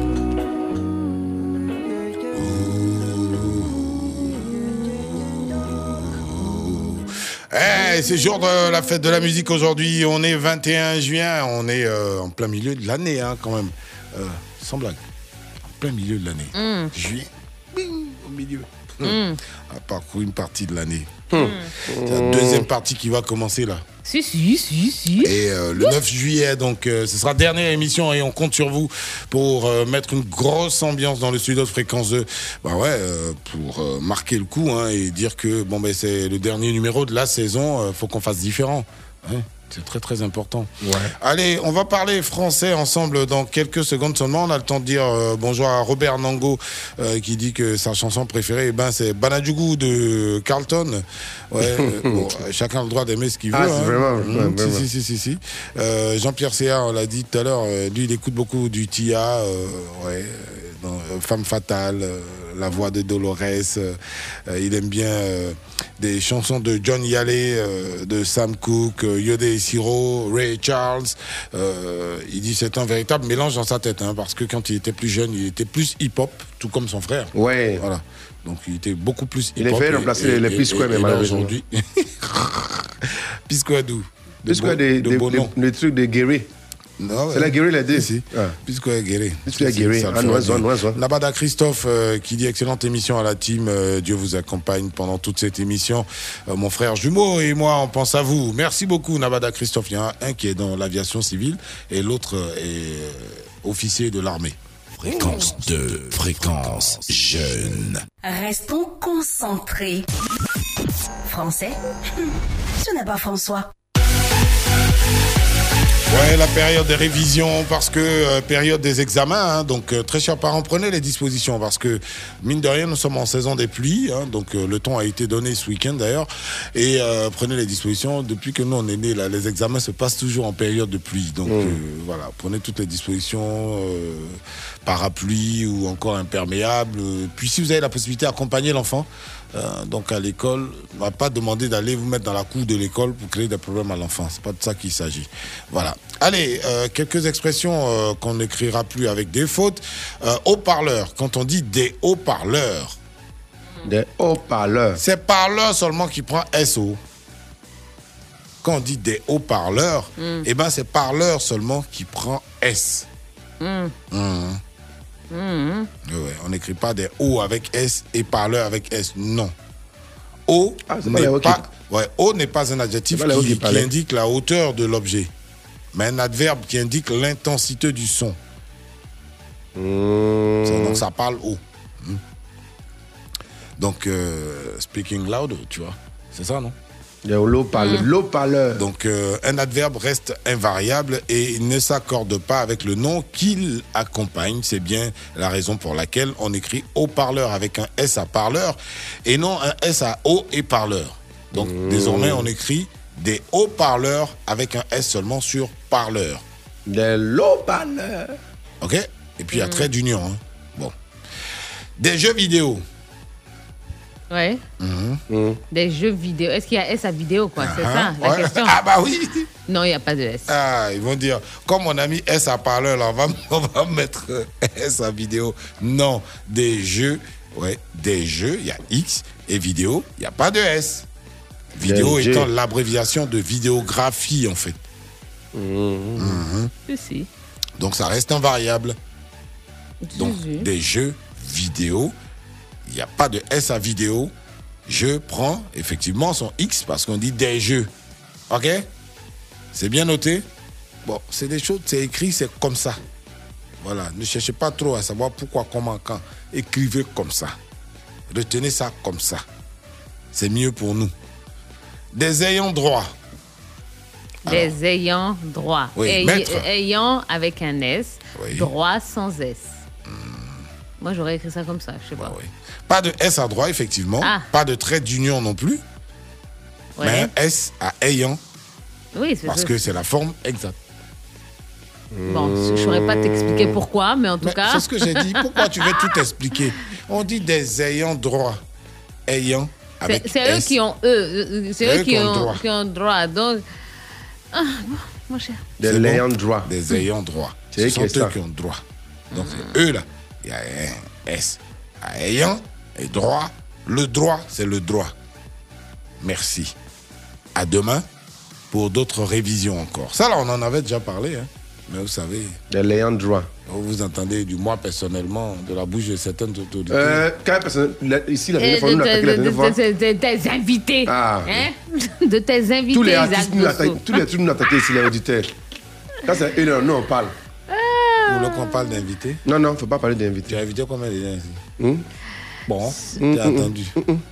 Hey, c'est jour de la fête de la musique aujourd'hui. On est vingt et un juin. On est euh, en plein milieu de l'année, hein, quand même. Euh, sans blague. En plein milieu de l'année. Mm. Juillet, bing, au milieu. Mm. On a parcouru une partie de l'année. Mm. C'est la deuxième partie qui va commencer là. Si, si, si, si. Et euh, le neuf juillet, donc, euh, ce sera dernière émission et on compte sur vous pour euh, mettre une grosse ambiance dans le studio de Fréquence deux. Bah ouais, euh, pour euh, marquer le coup, hein, et dire que bon, ben, c'est le dernier numéro de la saison, euh, faut qu'on fasse différent. Hein. C'est très très important. Ouais. Allez, on va parler français ensemble dans quelques secondes seulement. On a le temps de dire euh, bonjour à Robert Nango euh, qui dit que sa chanson préférée, eh ben, c'est Banadjougou de Carlton. Ouais, euh, bon, chacun a le droit d'aimer ce qu'il veut. Ah, c'est hein. vraiment, mmh, ouais, si, vraiment. Si, si, si, si. Euh, Jean-Pierre Céard, on l'a dit tout à l'heure, euh, lui, il écoute beaucoup du Tia, euh, ouais, dans, euh, Femme Fatale, euh, la voix de Dolores. Euh, il aime bien euh, des chansons de John Yalley, euh, de Sam Cooke, euh, Yodé et Siro, Ray Charles. Euh, il dit c'est un véritable mélange dans sa tête, hein, parce que quand il était plus jeune, il était plus hip-hop, tout comme son frère. Ouais. Voilà. Donc il était beaucoup plus hip-hop. Il a fait remplacer les P-Square, mais malheureusement. Aujourd'hui. P-Square d'où? P-Square des de, de, de, de, de trucs de Guéry. Non, c'est ouais. La Guéry l'a dit ici. Ah. Puisque Guéry. Puisque Guéry. Ah, noise, noise, noise. Nabada Christophe euh, qui dit excellente émission à la team. Euh, Dieu vous accompagne pendant toute cette émission. Euh, mon frère jumeau et moi, on pense à vous. Merci beaucoup, Nabada Christophe. Il y en a un qui est dans l'aviation civile et l'autre est euh, officier de l'armée. Fréquence deux, fréquence jeune. Restons concentrés. Français, ce n'est pas François. Ouais, la période des révisions, parce que euh, période des examens, hein, donc euh, très chers parents, prenez les dispositions, parce que mine de rien, nous sommes en saison des pluies, hein, donc euh, le temps a été donné ce week-end d'ailleurs, et euh, prenez les dispositions. Depuis que nous on est nés, là, les examens se passent toujours en période de pluie, donc mmh. euh, voilà, prenez toutes les dispositions, euh, parapluie ou encore imperméable. Puis si vous avez la possibilité d'accompagner l'enfant, Euh, donc à l'école, on ne va pas demander d'aller vous mettre dans la cour de l'école pour créer des problèmes à l'enfant. C'est pas de ça qu'il s'agit. Voilà. Allez, euh, quelques expressions euh, qu'on n'écrira plus avec des fautes. Euh, haut-parleur. Quand on dit des haut-parleurs. Des haut-parleurs. C'est parleur seulement qui prend S O. Quand on dit des haut-parleurs, mm. eh ben c'est parleur seulement qui prend S. Mm. Mm. Mmh. Ouais, on n'écrit pas des O avec S et parleur avec S. Non. O Ah, c'est pas n'est Léo qui- pas, ouais, O n'est pas un adjectif C'est pas Léo qui, qui qui parlait. indique la hauteur de l'objet, mais un adverbe qui indique l'intensité du son. Mmh. Ça, donc ça parle haut. Hmm. Donc, euh, speaking loud, tu vois, c'est ça, non? L'eau-parleur. L'eau-parleur. Donc, euh, un adverbe reste invariable et il ne s'accorde pas avec le nom qu'il accompagne. C'est bien la raison pour laquelle on écrit haut-parleur avec un S à parleur et non un S à haut et parleur. Donc, Mmh. désormais, on écrit des haut-parleurs avec un S seulement sur parleur. Des haut-parleurs. OK? Et puis, il y a trait d'union. Hein. Bon. Des jeux vidéo. Ouais. Mhm. Des jeux vidéo. Est-ce qu'il y a S à vidéo, quoi? C'est Ah, ça, la ouais. question. Ah, bah oui. Non, il n'y a pas de S. Ah, ils vont dire, comme on a mis S à parleur, là, on va, on va mettre euh, S à vidéo. Non, des jeux, ouais, des jeux, il y a X et vidéo, il n'y a pas de S. Vidéo Des étant jeux. l'abréviation de vidéographie, en fait. Mhm. Si, si. Donc, ça reste invariable. Donc, Jésus. des jeux vidéo, il n'y a pas de S à vidéo. Je prends effectivement son X parce qu'on dit des jeux. OK? C'est bien noté? Bon, c'est des choses, c'est écrit, c'est comme ça. Voilà, ne cherchez pas trop à savoir pourquoi, comment, quand. Écrivez comme ça. Retenez ça comme ça. C'est mieux pour nous. Des ayants droit. Des ayants droit. Oui, Ay- maître. ayant avec un S, Oui. droit sans S. Moi, j'aurais écrit ça comme ça, je sais pas. Pas de S à droit, effectivement. Ah. Pas de trait d'union non plus. Ouais. Mais un S à ayant. Oui, c'est Parce ça. que c'est la forme exacte. Bon, je ne saurais pas t'expliquer pourquoi, mais en tout Mais cas. c'est ce que j'ai dit. Pourquoi tu veux tout expliquer? On dit des ayants droit. Ayant avec C'est c'est eux S. qui ont eux, c'est eux, qui, ont, droit. qui ont droit. Donc, ah, bon, mon cher. Des C'est bon? ayants droit. Des ayants droit. C'est Ce eux sont qui eux ça. qui ont droit. Donc c'est eux là. Il y a un S. À ayant et droit. Le droit, c'est le droit. Merci. À demain pour d'autres révisions encore. Ça là, on en avait déjà parlé. Hein. Mais vous savez. Des ayants droit. Vous entendez du moi personnellement, de la bouche de certaines autorités. Euh, quand personne, la- ici, la dernière Et fois, nous de, l'attaquer de, la de, dernière fois. de- de- de tes invités. Ah. Hein? De tes invités, Tous les Isaac artistes, nous Dosso. attaquent, tous les artistes nous attaquent ici, les auditeurs. Quand c'est eux, nous, on parle. Vous voulez qu'on parle d'invités? Non, non, faut pas parler d'invités. Tu as invité combien de gens ici? Hum? Bon, Hum, t'as hum, entendu. hum, hum.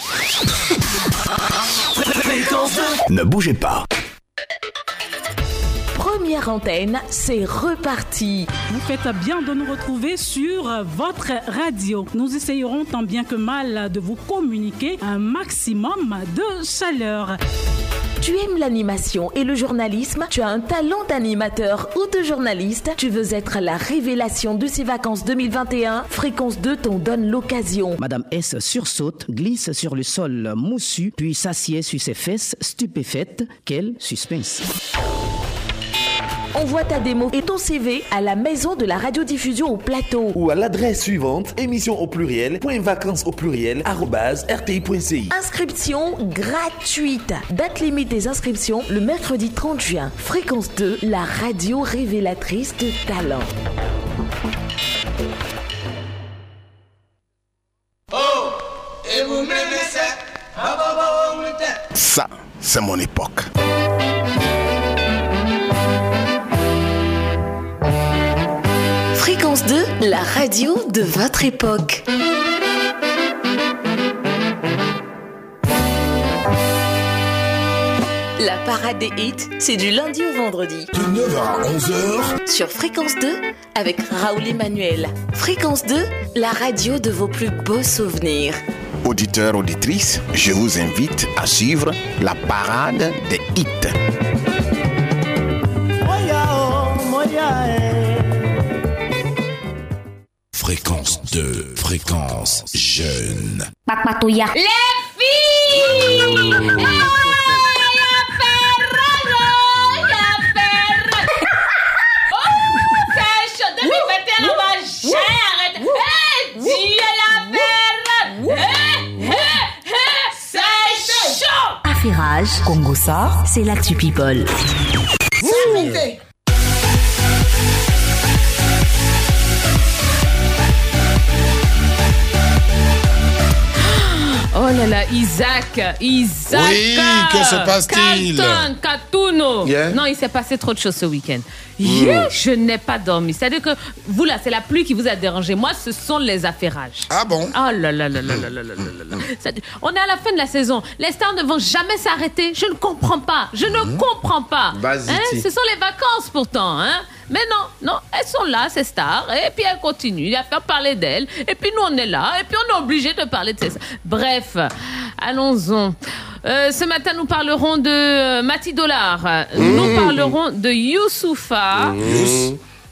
Ne bougez pas. Première antenne, c'est reparti. Vous faites bien de nous retrouver sur votre radio. Nous essayerons tant bien que mal de vous communiquer un maximum de chaleur. Tu aimes l'animation et le journalisme? Tu as un talent d'animateur ou de journaliste? Tu veux être la révélation de ces vacances deux mille vingt et un? Fréquence deux t'en donne l'occasion. Madame S sursaute, glisse sur le sol moussu, puis s'assied sur ses fesses, stupéfaite. Quel suspense! Envoie ta démo et ton C V à la maison de la radiodiffusion au plateau. Ou à l'adresse suivante, émission au pluriel, point vacances au pluriel, arrobase, rti.ci. Inscription gratuite. Date limite des inscriptions, le mercredi trente juin. Fréquence deux, la radio révélatrice de talent. Oh, et vous m'aimez ça? Ça, c'est mon époque. Fréquence deux, la radio de votre époque. La parade des hits, c'est du lundi au vendredi. De neuf heures à onze heures. Sur Fréquence deux, avec Raoul Emmanuel. Fréquence deux, la radio de vos plus beaux souvenirs. Auditeurs, auditrices, je vous invite à suivre la parade des hits. Fréquence deux, fréquence jeune. Les filles! Affairage, Congo sort, c'est l'actu people. Oh là là, Isaac, Isaac. Oui, que se passe-t-il? Carton, Catuno. Yeah. Non, il s'est passé trop de choses ce week-end. Yeah, Mm. je n'ai pas dormi. C'est-à-dire que vous là, c'est la pluie qui vous a dérangé. Moi, ce sont les affairages. Ah bon? Oh là là là là là là là là là là. C'est- On est à la fin de la saison. Les stars ne vont jamais s'arrêter. Je ne comprends pas. Je ne comprends pas. Vas-y, Hein, Ti. ce sont les vacances pourtant. Hein? Mais non, non, elles sont là, ces stars. Et puis elles continuent à faire parler d'elles. Et puis nous, on est là. Et puis on est obligé de parler de ces stars. Bref, allons-y. Euh, ce matin, nous parlerons de euh, Mati Dollar. Mmh. Nous parlerons de Youssoufa. Mmh.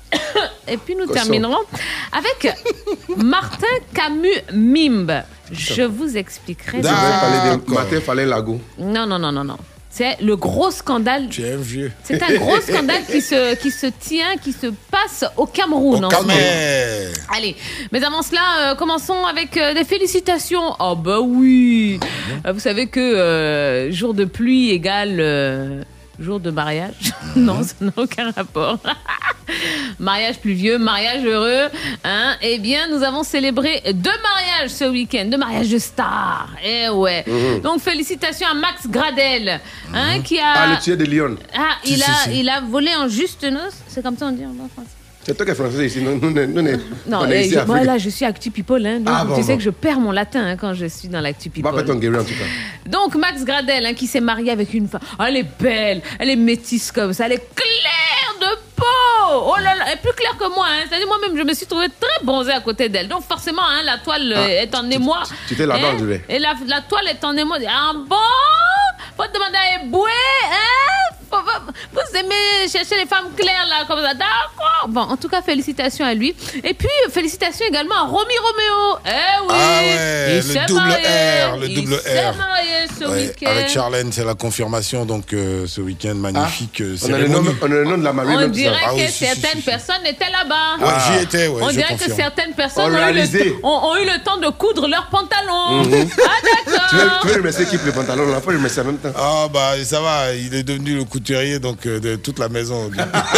Et puis nous Quoi ça? terminerons avec Martin Camus Mimbe. Je vous expliquerai. Tu tout veux ça. parler de Martin Fallin Lago. Non, non, non, non, non. C'est le gros scandale. Tu es un vieux. C'est un gros scandale qui se, qui se tient, qui se passe au Cameroun. Au en ce moment. Cameroun. Allez, mais avant cela, euh, commençons avec euh, des félicitations. Oh bah oui. Euh, vous savez que euh, jour de pluie égale euh, jour de mariage. Non, ça n'a aucun rapport. Mariage pluvieux, mariage heureux. Hein? Eh bien, nous avons célébré deux mariages ce week-end, deux mariages de stars. Eh ouais. Mhm. Donc félicitations à Max Gradel, hein, qui a. Ah, le tueur de Lyon. Ah, Si, il si, a, si. il a volé en juste noces. C'est comme ça on dit en français. C'est toi qui es français ici. Nous, nous, nous, nous, Non, on est eh, ici je- à moi Afrique. là, je suis Actu People, hein, donc Ah, bon, tu sais bon. que je perds mon latin hein, quand je suis dans l'Actu Va People. pas ton guérir en tout cas. Donc Max Gradel, hein, qui s'est marié avec une femme. Oh, elle est belle, elle est métisse comme ça, elle est claire de peau. Oh là là, elle est plus claire que moi. Hein. C'est-à-dire moi-même, je me suis trouvée très bronzée à côté d'elle. Donc forcément, hein, la toile euh, Ah, est en émoi. tu t'es là-bas, Hein, on dirait. Et la, la toile est en émoi. Ah bon? Faut demander à Eboué, hein? Faut- faut- Vous aimez chercher les femmes claires là, comme ça. D'accord. Bon, en tout cas, félicitations à lui. Et puis, félicitations également à Romy Roméo. Eh oui. Ah ouais, il le s'est double marié. R, le Il double s'est R. marié ce Ouais, week-end. avec Charlène, c'est la confirmation donc euh, ce week-end magnifique. euh, On a, le nom, cérémonie. on a le nom de la mariée. On même, dirait ça. que oui, si, si, certaines personnes étaient là-bas. Ouais, j'y étais, ouais, On je dirait confirme. que certaines personnes On ont eu, réalisait. le, ont, ont eu le temps de coudre leurs pantalons. Mhm. Ah d'accord. Tu veux, tu veux remercier qui pour le pantalon? La fois, je remercie en même temps. Ah bah ça va, il est devenu le couturier donc euh, de toute la maison.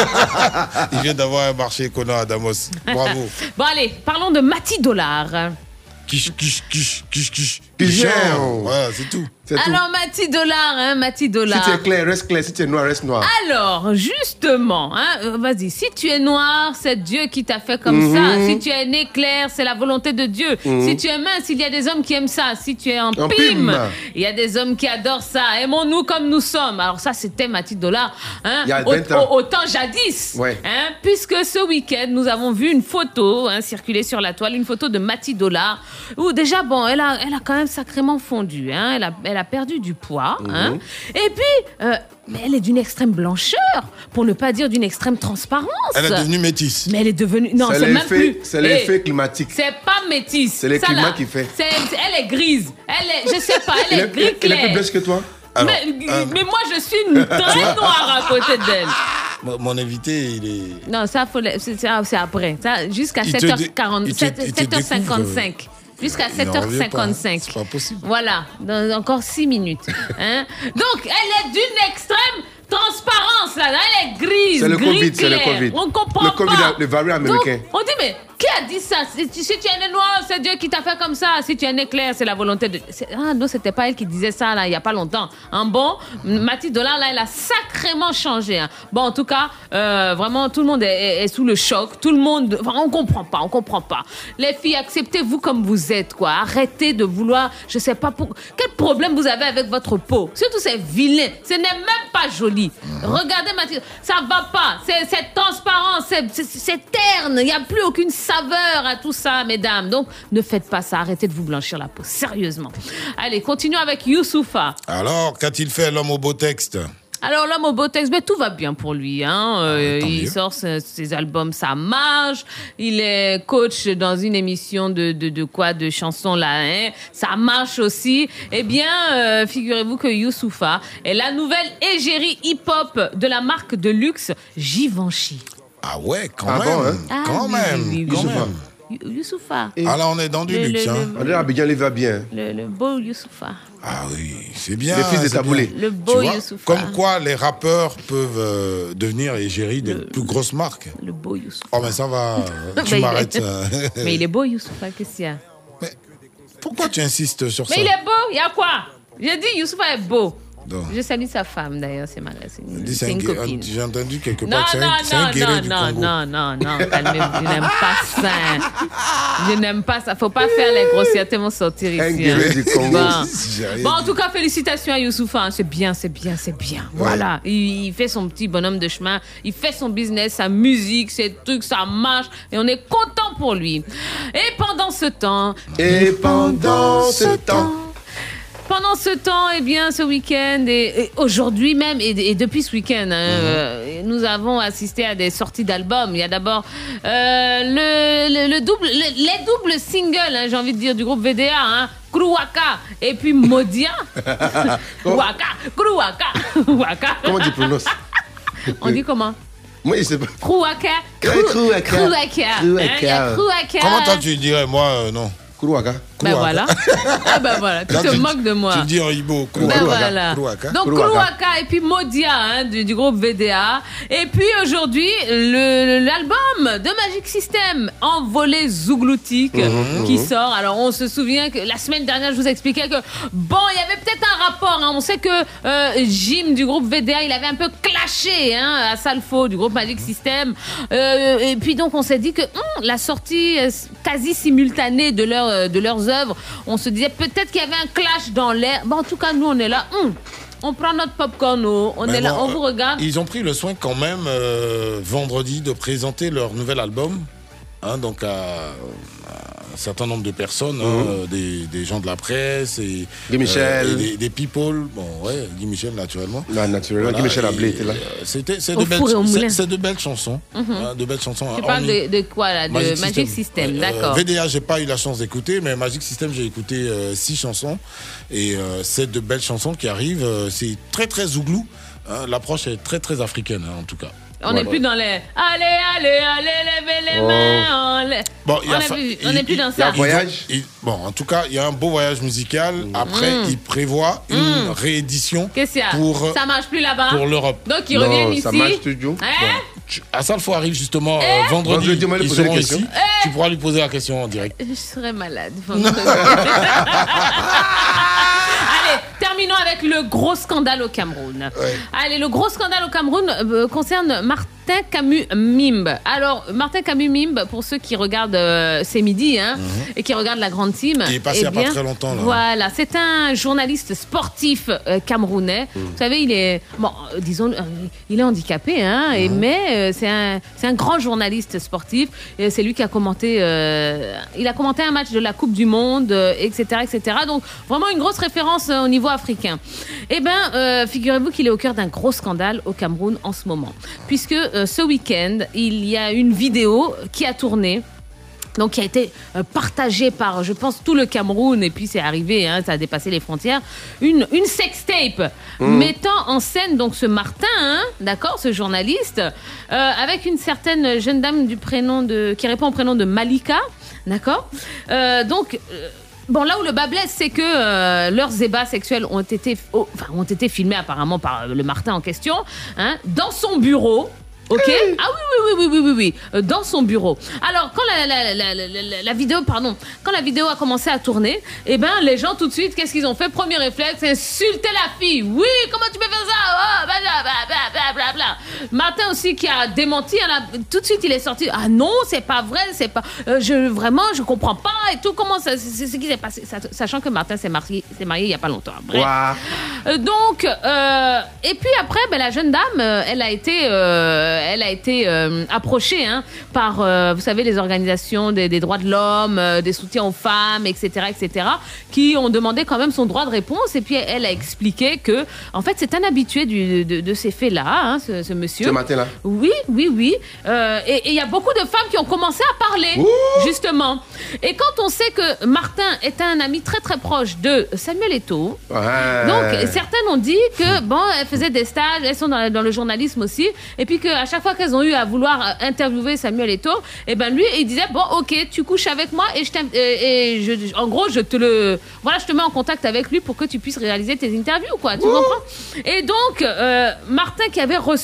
Il vient d'avoir un marché économe à Damos. Bravo. Bon allez, parlons de Mati Dollar. Quiche, quiche, quiche, quiche, quiche. Pigeon. Voilà, c'est tout. C'est tout. Alors Mati Dollar, hein, Mati Si Dollar. tu es clair, reste clair. Si tu es noir, reste noir. Alors, justement, hein, euh, vas-y, si tu es noir, c'est Dieu qui t'a fait comme Mhm. ça. Si tu es né clair, c'est la volonté de Dieu. Mhm. Si tu es mince, il y a des hommes qui aiment ça. Si tu es en, En pime, pime. il y a des hommes qui adorent ça. Aimons-nous comme nous sommes. Alors ça, c'était Mathilde Dollar. Hein, Il y a au, vingt ans. au- au temps jadis. Ouais. Hein, puisque ce week-end, nous avons vu une photo hein, circuler sur la toile, une photo de Mathilde Dollar, où déjà, bon, elle a, elle a quand même sacrément fondu. Hein, elle, a, elle a perdu du poids. Hein. Mhm. Et puis, euh, mais elle est d'une extrême blancheur, pour ne pas dire d'une extrême transparence. Elle est devenue métisse. Mais elle est devenue... Non, C'est c'est même l'effet- plus... c'est l'effet Eh, climatique. C'est pas métisse. C'est le Ça, climat là, qui fait. c'est- elle est grise. Elle est... Je sais pas, elle Il est est, gris il est plus clair. blanche que toi? Alors, mais, euh, mais moi, je suis une très noire à côté d'elle. Mon mon invité, il est. Non, ça, faut le- c'est c'est- c'est après. Ça, jusqu'à Il te sept heures dé- quarante, il te- sept- il te sept heures cinquante-cinq. découvre, Jusqu'à Il sept n'en heures revient pas. cinquante-cinq. C'est pas possible. Voilà, dans encore six minutes. Hein? Donc, elle est d'une extrême transparence, là. Elle est grise. C'est le gris Covid, c'est le clair. Covid. On comprend Le Covid, pas. le variant américain. Donc, on dit, mais qui a dit ça? Si, tu- si tu es né noir, c'est Dieu qui t'a fait comme ça. Si tu es né clair, c'est la volonté de. c'est- Ah non, c'était pas elle qui disait ça, là, il y a pas longtemps. Hein, bon, Mathilde Dollar, là, elle a sacrément changé. Hein. Bon, en tout cas, euh, vraiment, tout le monde est, est- est sous le choc. Tout le monde. Enfin, on comprend pas, on comprend pas. Les filles, acceptez-vous comme vous êtes, quoi. Arrêtez de vouloir. Je sais pas pour. Quel problème vous avez avec votre peau? Surtout, c'est vilain. Ce n'est même pas joli. Regardez, Mathilde, ça va pas. C'est c'est transparent, c'est c'est- c'est terne. Il n'y a plus aucune saveur à tout ça, mesdames. Donc, ne faites pas ça. Arrêtez de vous blanchir la peau. Sérieusement. Allez, continuons avec Youssoufa. Alors, qu'a-t-il fait l'homme au beau texte? Alors l'homme au beau texte, ben, tout va bien pour lui. Hein. Euh, il mieux. sort ses, ses albums, ça marche. Il est coach dans une émission de, de, de quoi, de chansons là. Hein. Ça marche aussi. Eh bien, euh, figurez-vous que Youssoufa est la nouvelle égérie hip-hop de la marque de luxe Givenchy. Ah ouais, quand Ah même. bon, hein? Ah, Quand oui, même. oui, oui, quand oui. même. You- Youssoufa. Ah là, on est dans du Le- luxe. le- hein. le- On dirait Abidjan, il va bien. Le, le beau Youssoufa. Ah oui, c'est bien. Le fils de c'est Taboulé. bien. Le beau Tu vois, Youssoufa. comme quoi les rappeurs peuvent euh, devenir égérie des plus grosses marques. Le beau Youssoufa. Oh, mais ça va, Mais tu il m'arrêtes. est- euh. Mais il est beau Youssoufa, qu'est-ce qu'il y a? Pourquoi tu insistes sur Mais ça? il est beau, il y a quoi? J'ai dit Youssoufa est beau. Non. Je salue sa femme d'ailleurs, c'est ma c'est une, Dis, c'est c'est un une gay- copine. J'ai entendu quelque Non, part que c'est non, un, c'est un non, guerrier non, du non, Congo. non, non, non, calmez-vous, je n'aime pas ça. Je n'aime pas ça. Faut pas faire les grossièretés, vont sortir ici. Un guerrier hein. du Congo. Bon. J'ai rien Bon, en dit. tout cas, félicitations à Youssoufa. hein. C'est bien, c'est bien, c'est bien. Voilà. Il, il fait son petit bonhomme de chemin. Il fait son business, sa musique, ses trucs, ça marche. Et on est content pour lui. Et pendant ce temps. Et pendant ce temps. Pendant ce temps, eh bien, ce week-end et, et aujourd'hui même, et, et depuis ce week-end, hein, euh, nous avons assisté à des sorties d'albums. Il y a d'abord euh, le, le, le double, le- les doubles singles, hein, j'ai envie de dire, du groupe V D A, hein, Kruwaka et puis Modia. Waka, Kruwaka, Waka. Comment tu prononces? On dit comment? Moi, je sais pas. Kruwaka. Kruwaka. Kruwaka. Kruwaka. Hein, il y a Kruwaka. Comment toi tu dirais? Moi, euh, non. Kruwaka. Ben voilà. Ah ben voilà, tu Là, te tu- moques de moi. Tu dis en Ibo. Ben voilà. Kruwaka. Donc Kruwaka et puis Modia hein, du, du groupe V D A. Et puis aujourd'hui, le- l'album de Magic System, Envolée Zougloutique, Mhm, qui mhm. sort. Alors on se souvient que la semaine dernière, je vous expliquais que bon, il y avait peut-être un rapport. hein. On sait que euh, Jim du groupe V D A, il avait un peu clashé hein, à Salfo du groupe Magic System. Euh, et puis donc on s'est dit que hum, la sortie euh, quasi simultanée de, leur, euh, de leurs œuvres, on se disait peut-être qu'il y avait un clash dans l'air. Bon, en tout cas, nous, on est là. hum, on prend notre popcorn, oh, on Mais est là, bon, on vous regarde. Ils ont pris le soin quand même euh, vendredi de présenter leur nouvel album. Hein, donc à, à un certain nombre de personnes, hein, Mhm. euh, des, des gens de la presse et, Guy Michel. euh, et des, des people. Bon, ouais, Guy Michel naturellement. Non, naturellement. Guy Michel et, Ablé était là. euh, C'était, c'est Au de belles, four et au c'est- moulin. c'est de belles chansons. Mhm. hein, de belles chansons. Tu hein, parles hormis- de, de quoi là? De Magic, System, Euh, d'accord. V D A, j'ai pas eu la chance d'écouter, mais Magic System, j'ai écouté euh, six chansons. Et euh, c'est de belles chansons qui arrivent. euh, c'est très, très zouglou. hein, l'approche est très, très africaine, hein, en tout cas. On n'est Voilà. plus dans les allez, allez, allez, levez les Oh. mains. on les- Bon, il y on a n'est fa- plus, il- on n'est plus il- dans il y a ça. un voyage. Il- bon, en tout cas, il y a un beau voyage musical. Après, Mm. il prévoit une Mm. réédition Qu'est-ce qu'il y a? pour, euh, Ça marche plus là-bas pour l'Europe. Donc ils reviennent ici. Hein? Tu- Assalfo arrive justement euh, Eh vendredi. Vendredi, on va lui Ils poser seront la question. ici. Tu pourras lui poser la question en direct. Je serais malade. Allez, terminons avec le gros scandale au Cameroun. Allez, le gros scandale au Cameroun euh, concerne Martin Camus Mimbe. Alors, Martin Camus Mimbe, pour ceux qui regardent euh, C'est Midi hein, et qui regardent la grande team. Il est passé eh il y a pas bien, très longtemps, là. Voilà, c'est un journaliste sportif euh, camerounais. Mm. Vous savez, il est, bon, euh, disons, euh, il est handicapé, hein, et, mais euh, c'est un, c'est un grand journaliste sportif. Et c'est lui qui a commenté, euh, il a commenté un match de la Coupe du Monde, euh, et cetera, et cetera. Donc vraiment une grosse référence euh, au niveau africain. Eh ben, euh, figurez-vous qu'il est au cœur d'un gros scandale au Cameroun en ce moment, puisque euh, ce week-end il y a une vidéo qui a tourné. Donc, qui a été euh, partagée par, je pense, tout le Cameroun, et puis c'est arrivé, hein, ça a dépassé les frontières, une, une sextape Mmh. mettant en scène donc ce Martin, hein, d'accord, ce journaliste, euh, avec une certaine jeune dame du prénom de, qui répond au prénom de Malika, d'accord. Euh, donc. euh, Bon, là où le bas blesse, c'est que euh, leurs ébats sexuels ont été, oh, enfin, ont été filmés apparemment par euh, le Martin en question, hein, dans son bureau. Ok. Ah oui, oui, oui, oui, oui, oui, oui, euh, dans son bureau. Alors, quand la, la, la, la, la, la vidéo, pardon, quand la vidéo a commencé à tourner, eh ben, les gens tout de suite, qu'est-ce qu'ils ont fait? Premier réflexe, insulter la fille. Oui, comment tu peux faire ça? Oh, bla, bla, bla, bla, bla, bla. Martin aussi qui a démenti, hein, là, tout de suite il est sorti. Ah non, c'est pas vrai, c'est pas. Euh, je vraiment, je comprends pas et tout. Comment ça, c'est ce qui s'est passé, sachant que Martin s'est marié, s'est marié il y a pas longtemps. Bref. Wow. Euh, donc, euh, et puis après, ben, la jeune dame, euh, elle a été, euh, elle a été euh, approchée hein, par, euh, vous savez, les organisations des, des droits de l'homme, euh, des soutiens aux femmes, et cetera, et cetera, qui ont demandé quand même son droit de réponse. Et puis elle a expliqué que, en fait, c'est un habitué du, de, de ces faits-là, hein, ce, ce monsieur. Ce matin-là. Oui, oui, oui. Euh, et il y a beaucoup de femmes qui ont commencé à parler, Ouh. justement. Et quand on sait que Martin est un ami très très proche de Samuel Eto'o, Ouais. donc certaines ont dit que bon, elles faisaient des stages, elles sont dans, dans le journalisme aussi, et puis qu'à chaque fois qu'elles ont eu à vouloir euh, interviewer Samuel Eto'o, et ben lui il disait bon ok tu couches avec moi et je t'in- et, et je, en gros je te le voilà je te mets en contact avec lui pour que tu puisses réaliser tes interviews quoi, tu comprends? Et donc euh, Martin qui avait reçu quand même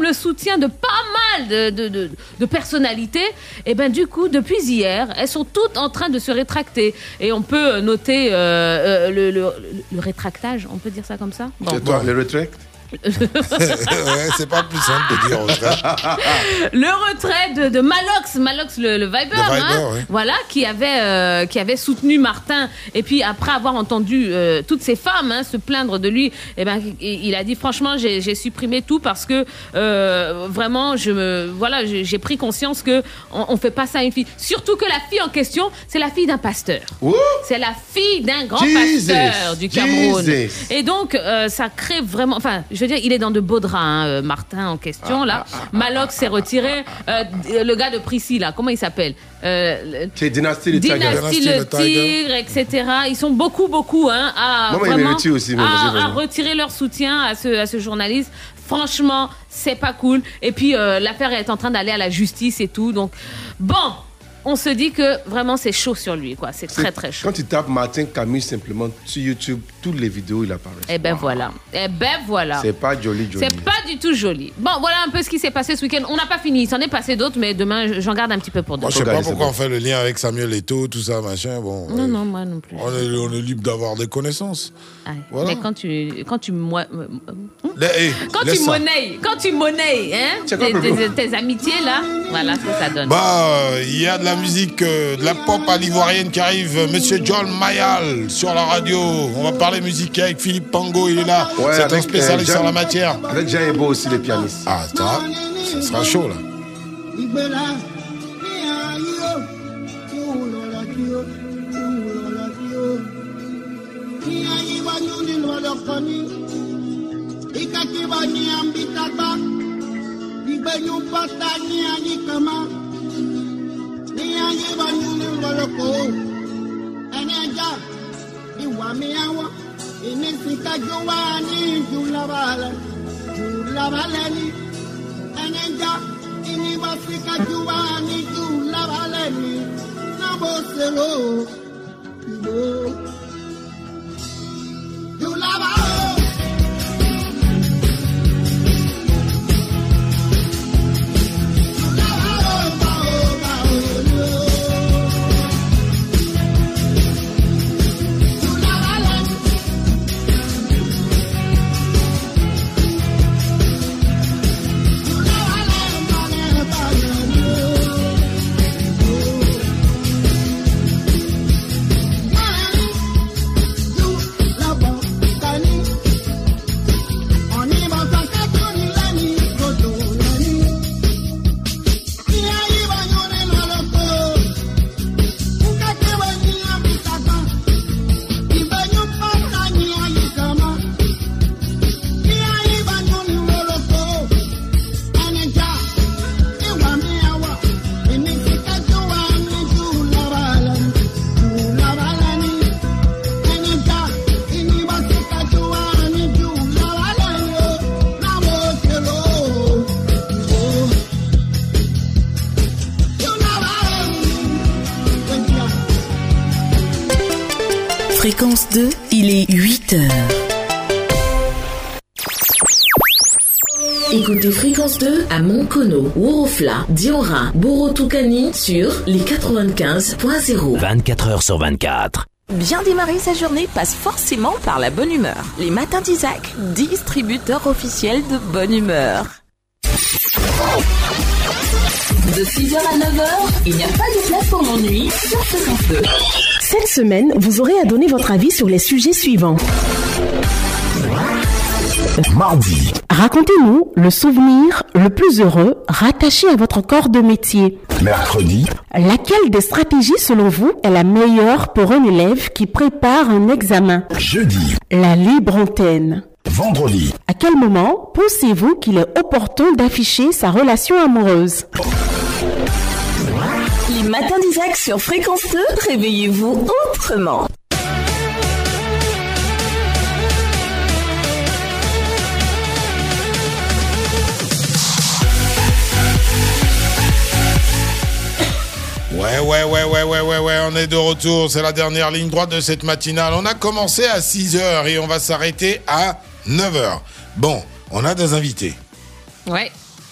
le soutien de pas mal de, de, de, de personnalités, et ben du coup, depuis hier, elles sont toutes en train de se rétracter. Et on peut noter euh, euh, le, le, le rétractage, on peut dire ça comme ça bon. C'est toi, le retract ouais, c'est pas plus simple de dire retrait. Le retrait de, de Malox, Malox le, le Viber, le Viber hein, oui. Voilà, qui avait euh, qui avait soutenu Martin. Et puis après avoir entendu euh, toutes ces femmes hein, se plaindre de lui, eh ben il, il a dit franchement j'ai, j'ai supprimé tout parce que euh, vraiment je me voilà j'ai, j'ai pris conscience que on, on fait pas ça à une fille. Surtout que la fille en question c'est la fille d'un pasteur. Ouh. C'est la fille d'un grand Jesus. pasteur du Cameroun. Jesus. Et donc euh, ça crée vraiment, enfin je veux dire, il est dans de beaux draps, hein, euh, Martin en question, ah, là. Ah, ah, Malox s'est retiré. Euh, le gars de Prissy, là, comment il s'appelle euh, C'est Dynasty le Tigre. Dynasty le Tigre, et cetera. Ils sont beaucoup, beaucoup hein, à, moi, vraiment, aussi, à, à retirer leur soutien à ce, à ce journaliste. Franchement, c'est pas cool. Et puis, euh, l'affaire est en train d'aller à la justice et tout. Donc, bon... On se dit que vraiment c'est chaud sur lui, quoi. C'est, c'est très très chaud. Quand tu tapes Martin Camus simplement sur YouTube, toutes les vidéos il apparaît. Eh ben wow. voilà. Eh ben voilà. C'est pas joli, joli. C'est pas du tout joli. Bon, voilà un peu ce qui s'est passé ce week-end. On n'a pas fini. Il s'en est passé d'autres, mais demain j'en garde un petit peu pour demain. Moi je sais pas pourquoi on fait le lien avec Samuel Eto'o, tout ça, machin. Bon. Non, euh, non, moi non plus. On est, on est libre d'avoir des connaissances. Ah, voilà. Mais quand tu, quand tu, moi, euh, Les, hey, quand tu monnaies, quand tu monnaies, hein, tes, tes, tes amitiés là, voilà ce que ça donne. Bah, il y a de la musique. Euh, de la pop à l'ivoirienne qui arrive, Monsieur John Mayall sur la radio. On va parler musique avec Philippe Pango, il est là. Ouais, c'est un spécialiste euh, sur la matière. Avec Jean Ebo aussi, les pianistes. Ah, ça, ça sera chaud là. Niyangi banyuni ngoloko Eneja Iwa miyawa Inisika juwani Julabala Julabaleni Eneja Inibasika juwani Julabaleni Nabosero Ibo Julabala Fréquence deux, il est huit heures. Écoutez Fréquence deux à Monkono, Worofla, Diora, Borotoukani sur les quatre-vingt-quinze point zéro. vingt-quatre heures sur vingt-quatre. Bien démarrer sa journée passe forcément par la bonne humeur. Les matins d'Isaac, distributeur officiel de bonne humeur. De six heures à neuf heures, il n'y a pas de place pour l'ennui sur Fréquence deux. Cette semaine, vous aurez à donner votre avis sur les sujets suivants. Mardi. Racontez-nous le souvenir le plus heureux rattaché à votre corps de métier. Mercredi. Laquelle des stratégies, selon vous, est la meilleure pour un élève qui prépare un examen? Jeudi. La libre antenne. Vendredi. À quel moment pensez-vous qu'il est opportun d'afficher sa relation amoureuse? Les matins d'Isaac sur Fréquence deux, réveillez-vous autrement. Ouais, ouais, ouais, ouais, ouais, ouais, ouais, on est de retour. C'est la dernière ligne droite de cette matinale. On a commencé à six heures et on va s'arrêter à neuf heures. Bon, on a des invités. Ouais.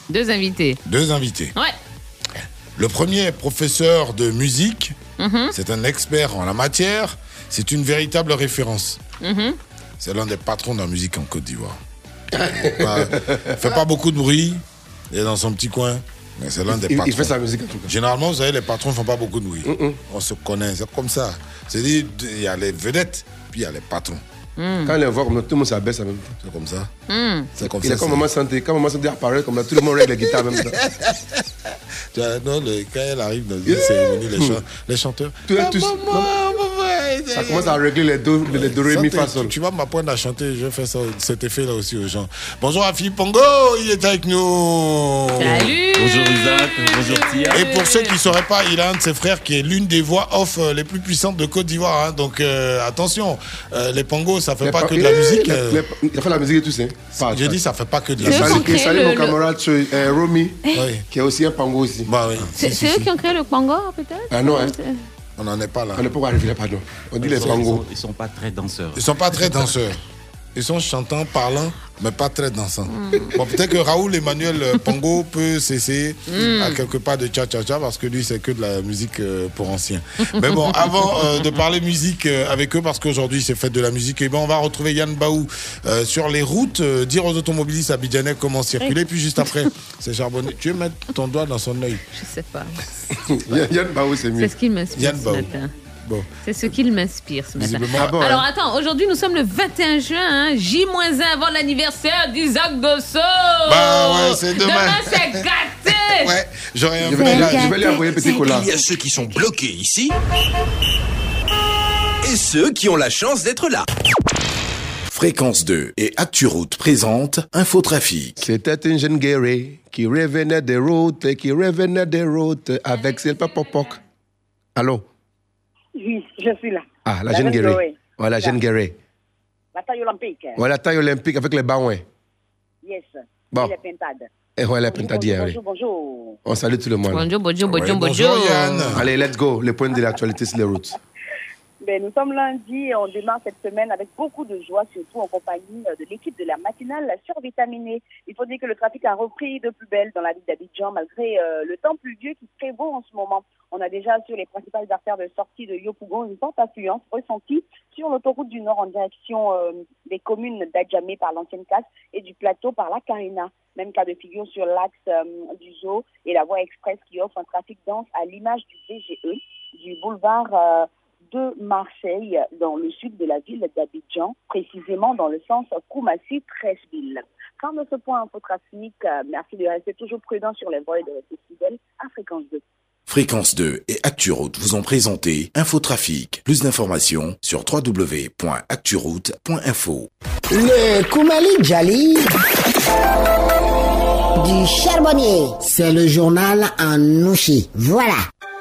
Deux invités. Deux invités. Ouais. Le premier est professeur de musique. Mm-hmm. C'est un expert en la matière. C'est une véritable référence. Mm-hmm. C'est l'un des patrons de la musique en Côte d'Ivoire. Il ne fait pas beaucoup de bruit. Il est dans son petit coin. Mais c'est l'un des il, patrons. Il fait sa musique en tout cas. Généralement, vous savez, les patrons ne font pas beaucoup de bruit. Mm-mm. On se connaît, c'est comme ça. C'est-à-dire, il y a les vedettes, puis il y a les patrons. Mm. Quand on les voit comme ça, tout le monde s'abaisse en même temps. C'est comme ça. Mm. C'est comme il ça. est comme Maman Santé. Quand Maman Santé apparaît, comme là, tout le monde règle les guitares en même temps. Tu vois, non, le, quand elle arrive dans une cérémonie, les, cha- les chanteurs. Tout, ah, tout, maman, maman, ça commence à régler les do, les do, ré, mi, fa, sol. Tu vas m'apprendre à chanter, je vais faire ça, cet effet-là aussi aux gens. Bonjour à Philippe Pongo, il est avec nous. Salut. Bonjour Isaac, bonjour Tia. Et pour ceux qui ne sauraient pas, il a un de ses frères qui est l'une des voix off les plus puissantes de Côte d'Ivoire. Hein. Donc euh, attention, euh, les Pongos, ça ne fait les pas pa- que de la musique. Les, les, il a fait la musique et tout ça. Pas, J'ai pas. dit ça ne fait pas que de la musique. musique. Il salue mon camarade euh, Romy, oui. qui est aussi un Pongo aussi. Bah, oui. C'est, si, c'est si, eux si. qui ont créé le Congo, peut-être? Ah non, hein. On n'en est pas là. On ne peut pas arriver là, pardon. On dit ils les sont, Pongos. Ils ne sont pas très danseurs. Ils ne sont pas très danseurs. Ils sont chantants, parlants, mais pas très dansants. Mm. Bon, peut-être que Raoul Emmanuel Pongo peut cesser mm. à quelque part de cha-cha-cha parce que lui, c'est que de la musique euh, pour anciens. Mais bon, avant euh, de parler musique euh, avec eux, parce qu'aujourd'hui, c'est fête de la musique, et ben, on va retrouver Yann Baou euh, sur les routes, euh, dire aux automobilistes abidjanais comment circuler, puis juste après, c'est charbonné. Tu veux mettre ton doigt dans son œil? Je sais pas. Yann Baou, c'est mieux. C'est ce qu'il m'inspire Yann ce Baou. matin. Bon. C'est ce qu'il m'inspire ce matin. Ah bon, Alors hein. attends, aujourd'hui nous sommes le vingt et un juin, hein, J moins un avant l'anniversaire d'Isaac Dosso. Bah ouais, c'est demain. Demain c'est gâté. Ouais, j'aurais un je, vais, je vais lui envoyer un petit collage. Il y a ceux qui sont bloqués ici et ceux qui ont la chance d'être là. Fréquence deux et ActuRoute présente Infotrafic. C'était une jeune guerrière qui revenait des routes, qui revenait des routes avec ses papopoc. Allô? Oui, je suis là. Ah, la, la jeune guerrière. Voilà, la jeune guerrière. La taille olympique. Voilà, la taille olympique avec les baouins. Yes. Bon. Et les pintades. Et ouais, les pintades hier, oui. Bonjour, bonjour. On salue tout le monde. Bonjour, bonjour, bonjour, ouais, bonjour. Bonjour, Yann. Allez, let's go. Les points de l'actualité sur les routes. Ben, nous sommes lundi et on démarre cette semaine avec beaucoup de joie, surtout en compagnie de l'équipe de la matinale survitaminée. Il faut dire que le trafic a repris de plus belle dans la ville d'Abidjan malgré euh, le temps pluvieux qui prévaut en ce moment. On a déjà sur les principales artères de sortie de Yopougon une forte affluence ressentie sur l'autoroute du Nord en direction euh, des communes d'Adjamé par l'ancienne casse et du plateau par la Carina. Même cas de figure sur l'axe euh, du Zoo et la voie express qui offre un trafic dense à l'image du V G E, du boulevard euh, de Marseille dans le sud de la ville d'Abidjan, précisément dans le sens Koumassi-Treichville. Fin de ce point infotrafic, euh, merci de rester toujours prudent sur les voies et de rester fidèle à Fréquence deux. Fréquence deux et ActuRoute vous ont présenté Infotrafic. Plus d'informations sur w w w point acturoute point info. Le Koumali Djali du Charbonnier, c'est le journal en nouchi. Voilà.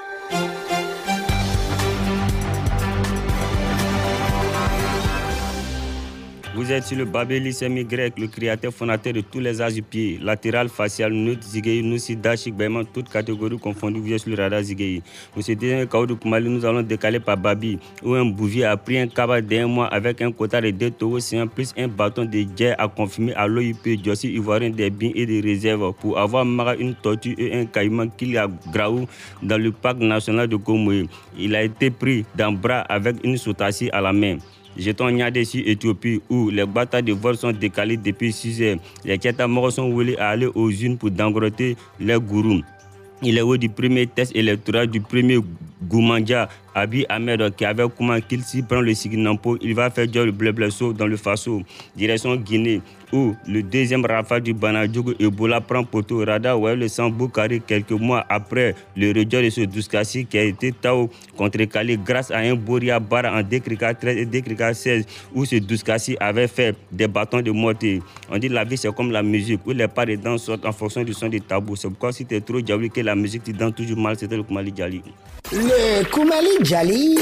Vous êtes sur le Babeli semi-grec, le créateur fondateur de tous les arts du pied, latéral, facial, neutre, zigei, noussi, dachik, vraiment toutes catégories confondues, vous êtes sur le radar zigei. Monsieur Désiré Kaoudou Koumali, nous allons décaler par Babi, où un bouvier a pris un cabas d'un mois avec un quota de deux taureaux, plus un bâton de jet à confirmer à l'O I P, Diossi Ivoirien des biens et des réserves, pour avoir marre une tortue et un caïman qu'il a graou dans le parc national de Gomoé. Il a été pris d'un bras avec une sotassie à la main. Jetons Niadessi, Éthiopie, où les batailles de vol sont décalées depuis six heures. Les Tchétamores sont voulus aller aux unes pour dangroter les gourous. Il est haut du premier test électoral du premier Goumandja, Abiy Ahmed, qui avait comment qu'il s'y prend le Signampo, il va faire du bleu-bleu-saut dans le Faso, direction Guinée, où le deuxième rafale du Banadjougou Ebola prend poteau. Radar ouais, le Samboukari quelques mois après le rejet de ce Douskassi qui a été tao contrecalé grâce à un Boria Bar en Décrica treize et Décrica seize, où ce Douskassi avait fait des bâtons de mortier. On dit la vie c'est comme la musique, où les pas de danse sortent en fonction du son des tabous. C'est pourquoi si tu es trop diabolique que la musique tu danses toujours mal, c'était le Koumali Djali. Le Koumali Djali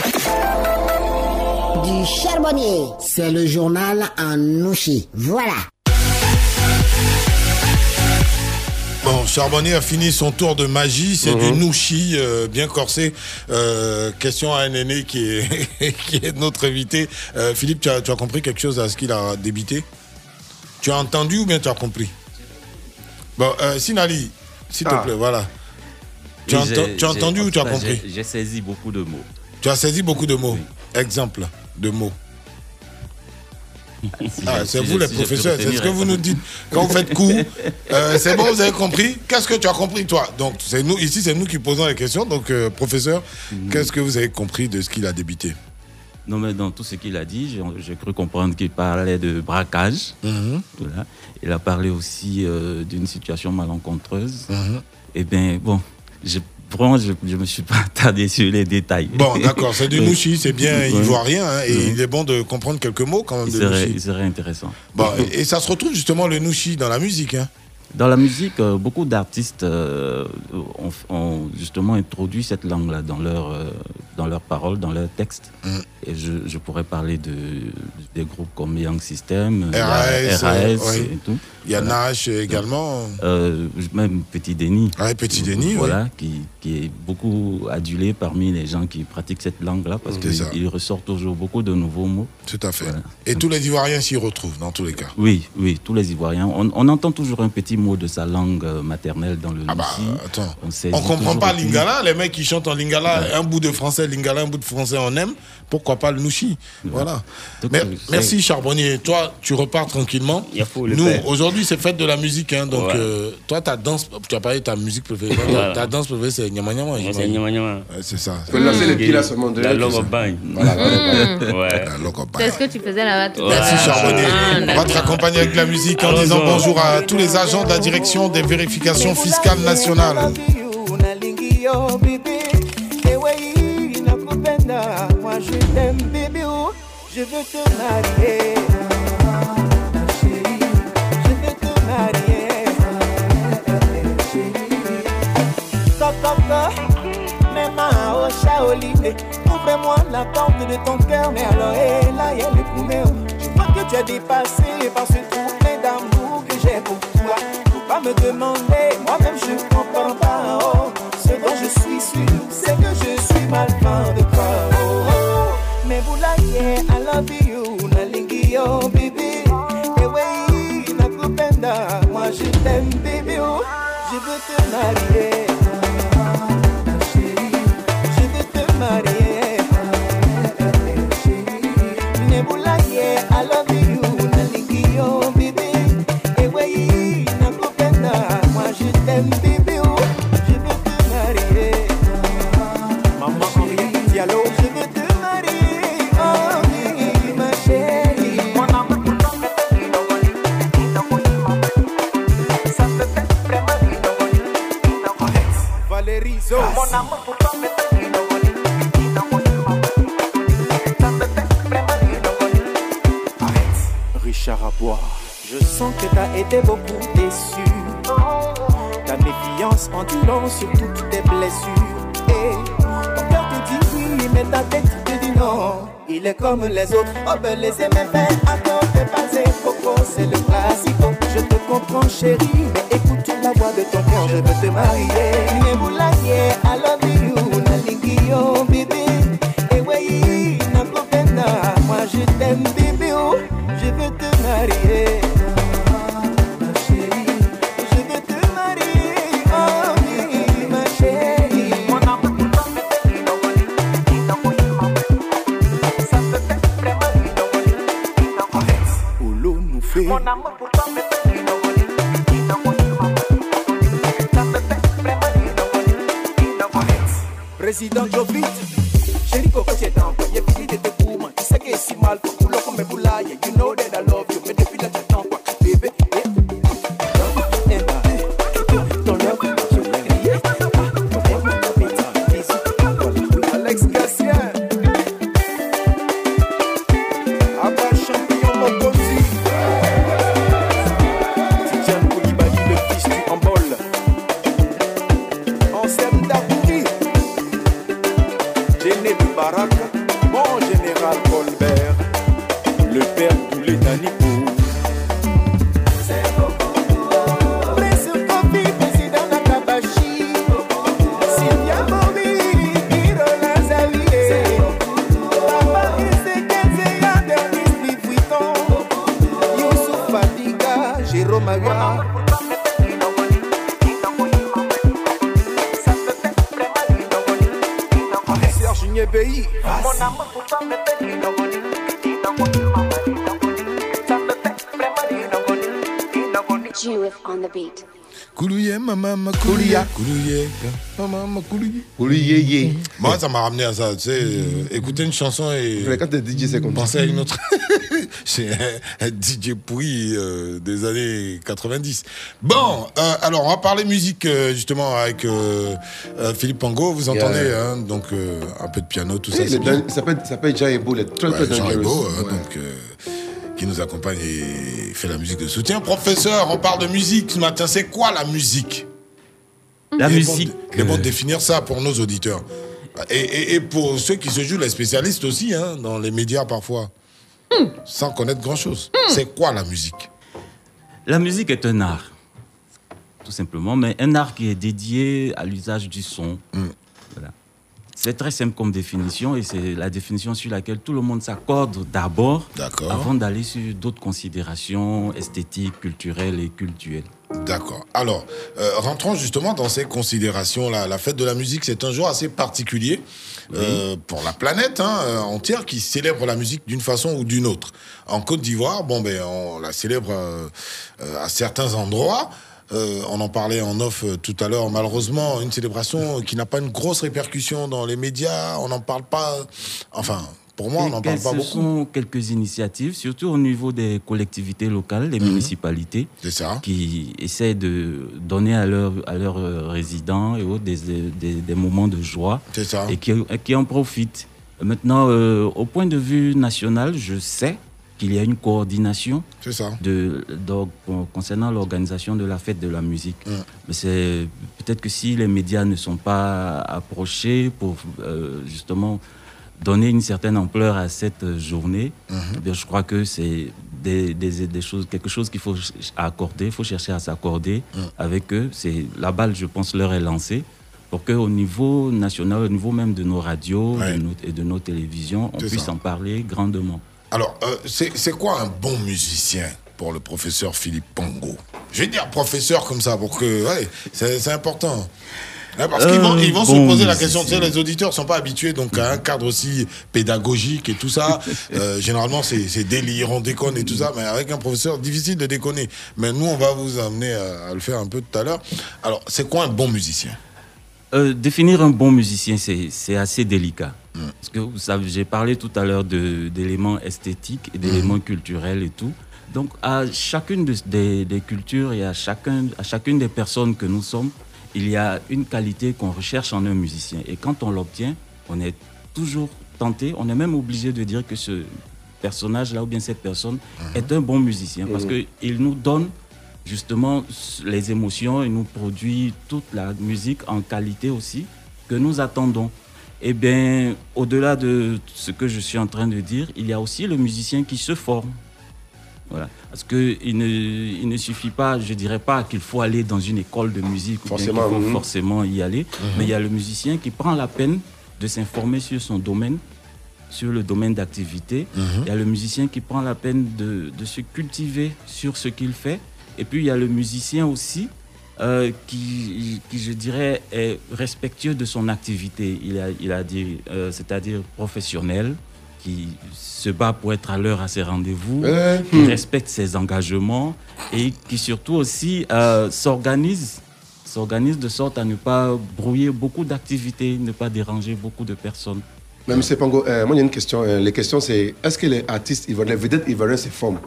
du Charbonnier, c'est le journal en nouchi. Voilà. Bon, Charbonnier a fini son tour de magie, c'est Mmh. du nouchi euh, bien corsé. Euh, question à un aîné qui est, qui est notre invité. Euh, Philippe, tu as, tu as compris quelque chose à ce qu'il a débité? Tu as entendu ou bien tu as compris? Bon, euh, Sinali, s'il te Ah. plaît, voilà. Tu as, Oui, enten- j'ai- tu as j'ai- entendu en ou tu as tout cas, compris? j'ai- J'ai saisi beaucoup de mots. Tu as saisi beaucoup de mots. Exemple de mots. Ah, je- c'est si vous je- les si je peux professeurs, c'est ce retenir, que vous hein. nous dites quand vous faites cours. Euh, c'est bon, vous avez compris? Qu'est-ce que tu as compris, toi? Donc, c'est nous, ici, c'est nous qui posons les questions. Donc, euh, professeur, Mhm. qu'est-ce que vous avez compris de ce qu'il a débité? Non, mais dans tout ce qu'il a dit, j'ai, j'ai cru comprendre qu'il parlait de braquage. Mhm. Voilà. Il a parlé aussi euh, d'une situation malencontreuse. Mhm. Eh bien, bon, je, vraiment, je ne me suis pas attardé sur les détails. Bon, d'accord, c'est du Oui. nouchi, c'est bien Ouais. ivoirien, hein, et Ouais. il est bon de comprendre quelques mots quand même Il de serait, nouchi. il serait intéressant. Bon, et, et ça se retrouve justement le nouchi dans la musique, hein. Dans la musique, euh, beaucoup d'artistes euh, ont, ont justement introduit cette langue-là dans leurs euh, dans leurs paroles, dans leurs textes. Mm. Et je, je pourrais parler de, des groupes comme Young System, il y a R A S, R A S euh, oui. et tout. Il y a Voilà. Nash également. Euh, même Petit Denis. Ouais, Petit Denis, voilà, oui. qui, qui est beaucoup adulé parmi les gens qui pratiquent cette langue-là parce C'est ça. qu'il ressort toujours beaucoup de nouveaux mots. Tout à fait. Voilà. Et tous les Ivoiriens s'y retrouvent dans tous les cas. Oui, oui, tous les Ivoiriens. On, on entend toujours un petit mot de sa langue euh, maternelle dans le Ah bah, Noussi. attends. On, saisit On comprend toujours pas le plus. lingala, les mecs qui chantent en lingala, Ouais. un bout de français, lingala, un bout de français, on aime. Pourquoi pas le nouchi? Voilà. Donc, Mer- euh, merci Charbonnier. Toi, tu repars tranquillement. Il faut le Nous, faire. aujourd'hui, c'est fête de la musique. Hein, donc, Ouais. euh, toi, ta danse, tu as parlé de ta musique préférée. Ta- Voilà. Ta danse préférée, c'est Nyama Nyama. Ouais, c'est j'imagine. Nyama Nyama. Ouais, c'est ça. Tu peux lancer les pieds là seulement de La tout ça. logo bagne. Voilà, la logo bagne. Ouais. La logo bagne. C'est ce que tu faisais là-bas tout à l'heure. Merci Charbonnier. Ah, On va te d'accord. raccompagner avec la musique en disant bonjour à tous les agents de la direction des vérifications fiscales nationales. Unalingio bibi, ewe hii nakupenda, moi je t'aime bibi, oh, je veux te marier, ma chérie, je veux te marier, chérie. Coco, mes mains au Shaolin, ouvre-moi la porte de ton cœur, mais alors hé, là y'a le coumé, je vois que tu as dépassé par ce trouble d'amour que j'ai pour toi. Faut pas me demander, moi-même je comprends pas, oh. Ce dont je suis sûr, c'est que je suis mal fin de toi, oh, oh. Mais vous l'aïe, I love you, nalingi yo, baby. Et oui, nakupenda, moi je t'aime, baby, oh. Je veux te marier, ma chérie. Je veux te marier, chérie. Mais vous l'aïe, I love you, nalingi yo, baby. Et oui, nakupenda, moi je t'aime, baby, oh. Je veux te marier. Maman Henriette Diallo, je veux te marier, oh oui, ma chérie. Mon amour pour toi, ça me fait vraiment Valérie Zo. Mon amour pour toi, ça me fait vraiment Richard Abois. Je sens que t'as été beaucoup déçu. Ta méfiance en dit long sur toutes tes blessures. Et ton cœur te dit oui, mais ta tête te dit non. Il est comme les autres, oh ben les aimer faire. Attends, t'es pas un coco, c'est le classico. Je te comprends chérie, mais écoute la voix de ton cœur, je veux te marier. Mais vous l'aïe, I love you, nalingi yo, bébé. Et oui, nakupenda, moi je t'aime, bébé, oh. Je veux te marier. Mon amour pour toi, Président Jovit, chérie Coco, tu es dans quoi? Y'a fini de te courir, tu sais que c'est si mal, faut couler comme un boulaye. You know that I love you, mais depuis là, tu attends quoi, bébé? Alex Gassien, Abba champion Mokosi, Tijan Koulibaly, le fils du handball, Ansem Dabouri, Jenny Baraka, mon général Colbert, le père Doulé. premier pays. Mon amour pour toi me fait d'inogoni, d'inogoni, maman, d'inogoni. Ça me fait vraiment d'inogoni, d'inogoni. Jewif on the beat. Koulouye, maman, ma koulouye. Koulouye, maman, ma koulouye. Koulouye. Moi, ça m'a ramené à ça. Tu sais, euh, écouter une chanson et. Quand t'es D J, c'est comme ça. Penser à une autre. C'est un, un D J pourri euh, des années quatre-vingt-dix. Bon, euh, alors, on va parler musique, euh, justement, avec euh, euh, Philippe Pango. Vous entendez, yeah. hein, donc, euh, un peu de piano, tout ça. Hey, c'est bien. Ça s'appelle, ça s'appelle Jean Ebo, le très ouais, Jean Ebo, hein, ouais. donc. Euh, qui nous accompagne et fait la musique de soutien. Professeur, on parle de musique ce matin. C'est quoi la musique? La il musique. Est bon, il est bon de définir ça pour nos auditeurs. Et, et, et pour ceux qui se jouent, les spécialistes aussi, hein, dans les médias parfois, mm. sans connaître grand-chose. Mm. C'est quoi la musique? La musique est un art, tout simplement, mais un art qui est dédié à l'usage du son. Mm. Voilà. C'est très simple comme définition et c'est la définition sur laquelle tout le monde s'accorde d'abord avant d'aller sur d'autres considérations esthétiques, culturelles et cultuelles. D'accord. Alors, euh, rentrons justement dans ces considérations-là. La fête de la musique, c'est un jour assez particulier oui. euh, pour la planète hein, entière qui célèbre la musique d'une façon ou d'une autre. En Côte d'Ivoire, bon, ben, on la célèbre euh, euh, à certains endroits. Euh, on en parlait en off euh, tout à l'heure. Malheureusement, une célébration qui n'a pas une grosse répercussion dans les médias. On n'en parle pas. Enfin, pour moi, on n'en parle pas beaucoup. Ce sont quelques initiatives, surtout au niveau des collectivités locales, des mmh. municipalités, qui essaient de donner à leurs à leurs résidents et autres des, des, des moments de joie et qui, qui en profitent. Maintenant, euh, au point de vue national, je sais qu'il y a une coordination de, de, concernant l'organisation de la fête de la musique. Mmh. Mais c'est peut-être que si les médias ne sont pas approchés pour euh, justement donner une certaine ampleur à cette journée, mmh. eh bien, je crois que c'est des, des, des choses, quelque chose qu'il faut accorder, il faut chercher à s'accorder mmh. avec eux. C'est, la balle, je pense, leur est lancée pour qu'au niveau national, au niveau même de nos radios ouais. de nos, et de nos télévisions, on c'est puisse ça. en parler grandement. Alors, euh, c'est, c'est quoi un bon musicien pour le professeur Philippe Pango? Je vais dire professeur comme ça, pour que... Ouais, c'est, c'est important. Là, parce euh, qu'ils vont, ils vont bon se poser la question. Tu sais, les auditeurs ne sont pas habitués donc, à un cadre aussi pédagogique et tout ça. Euh, généralement, c'est, c'est délire, on déconne et tout ça. Mais avec un professeur, difficile de déconner. Mais nous, on va vous amener à, à le faire un peu tout à l'heure. Alors, c'est quoi un bon musicien? Euh, définir un bon musicien, c'est, c'est assez délicat. Mmh. Parce que vous savez, j'ai parlé tout à l'heure de, d'éléments esthétiques et d'éléments mmh. culturels et tout. Donc, à chacune de, des, des cultures et à, chacun, à chacune des personnes que nous sommes, il y a une qualité qu'on recherche en un musicien. Et quand on l'obtient, on est toujours tenté, on est même obligé de dire que ce personnage-là ou bien cette personne mmh. est un bon musicien. Parce mmh. qu'il nous donne justement les émotions, il nous produit toute la musique en qualité aussi que nous attendons. Eh bien, au-delà de ce que je suis en train de dire, il y a aussi le musicien qui se forme. Voilà. Parce qu'il ne, il ne suffit pas, je ne dirais pas qu'il faut aller dans une école de musique forcément, ou bien qu'il faut mmh. forcément y aller, mmh. mais il y a le musicien qui prend la peine de s'informer sur son domaine, sur le domaine d'activité. Mmh. Il y a le musicien qui prend la peine de, de se cultiver sur ce qu'il fait. Et puis, il y a le musicien aussi euh, qui, qui, je dirais, est respectueux de son activité. Il a, il a dit, euh, c'est-à-dire professionnel, qui se bat pour être à l'heure à ses rendez-vous, euh, qui hmm. respecte ses engagements et qui surtout aussi euh, s'organise, s'organise de sorte à ne pas brouiller beaucoup d'activités, ne pas déranger beaucoup de personnes. Mais M. Pango, euh, moi, il y a une question. Euh, les questions, c'est est-ce que les artistes ivoiriens, les vedettes ivoiriens se forment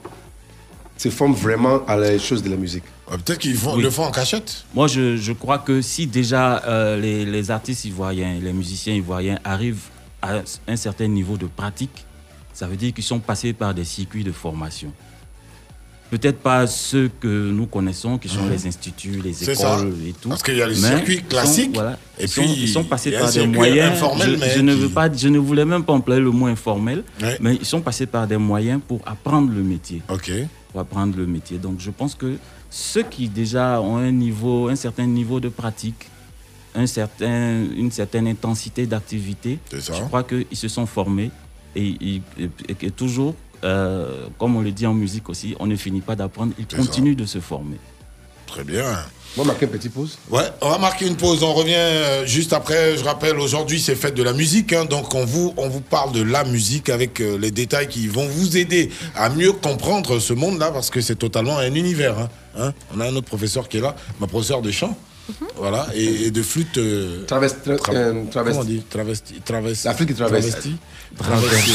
se forment vraiment à la chose de la musique? euh, Peut-être qu'ils font, oui. le font en cachette. Moi, je, je crois que si déjà euh, les, les artistes ivoiriens, les musiciens ivoiriens arrivent à un certain niveau de pratique, ça veut dire qu'ils sont passés par des circuits de formation. Peut-être pas ceux que nous connaissons, qui sont mmh. les instituts, les C'est écoles ça. et tout. Parce qu'il y a les circuits classiques. Sont, voilà, et ils, puis, sont, ils sont passés par des moyens. Je, je, ne veux pas, je ne voulais même pas employer le mot informel, ouais. mais ils sont passés par des moyens pour apprendre le métier. Okay. Pour apprendre le métier. Donc je pense que ceux qui déjà ont un niveau, un certain niveau de pratique, un certain, une certaine intensité d'activité, je crois qu'ils se sont formés et, et, et, et toujours, euh, comme on le dit en musique aussi, on ne finit pas d'apprendre, ils continuent de se former. Très bien. On va marquer une petite pause. Ouais, on va marquer une pause. On revient euh, juste après. Je rappelle, aujourd'hui, c'est fête de la musique. Hein, donc, on vous, on vous parle de la musique avec euh, les détails qui vont vous aider à mieux comprendre ce monde-là parce que c'est totalement un univers. Hein, hein. On a un autre professeur qui est là, ma professeure de chant. Mm-hmm. Voilà, et, et de flûte. Euh, travesti. Tra- tra- euh, travesti. Comment on dit Travesti. Travesti. La flûte qui travesti. Travesti.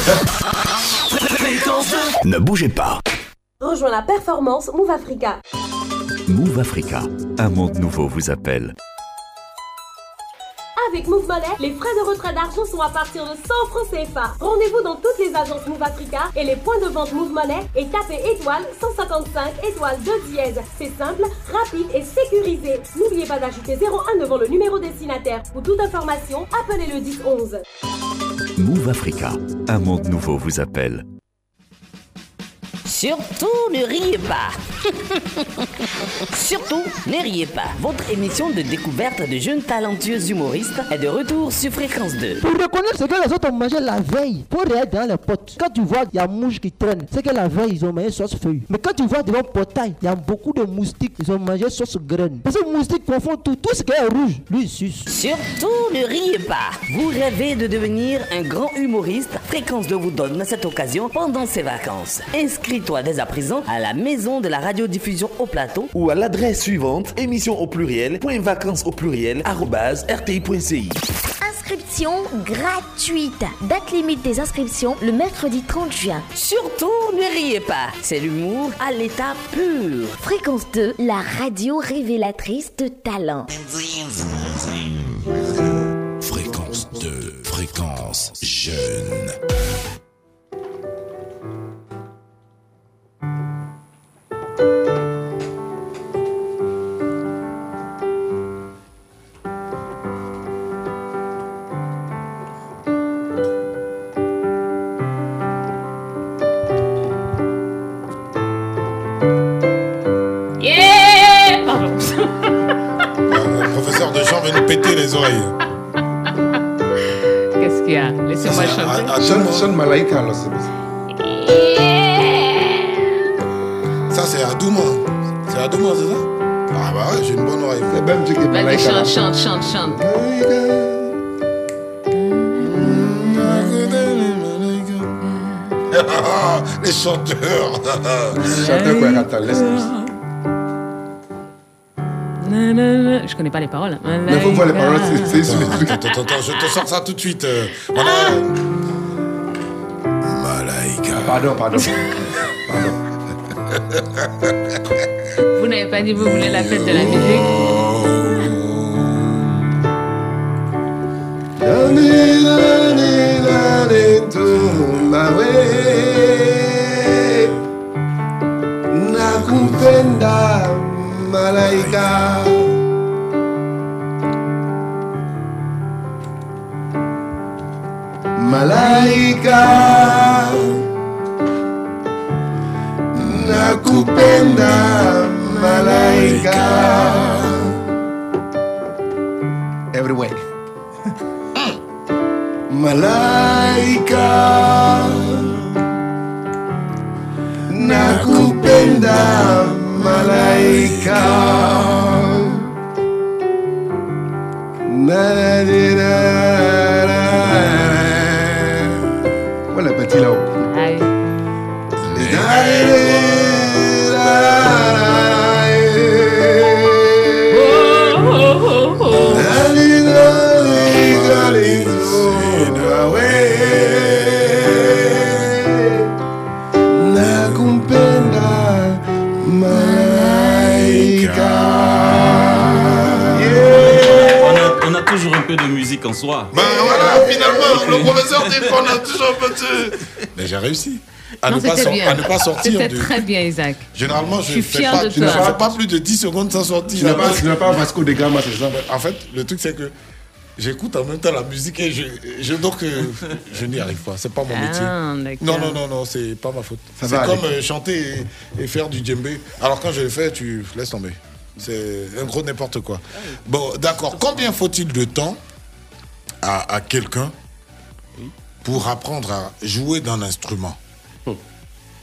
Travesti. Ne bougez pas. Rejoins la performance Move Africa. Move Africa, un monde nouveau vous appelle. Avec Move Money, les frais de retrait d'argent sont à partir de cent francs C F A. Rendez-vous dans toutes les agences Move Africa et les points de vente Move Money et tapez étoile cent cinquante-cinq étoile deux dièse. C'est simple, rapide et sécurisé. N'oubliez pas d'ajouter zéro un devant le numéro destinataire. Pour toute information, appelez le dix onze. Move Africa, un monde nouveau vous appelle. Surtout ne riez pas. Surtout ne riez pas. Votre émission de découverte de jeunes talentueux humoristes est de retour sur Fréquence deux. Pour reconnaître ce que les autres ont mangé la veille, pour regarder dans les potes. Quand tu vois il y a mouche qui traîne, c'est que la veille ils ont mangé sauce feuille. Mais quand tu vois devant le portail, il y a beaucoup de moustiques, ils ont mangé sauce graine. Parce que les moustiques confondent tout, tout ce qui est rouge, lui il suce. Surtout ne riez pas. Vous rêvez de devenir un grand humoriste? Fréquence deux vous donne cette occasion pendant ses vacances. Inscris-toi dès à présent à la maison de la radiodiffusion au plateau ou à l'adresse suivante émission au pluriel point vacances au pluriel arobase r t i point c i. Inscription gratuite. Date limite des inscriptions le mercredi trente juin. Surtout ne riez pas. C'est l'humour à l'état pur. Fréquence deux, la radio révélatrice de talent. Fréquence deux, fréquence jeune. Péter les oreilles. Qu'est-ce qu'il y a? Laissez-moi chanter. Sonne, sonne Malaika là, c'est ça c'est Adouma. C'est Adouma, c'est ça? Ah bah ouais, j'ai une bonne oreille. C'est même Dieu qui est Malaika. Chante, chante, chante, chante. Les chanteurs. Chanteurs quoi, attends, laisse-nous. Je connais pas les paroles. Mais faut voir les paroles, c'est sur les trucs. Attends, attends, attends, je te sors ça tout de suite. Euh, voilà. Malaika. Pardon, pardon. Pardon. Vous n'avez pas dit vous voulez la fête de la musique? Nakupenda Malaika. Malaika nakupenda Malaika. Everywhere. Malaika nakupenda Malaika. Na, na, na, na. Voilà, petit là-haut. Aïe. On a toujours un peu de musique en soi. Ben voilà, finalement, le professeur dit qu'on a toujours un peu de... Mais j'ai réussi. À, non, ne pas bien. à ne pas sortir. C'était de... très bien, Isaac. Généralement, je, je suis fais fier pas, de je toi. ne fais pas plus de dix secondes sans sortir. Tu n'as pas, tu n'as pas Vasco de Gama, c'est ça? En fait, le truc, c'est que j'écoute en même temps la musique et je, je donc euh, je n'y arrive pas. C'est pas mon métier. Ah, non, non, non, non, c'est pas ma faute. Ça c'est va comme euh, chanter et, et faire du djembé. Alors quand je le fais, tu laisses tomber. C'est un gros n'importe quoi. Bon, d'accord. Combien faut-il de temps à, à quelqu'un pour apprendre à jouer d'un instrument?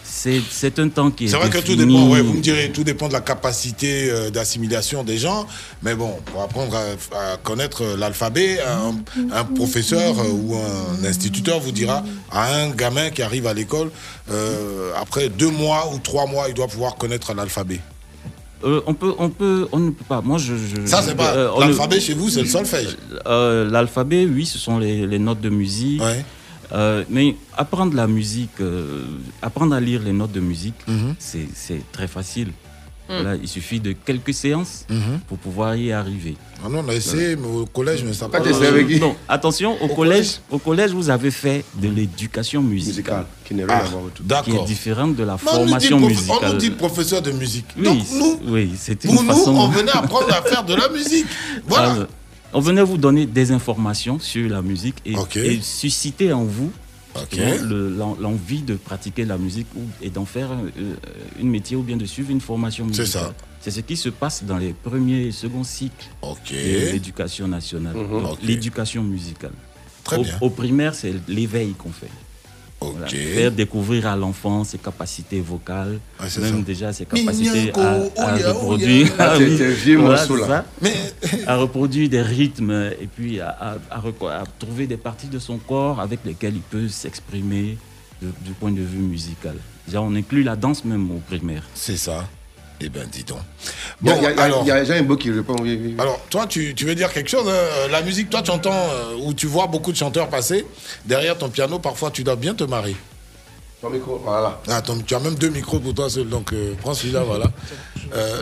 C'est, c'est un temps qui est C'est vrai défini. que tout dépend, ouais, vous me direz, tout dépend de la capacité euh, d'assimilation des gens. Mais bon, pour apprendre à, à connaître l'alphabet, un, un professeur euh, ou un instituteur vous dira à un gamin qui arrive à l'école, euh, après deux mois ou trois mois, il doit pouvoir connaître l'alphabet. Euh, on peut, on peut, on ne peut pas. Moi, je. je Ça, c'est pas. euh, l'alphabet ne, chez vous, c'est le solfège. Euh, l'alphabet, oui, ce sont les, les notes de musique. Ouais. Euh, mais apprendre la musique, euh, apprendre à lire les notes de musique, mm-hmm. c'est, c'est très facile. Mm. Voilà, il suffit de quelques séances mm-hmm. pour pouvoir y arriver. Ah non, on a essayé, mais au collège, mais ça n'a pas été avec Non, attention, au, au collège, collège, au collège, vous avez fait de l'éducation musicale, musicale qui n'est rien ah, à voir avec tout. Qui est différente de la non, formation on musicale. On nous dit professeur de musique. Oui, Donc nous, oui, c'est pour une nous, façon... on venait apprendre à faire de la musique. Voilà. Alors, on venait vous donner des informations sur la musique et, okay. et susciter en vous okay. le, l'envie de pratiquer la musique ou, et d'en faire un, une métier ou bien de suivre une formation musicale. C'est ça. C'est ce qui se passe dans les premiers et seconds cycles okay. de l'éducation nationale, mmh. okay. l'éducation musicale. Très au, bien. Au primaire, c'est l'éveil qu'on fait. Okay. Voilà, faire découvrir à l'enfant ses capacités vocales, ah, même ça. déjà ses capacités à, à ouya, reproduire, ouya. Ah, oui, vieux voilà, morceau, là. Mais... à reproduire des rythmes et puis à, à, à, à trouver des parties de son corps avec lesquelles il peut s'exprimer de, du point de vue musical. Déjà, on inclut la danse même au primaire. C'est ça. Eh bien, dis donc. Bon, il y a, y a, alors, y a déjà un beau qui répond. Oui, oui. Alors, toi, tu, tu veux dire quelque chose hein? La musique, toi, tu entends euh, ou tu vois beaucoup de chanteurs passer derrière ton piano. Parfois, tu dois bien te marier. Ton micro, voilà. Ah, ton, tu as même deux micros pour toi seul, donc euh, prends celui-là, voilà. Euh,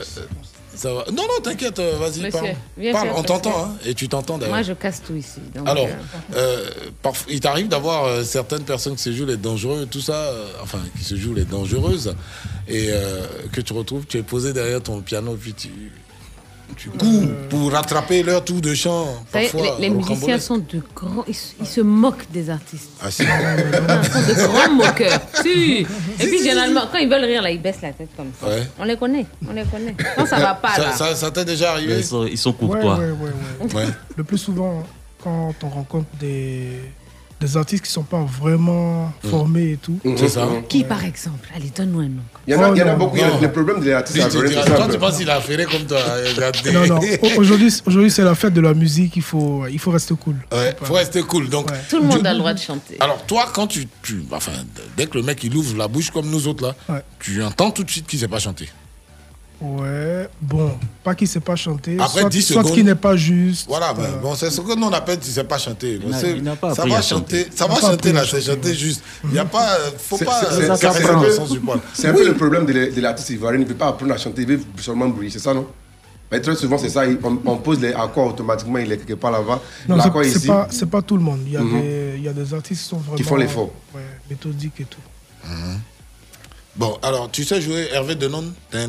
ça va. Non, non, t'inquiète, vas-y, Monsieur, parle. viens parle faire, on t'entend, que... hein, et tu t'entends d'ailleurs. Moi, je casse tout ici. Donc, alors, euh... euh, parf- il t'arrive d'avoir euh, certaines personnes qui se jouent les dangereux, tout ça, euh, enfin, qui se jouent les dangereuses, et euh, que tu retrouves, tu es posé derrière ton piano, puis tu... Tu cours pour rattraper leur tour de chant. Parfois, les, les musiciens sont de grands. Ils, ils se moquent des artistes. Ah, si. Ils sont de grands moqueurs. Si. Et puis, généralement, quand ils veulent rire, là, ils baissent la tête comme ça. Ouais. On les connaît. On les connaît. Quand ça va pas, ça, là. Ça, ça t'est déjà arrivé? Ils sont, ils sont courtois. Ouais, ouais, ouais, ouais. Ouais. Le plus souvent, quand on rencontre des. des artistes qui ne sont pas vraiment mmh. formés et tout. Mmh. C'est ça. Qui, ouais. Par exemple? Allez, donne-nous un nom. Il y en a, oh, il y en a non, beaucoup. non. Le problème des artistes, c'est vrai. Toi, tu penses qu'il a affairé comme toi? Non, non. Aujourd'hui, aujourd'hui, c'est la fête de la musique. Il faut, il faut rester cool. Ouais, il faut rester cool. Donc, ouais. Tout le monde a le droit de chanter. Alors, toi, quand tu. tu enfin, dès que le mec il ouvre la bouche comme nous autres, là, ouais. tu entends tout de suite qu'il ne sait pas chanter. Ouais, bon, pas qu'il ne sait pas chanter, après soit, dix soit secondes, qu'il n'est pas juste. Voilà, ben, bon, c'est ce que nous on appelle qu'il ne sait pas chanter. Il n'a, il n'a pas ça va chanter, ça va chanter là, c'est chanter juste. Il n'y a pas, faut c'est, pas c'est, euh, c'est, caresser c'est, le c'est, sens du poil. C'est un oui. peu le problème de, de l'artiste ivoirien, il ne veut pas apprendre à chanter, il veut seulement briller, c'est ça non? Mais très souvent c'est ça, on, on pose les accords automatiquement, il est quelque part là-bas. Non, l'accord c'est, c'est, ici, pas, c'est pas tout le monde, il y a, mm-hmm. des, il y a des artistes qui sont vraiment. Qui font l'effort. Ouais, méthodiques et tout. Mm-hmm. Bon, alors, tu sais jouer Hervé Denon?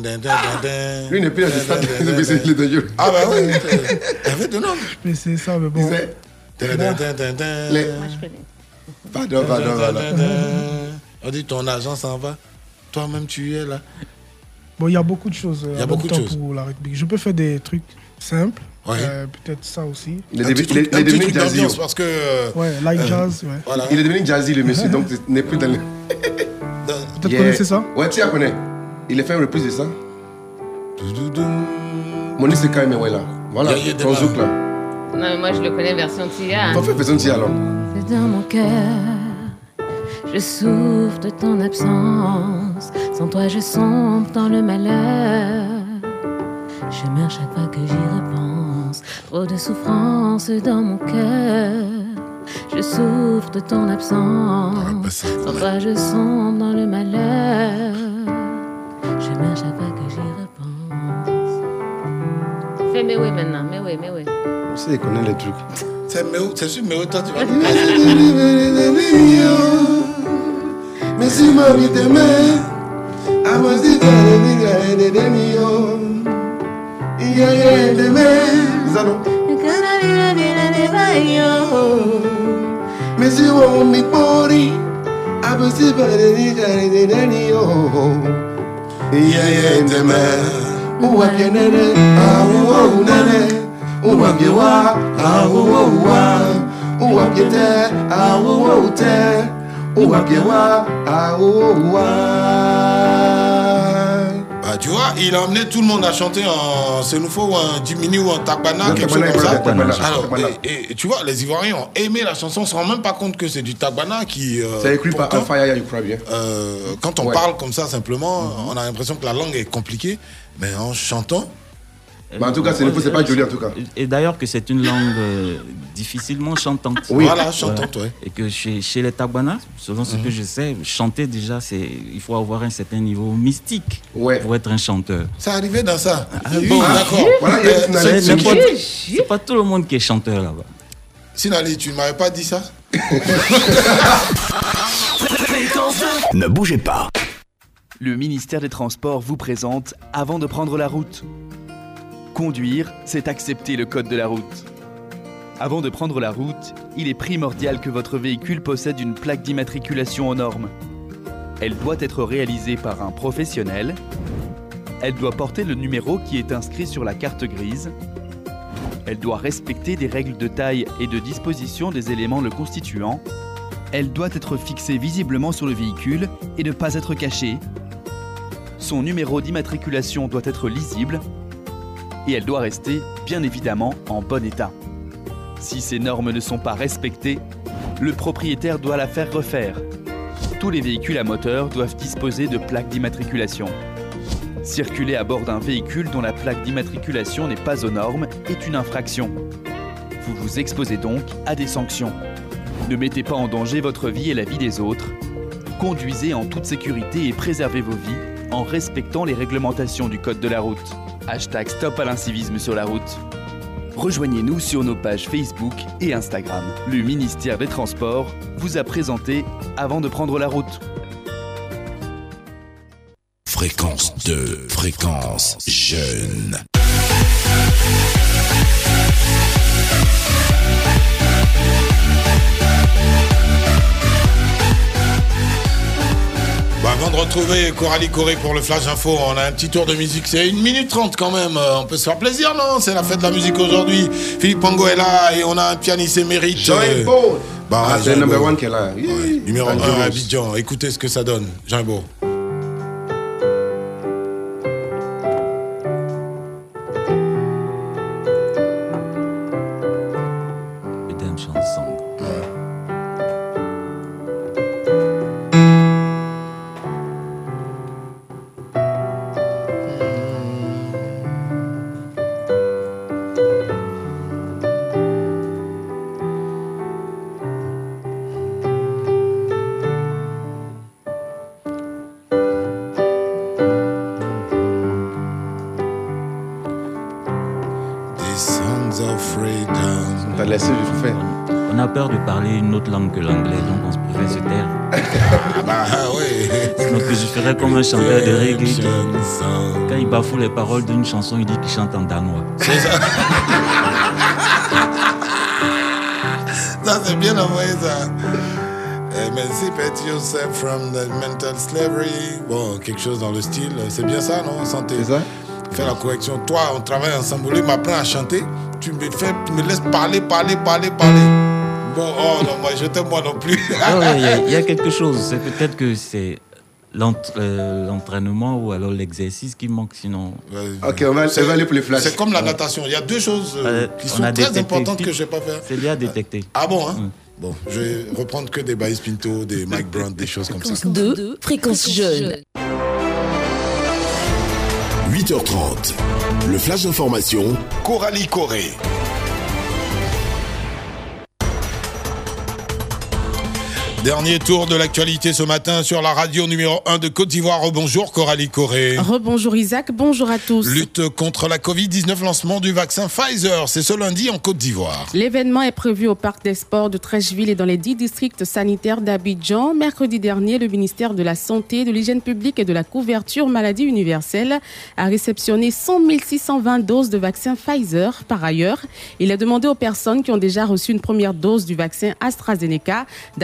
Lui n'est plus là, c'est le dangereux. Ah bah oui, Hervé Denon. Mais c'est ça, mais bon. Moi, je connais. Pardon, pardon, pardon. On dit ton argent s'en va. Toi-même, tu es là. Bon, il y a beaucoup de choses. Il y a beaucoup de choses. Pour la République. Je peux faire des trucs simples. Ouais. Euh, peut-être ça aussi. Il est, devenu, truc, il est devenu jazzy. Parce que, euh, ouais, like euh, jazz. Ouais. Voilà. Il est devenu jazzy, le monsieur, donc il n'est plus dans le. Tu yeah. connaissais ça? Ouais, tu la connais. Il a fait une reprise de ça. Moni c'est quand même, ouais, là. Voilà, ton zouk là. Non, mais moi je le connais version Tia. On fait version Tia alors. C'est dans mon cœur, je souffre de ton absence. Sans toi, je sombre dans le malheur. Je meurs chaque fois que j'y repense. Trop de souffrance dans mon cœur. Je souffre de ton absence. Sans toi, je sombre dans le malheur. Je meurs chaque fois que j'y repense. Fais mais oui maintenant, mais oui, mais oui. Tu sais, il connaît les trucs. C'est mais c'est sûr, mais toi tu vas. Mais si ma vie t'aimait, à moi si tu as des demi-yo. Il y a des demi-yo. Ça non? Mais si on m'y pori, à moi si tu as des demi-yo. Il y a des demi-yo. Ou à bien nene, ah ou ou nene. Ou à bien wa, ah ou ou wa. Ou à bien te, ah ou ou te. Ou à bien wa, ah ou ou wa. Ah, tu vois, il a emmené tout le monde à chanter en Sénoufo ou en Djimini ou en Tagbana, quelque chose comme ça. Alors, et, et tu vois, les Ivoiriens ont aimé la chanson, on se rend même pas compte que c'est du Tagbana qui. Euh, c'est écrit par Alpha Yaya Youkra, euh, Quand on ouais. parle comme ça simplement, mm-hmm. on a l'impression que la langue est compliquée, mais en chantant. Bah en tout cas, c'est, c'est pas joli en tout cas. Et d'ailleurs que c'est une langue euh, difficilement chantante. Oui, voilà, chantante, voilà. Ouais. Et que chez, chez les Tagbana, selon ce mm-hmm. que je sais, chanter déjà, c'est, il faut avoir un certain niveau mystique ouais. pour être un chanteur. Ça arrivait dans ça. Ah, oui. Bon, ah, d'accord. Voilà, euh, c'est, c'est, pas, c'est pas tout le monde qui est chanteur là-bas. Sinali, tu ne m'avais pas dit ça? Ne bougez pas. Le ministère des Transports vous présente Avant de prendre la route. Conduire, c'est accepter le code de la route. Avant de prendre la route, il est primordial que votre véhicule possède une plaque d'immatriculation aux normes. Elle doit être réalisée par un professionnel. Elle doit porter le numéro qui est inscrit sur la carte grise. Elle doit respecter des règles de taille et de disposition des éléments le constituant. Elle doit être fixée visiblement sur le véhicule et ne pas être cachée. Son numéro d'immatriculation doit être lisible. Et elle doit rester, bien évidemment, en bon état. Si ces normes ne sont pas respectées, le propriétaire doit la faire refaire. Tous les véhicules à moteur doivent disposer de plaques d'immatriculation. Circuler à bord d'un véhicule dont la plaque d'immatriculation n'est pas aux normes est une infraction. Vous vous exposez donc à des sanctions. Ne mettez pas en danger votre vie et la vie des autres. Conduisez en toute sécurité et préservez vos vies en respectant les réglementations du code de la route. Hashtag Stop à l'incivisme sur la route. Rejoignez-nous sur nos pages Facebook et Instagram. Le ministère des Transports vous a présenté Avant de prendre la route. Fréquence deux, fréquence jeune. Bah avant de retrouver Coralie Corée pour le Flash Info, on a un petit tour de musique. C'est une minute trente quand même. On peut se faire plaisir, non? C'est la fête de la musique aujourd'hui. Philippe Pango est là et on a un pianiste émérite. Jean-Ebo. Bah, ah, c'est le number one qui est là. Ouais. Numéro un à Abidjan. Écoutez ce que ça donne. Jean-Ebo. On a peur de parler une autre langue que l'anglais, donc on se préfère se taire. Ah bah oui. Donc je ferais comme un chanteur de reggae. Quand il bafoue les paroles d'une chanson, il dit qu'il chante en danois. C'est ça. Ça c'est bien envoyé ça. Emancipate yourself from the mental slavery. Bon, quelque chose dans le style. C'est bien ça, non? Santé. C'est ça. Fais la correction. Toi, on travaille ensemble. Il m'apprend à chanter. Tu me fais, tu me laisses parler, parler, parler, parler. Bon, oh non, moi je t'aime moi non plus. Il ah ouais, y, y a quelque chose. C'est peut-être que c'est l'entra- euh, l'entraînement ou alors l'exercice qui manque, sinon. Ouais, ok, on va, on va aller pour les flashs. C'est comme la natation. Il y a deux choses euh, qui sont très importantes que je ne sais pas faire. C'est bien détecté. Ah bon, hein? Mm. Bon, je vais reprendre que des Baïs Pinto, des Mike Brown, des choses comme ça. deux, fréquence jeune. huit heures trente, le flash d'information, Coralie Corée. Dernier tour de l'actualité ce matin sur la radio numéro un de Côte d'Ivoire. Rebonjour Coralie Corée. Rebonjour Isaac, bonjour à tous. Lutte contre la covid dix-neuf, lancement du vaccin Pfizer. C'est ce lundi en Côte d'Ivoire. L'événement est prévu au Parc des Sports de Trècheville et dans les dix districts sanitaires d'Abidjan. Mercredi dernier, le ministère de la Santé, de l'Hygiène publique et de la couverture maladie universelle a réceptionné cent mille six cent vingt doses de vaccin Pfizer. Par ailleurs, il a demandé aux personnes qui ont déjà reçu une première dose du vaccin AstraZeneca d'attendre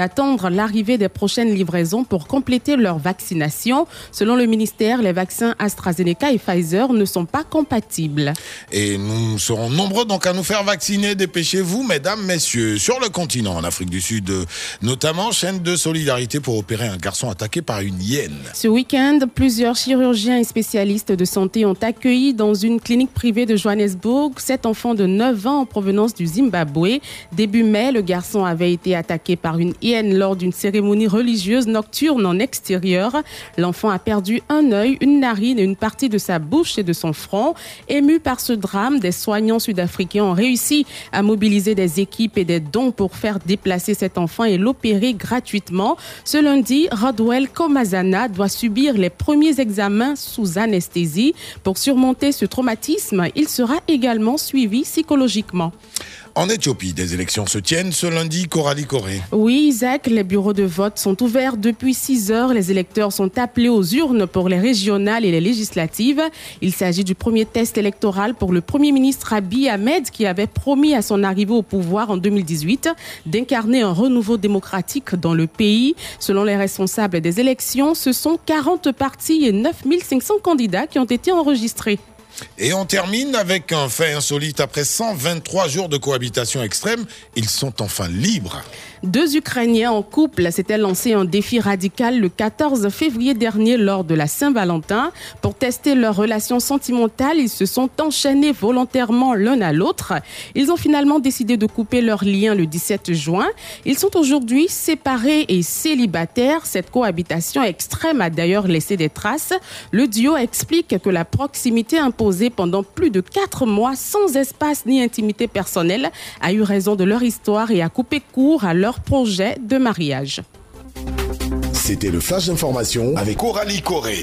l'arrivée des prochaines livraisons pour compléter leur vaccination. Selon le ministère, les vaccins AstraZeneca et Pfizer ne sont pas compatibles. Et nous serons nombreux donc à nous faire vacciner. Dépêchez-vous, mesdames, messieurs. Sur le continent, en Afrique du Sud, notamment, chaîne de solidarité pour opérer un garçon attaqué par une hyène. Ce week-end, plusieurs chirurgiens et spécialistes de santé ont accueilli dans une clinique privée de Johannesburg cet enfant de neuf ans en provenance du Zimbabwe. Début mai, le garçon avait été attaqué par une hyène lors d'une cérémonie religieuse nocturne en extérieur. L'enfant a perdu un œil, une narine et une partie de sa bouche et de son front. Ému par ce drame, des soignants sud-africains ont réussi à mobiliser des équipes et des dons pour faire déplacer cet enfant et l'opérer gratuitement. Ce lundi, Rodwell Komazana doit subir les premiers examens sous anesthésie. Pour surmonter ce traumatisme, il sera également suivi psychologiquement. En Éthiopie, des élections se tiennent ce lundi, Coralie Corée. Oui, Isaac, les bureaux de vote sont ouverts depuis six heures. Les électeurs sont appelés aux urnes pour les régionales et les législatives. Il s'agit du premier test électoral pour le Premier ministre Abiy Ahmed qui avait promis à son arrivée au pouvoir en deux mille dix-huit d'incarner un renouveau démocratique dans le pays. Selon les responsables des élections, ce sont quarante partis et neuf mille cinq cents candidats qui ont été enregistrés. Et on termine avec un fait insolite. Après cent vingt-trois jours de cohabitation extrême, ils sont enfin libres. Deux Ukrainiens en couple s'étaient lancés un défi radical le quatorze février dernier lors de la Saint-Valentin. Pour tester leur relation sentimentale, ils se sont enchaînés volontairement l'un à l'autre. Ils ont finalement décidé de couper leur lien le dix-sept juin. Ils sont aujourd'hui séparés et célibataires. Cette cohabitation extrême a d'ailleurs laissé des traces. Le duo explique que la proximité imposée pendant plus de quatre mois sans espace ni intimité personnelle a eu raison de leur histoire et a coupé court à leur projet de mariage. C'était le flash d'information avec Coralie Corée.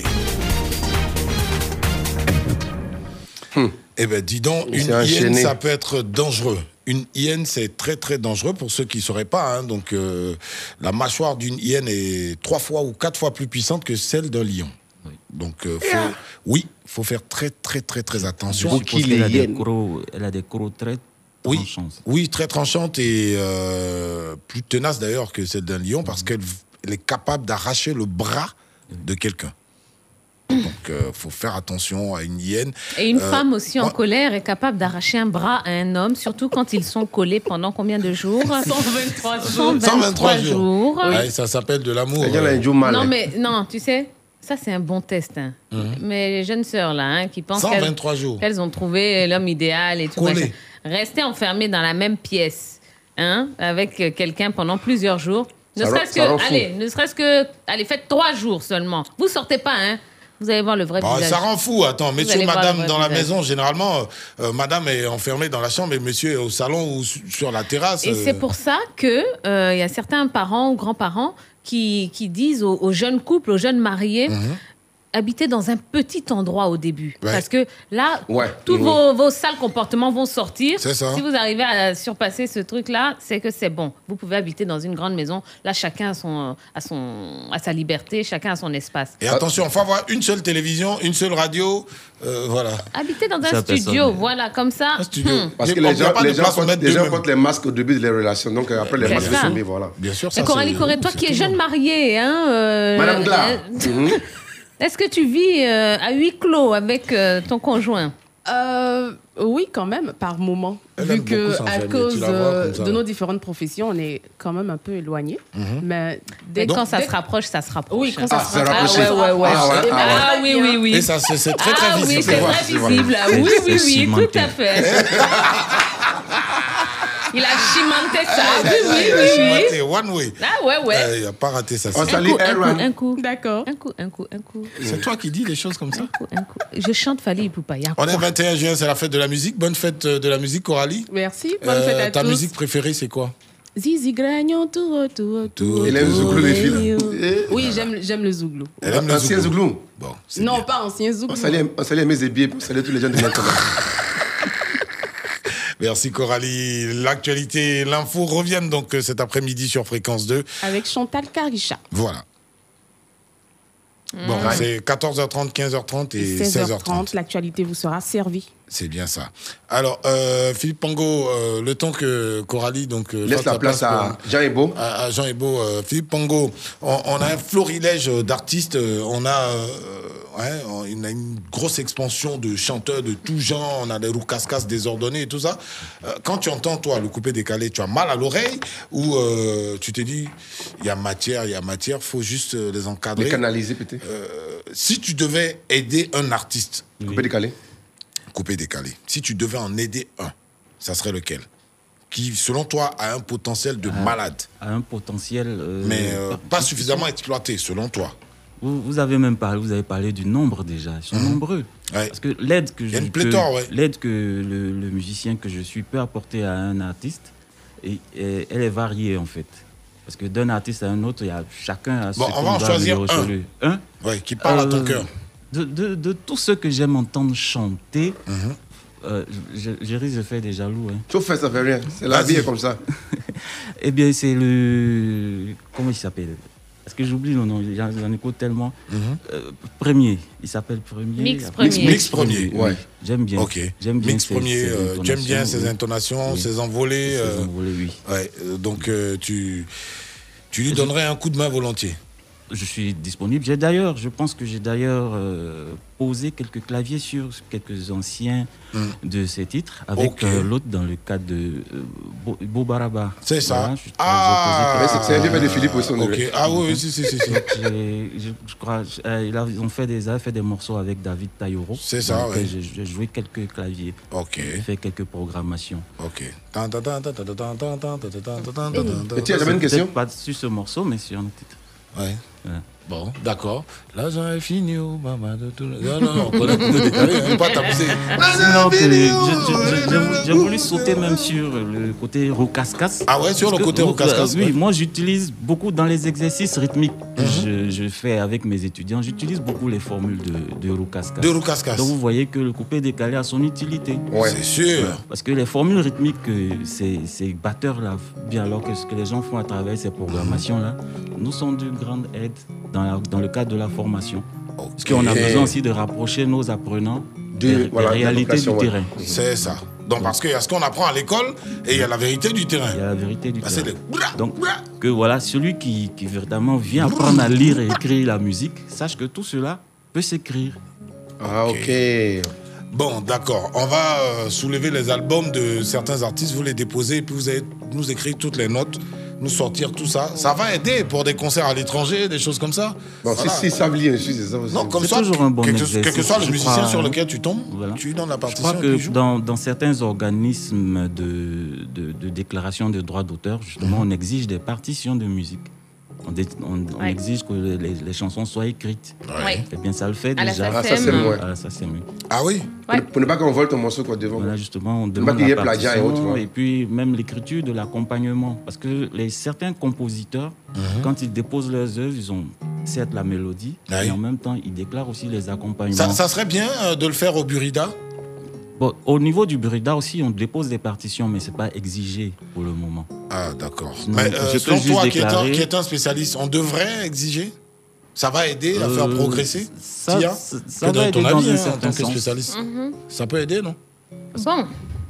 Hum. Eh bien, dis donc, une hyène, ça peut être dangereux. Une hyène, c'est très très dangereux pour ceux qui ne sauraient pas. Hein. Donc, euh, la mâchoire d'une hyène est trois fois ou quatre fois plus puissante que celle d'un lion. Oui. Donc, euh, faut, yeah. oui, il faut faire très très très très attention. Je suppose qu'elle a des crocs, elle a des crocs très oui, tranchantes. Oui, très tranchantes et euh, plus tenaces d'ailleurs que celle d'un lion parce qu'elle elle est capable d'arracher le bras de quelqu'un. Donc, il euh, faut faire attention à une hyène. Et une euh, femme aussi en ouais. colère est capable d'arracher un bras à un homme, surtout quand ils sont collés pendant combien de jours ? cent vingt-trois jours. cent vingt-trois jours. Oui. Ouais, ça s'appelle de l'amour. Euh... Non, mais non, tu sais, ça c'est un bon test. Hein. Mm-hmm. Mais les jeunes sœurs là, hein, qui pensent cent vingt-trois qu'elles, jours. qu'elles ont trouvé l'homme idéal et tout. Machin. Rester enfermées dans la même pièce, hein, avec quelqu'un pendant plusieurs jours. Ne ça serait-ce que, allez, ne serait-ce que, allez, faites trois jours seulement. Vous sortez pas, hein. Vous allez voir le vrai bah, visage. Ça rend fou. Attends, Vous monsieur, madame, dans visage. la maison, généralement, euh, madame est enfermée dans la chambre et monsieur est au salon ou sur la terrasse. Et euh... c'est pour ça qu'il euh, y a certains parents ou grands-parents qui, qui disent aux, aux jeunes couples, aux jeunes mariés, mm-hmm. habiter dans un petit endroit au début. Ouais. Parce que là, ouais. tous ouais. vos, vos sales comportements vont sortir. C'est ça. Si vous arrivez à surpasser ce truc-là, c'est que c'est bon. Vous pouvez habiter dans une grande maison. Là, chacun a, son, a, son, a sa liberté, chacun a son espace. Et attention, il faut avoir une seule télévision, une seule radio. Euh, voilà. Habiter dans un ça studio, voilà, comme ça. Un studio. Hmm. Parce que les gens, les gens portent les, gens portent les masques au début de les relations. Donc euh, après, les c'est masques sont mis, voilà. Bien sûr, ça. Et Coralie Corée, toi qui es jeune mariée, hein. Euh, Madame Gla. Euh, mm-hmm. Est-ce que tu vis euh, à huis clos avec euh, ton conjoint ? euh, Oui, quand même, par moment. Elle Vu que, à cause euh, ça, de nos différentes professions, on est quand même un peu éloignés. Mm-hmm. Mais dès Donc, quand ça dès... se rapproche, ça se rapproche. Oui, quand ça ah, se rapproche. Ah, ouais, ouais, ouais. Ah, ouais, ah, ah, ah oui, oui, oui. Et ça, c'est, c'est très, très ah, visible. Oui, c'est très visible. Ah, oui, oui, oui, oui, tout à fait. Il a chimenté ça. Oui, oui, il a oui. chimenté one way. Ah ouais, ouais. Euh, il n'a pas raté ça. On salue Aaron. Un coup, d'accord. Un coup, un coup, un coup. C'est toi qui dis les choses comme ça. Un coup, un coup. Je chante Fally Ipupa. On est le vingt et un juin, c'est la fête de la musique. Bonne fête de la musique, Coralie. Merci. Bonne euh, fête à ta tous. Ta musique préférée, c'est quoi? Zizi Gragnon, tout, tout, tout. Elle aime le zouglou, les filles. Oui, j'aime, j'aime le zouglou. Elle aime le ancien zouglou. Bon, non, bien. Pas ancien zouglou. On salue mes ébiers pour saluer tous les gens de maintenant. Merci Coralie. L'actualité, l'info reviennent donc cet après-midi sur Fréquence deux. Avec Chantal Caricha. Voilà. Mmh. Bon, c'est quatorze heures trente, quinze heures trente et, et seize heures trente. L'actualité vous sera servie. C'est bien ça. Alors, euh, Philippe Pango, euh, le temps que Coralie donc euh, laisse la place, place à Jean Ebo. À, à Jean Ebo, euh, Philippe Pango, on, on a un florilège d'artistes. On a, euh, ouais, on a une grosse expansion de chanteurs de tout genre. On a des roucascas désordonnés et tout ça. Euh, quand tu entends toi le coupé décalé, tu as mal à l'oreille ou euh, tu te dis il y a matière, il y a matière, faut juste les encadrer, les canaliser peut-être. Euh, si tu devais aider un artiste, coupé décalé. Coupé décalé. Si tu devais en aider un, ça serait lequel? Qui, selon toi, a un potentiel de a, malade. A un potentiel... Euh, mais euh, pas suffisamment exploité, selon toi. Vous, vous avez même parlé, vous avez parlé du nombre déjà. Ils sont mmh. nombreux. Ouais. Parce que l'aide que, je, pléthore, que, ouais. l'aide que le, le musicien que je suis peut apporter à un artiste, et, et, elle est variée en fait. Parce que d'un artiste à un autre, il y a, chacun a bon, on va en choisir un. Un ouais, qui parle euh, à ton cœur. De, de, de tous ceux que j'aime entendre chanter, mmh. euh, je, je risque de faire des jaloux. Hein. Tout fait, ça fait rien. C'est la vie est comme ça. Eh bien, c'est le... Comment il s'appelle? Parce que j'oublie le nom, j'en, j'en écoute tellement. Mmh. Euh, premier, il s'appelle Premier. Mix Premier. Mix, Mix Premier, oui. Ouais. J'aime bien. Ok. J'aime bien Mix ses, Premier, ses euh, j'aime bien ses oui. intonations, oui. ses envolées. Ses euh, envolées, oui. Ouais, euh, donc, euh, tu, tu lui donnerais un coup de main volontiers? Je suis disponible. J'ai d'ailleurs, je pense que j'ai d'ailleurs euh, posé quelques claviers sur quelques anciens mm. de ces titres, avec okay. euh, l'autre dans le cadre de euh, Bobaraba. C'est ça. Voilà, ah, mais c'est un vieux de Philippe aussi. Okay. Ah oui, si, si, si. si. je, je crois, euh, ils ont fait des, fait des morceaux avec David Tayoro. C'est ça, oui. J'ai, j'ai joué quelques claviers. Ok. J'ai fait quelques programmations. Ok. Et tu as jamais une question? Pas sur ce morceau, mais sur un titre. Ouais. ouais. Bon, d'accord. L'argent est fini, oh, maman de tout. Non, non, non, on connaît tout décalé, hein, pas t'amuser. Non, j'ai, j'ai, j'ai voulu sauter même sur le côté rocascas. Ah ouais, sur le côté rocascas. Oui, ouais. Moi j'utilise beaucoup dans les exercices rythmiques que mm-hmm. je, je fais avec mes étudiants. J'utilise beaucoup les formules de, de rocascas. De rocascas. Donc vous voyez que le coupé décalé a son utilité. Ouais, c'est sûr. Ouais. Parce que les formules rythmiques que ces, ces batteurs-là, bien alors que ce que les gens font à travers ces programmations-là, nous sont de grande aide dans, la, dans le cadre de la formation. Okay. Parce qu'on a besoin aussi de rapprocher nos apprenants de, des, voilà, des réalités du ouais. terrain. C'est ça. Donc parce qu'il y a ce qu'on apprend à l'école et il y a la vérité du terrain. Il y a la vérité du bah, terrain. Les... Donc que voilà, celui qui, qui véritablement vient apprendre à lire et écrire la musique, sache que tout cela peut s'écrire. Ah ok. okay. Bon, d'accord. On va euh, soulever les albums de certains artistes, vous les déposez et puis vous allez nous écrire toutes les notes, nous sortir tout ça. Ça va aider pour des concerts à l'étranger, des choses comme ça. Bon, voilà. si, si ça vient, c'est ça aussi. Non, comme c'est ça, toujours un bon quel, exercice. Quel que soit le musicien crois, sur lequel tu tombes, voilà. tu donnes la partition. Je crois que dans, dans certains organismes de, de, de déclaration de droits d'auteur, justement, mm-hmm. on exige des partitions de musique. On, dé, on, on ouais. exige que les, les chansons soient écrites. Ouais. Eh bien, ça le fait à déjà. La ah, ça, c'est mieux. Ah, ça, c'est mieux. Ah oui ouais. pour, pour ne pas qu'on vole ton morceau quoi, devant. Voilà, justement, on demande la partition et, autres, et puis même l'écriture de l'accompagnement. Parce que les, certains compositeurs, mm-hmm. quand ils déposent leurs œuvres, ils ont certes la mélodie, ouais. mais en même temps, ils déclarent aussi les accompagnements. Ça, ça serait bien euh, de le faire au Burida. Bon, au niveau du Burida aussi, on dépose des partitions, mais ce n'est pas exigé pour le moment. Ah, d'accord. Sinon, mais euh, selon toi, déclarer... qui, est un, qui est un spécialiste, on devrait exiger? Ça va aider à euh, faire progresser ça, Tia, ça, ça va aider dans avis, un hein, certain en tant que spécialiste. Mm-hmm. Ça peut aider, non? Bon.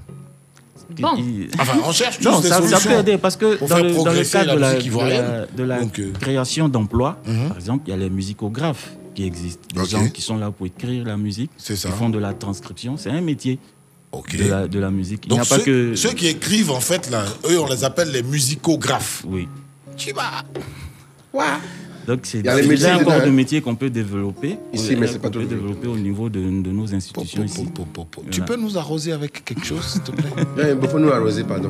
Bon. Il... Enfin, on cherche tous non, des ça, solutions. Ça peut aider parce que dans le, dans le cadre de la, de la, de la Donc, euh... création d'emplois, mm-hmm. par exemple, il y a les musicographes qui existent. Des okay. gens qui sont là pour écrire la musique, c'est ça. qui font de la transcription. C'est un métier. Okay. De, la, de la musique. Il Donc n'y a ceux, pas que... ceux qui écrivent, en fait, là, eux, on les appelle les musicographes. Oui. Tu vas. Ouais. Donc, c'est déjà un corps de métier qu'on peut développer. Ici, mais c'est pas tout. On peut développer au niveau de, de nos institutions po, po, ici. Po, po, po. Voilà. Tu peux nous arroser avec quelque chose, s'il te plaît? Il faut nous arroser, pardon.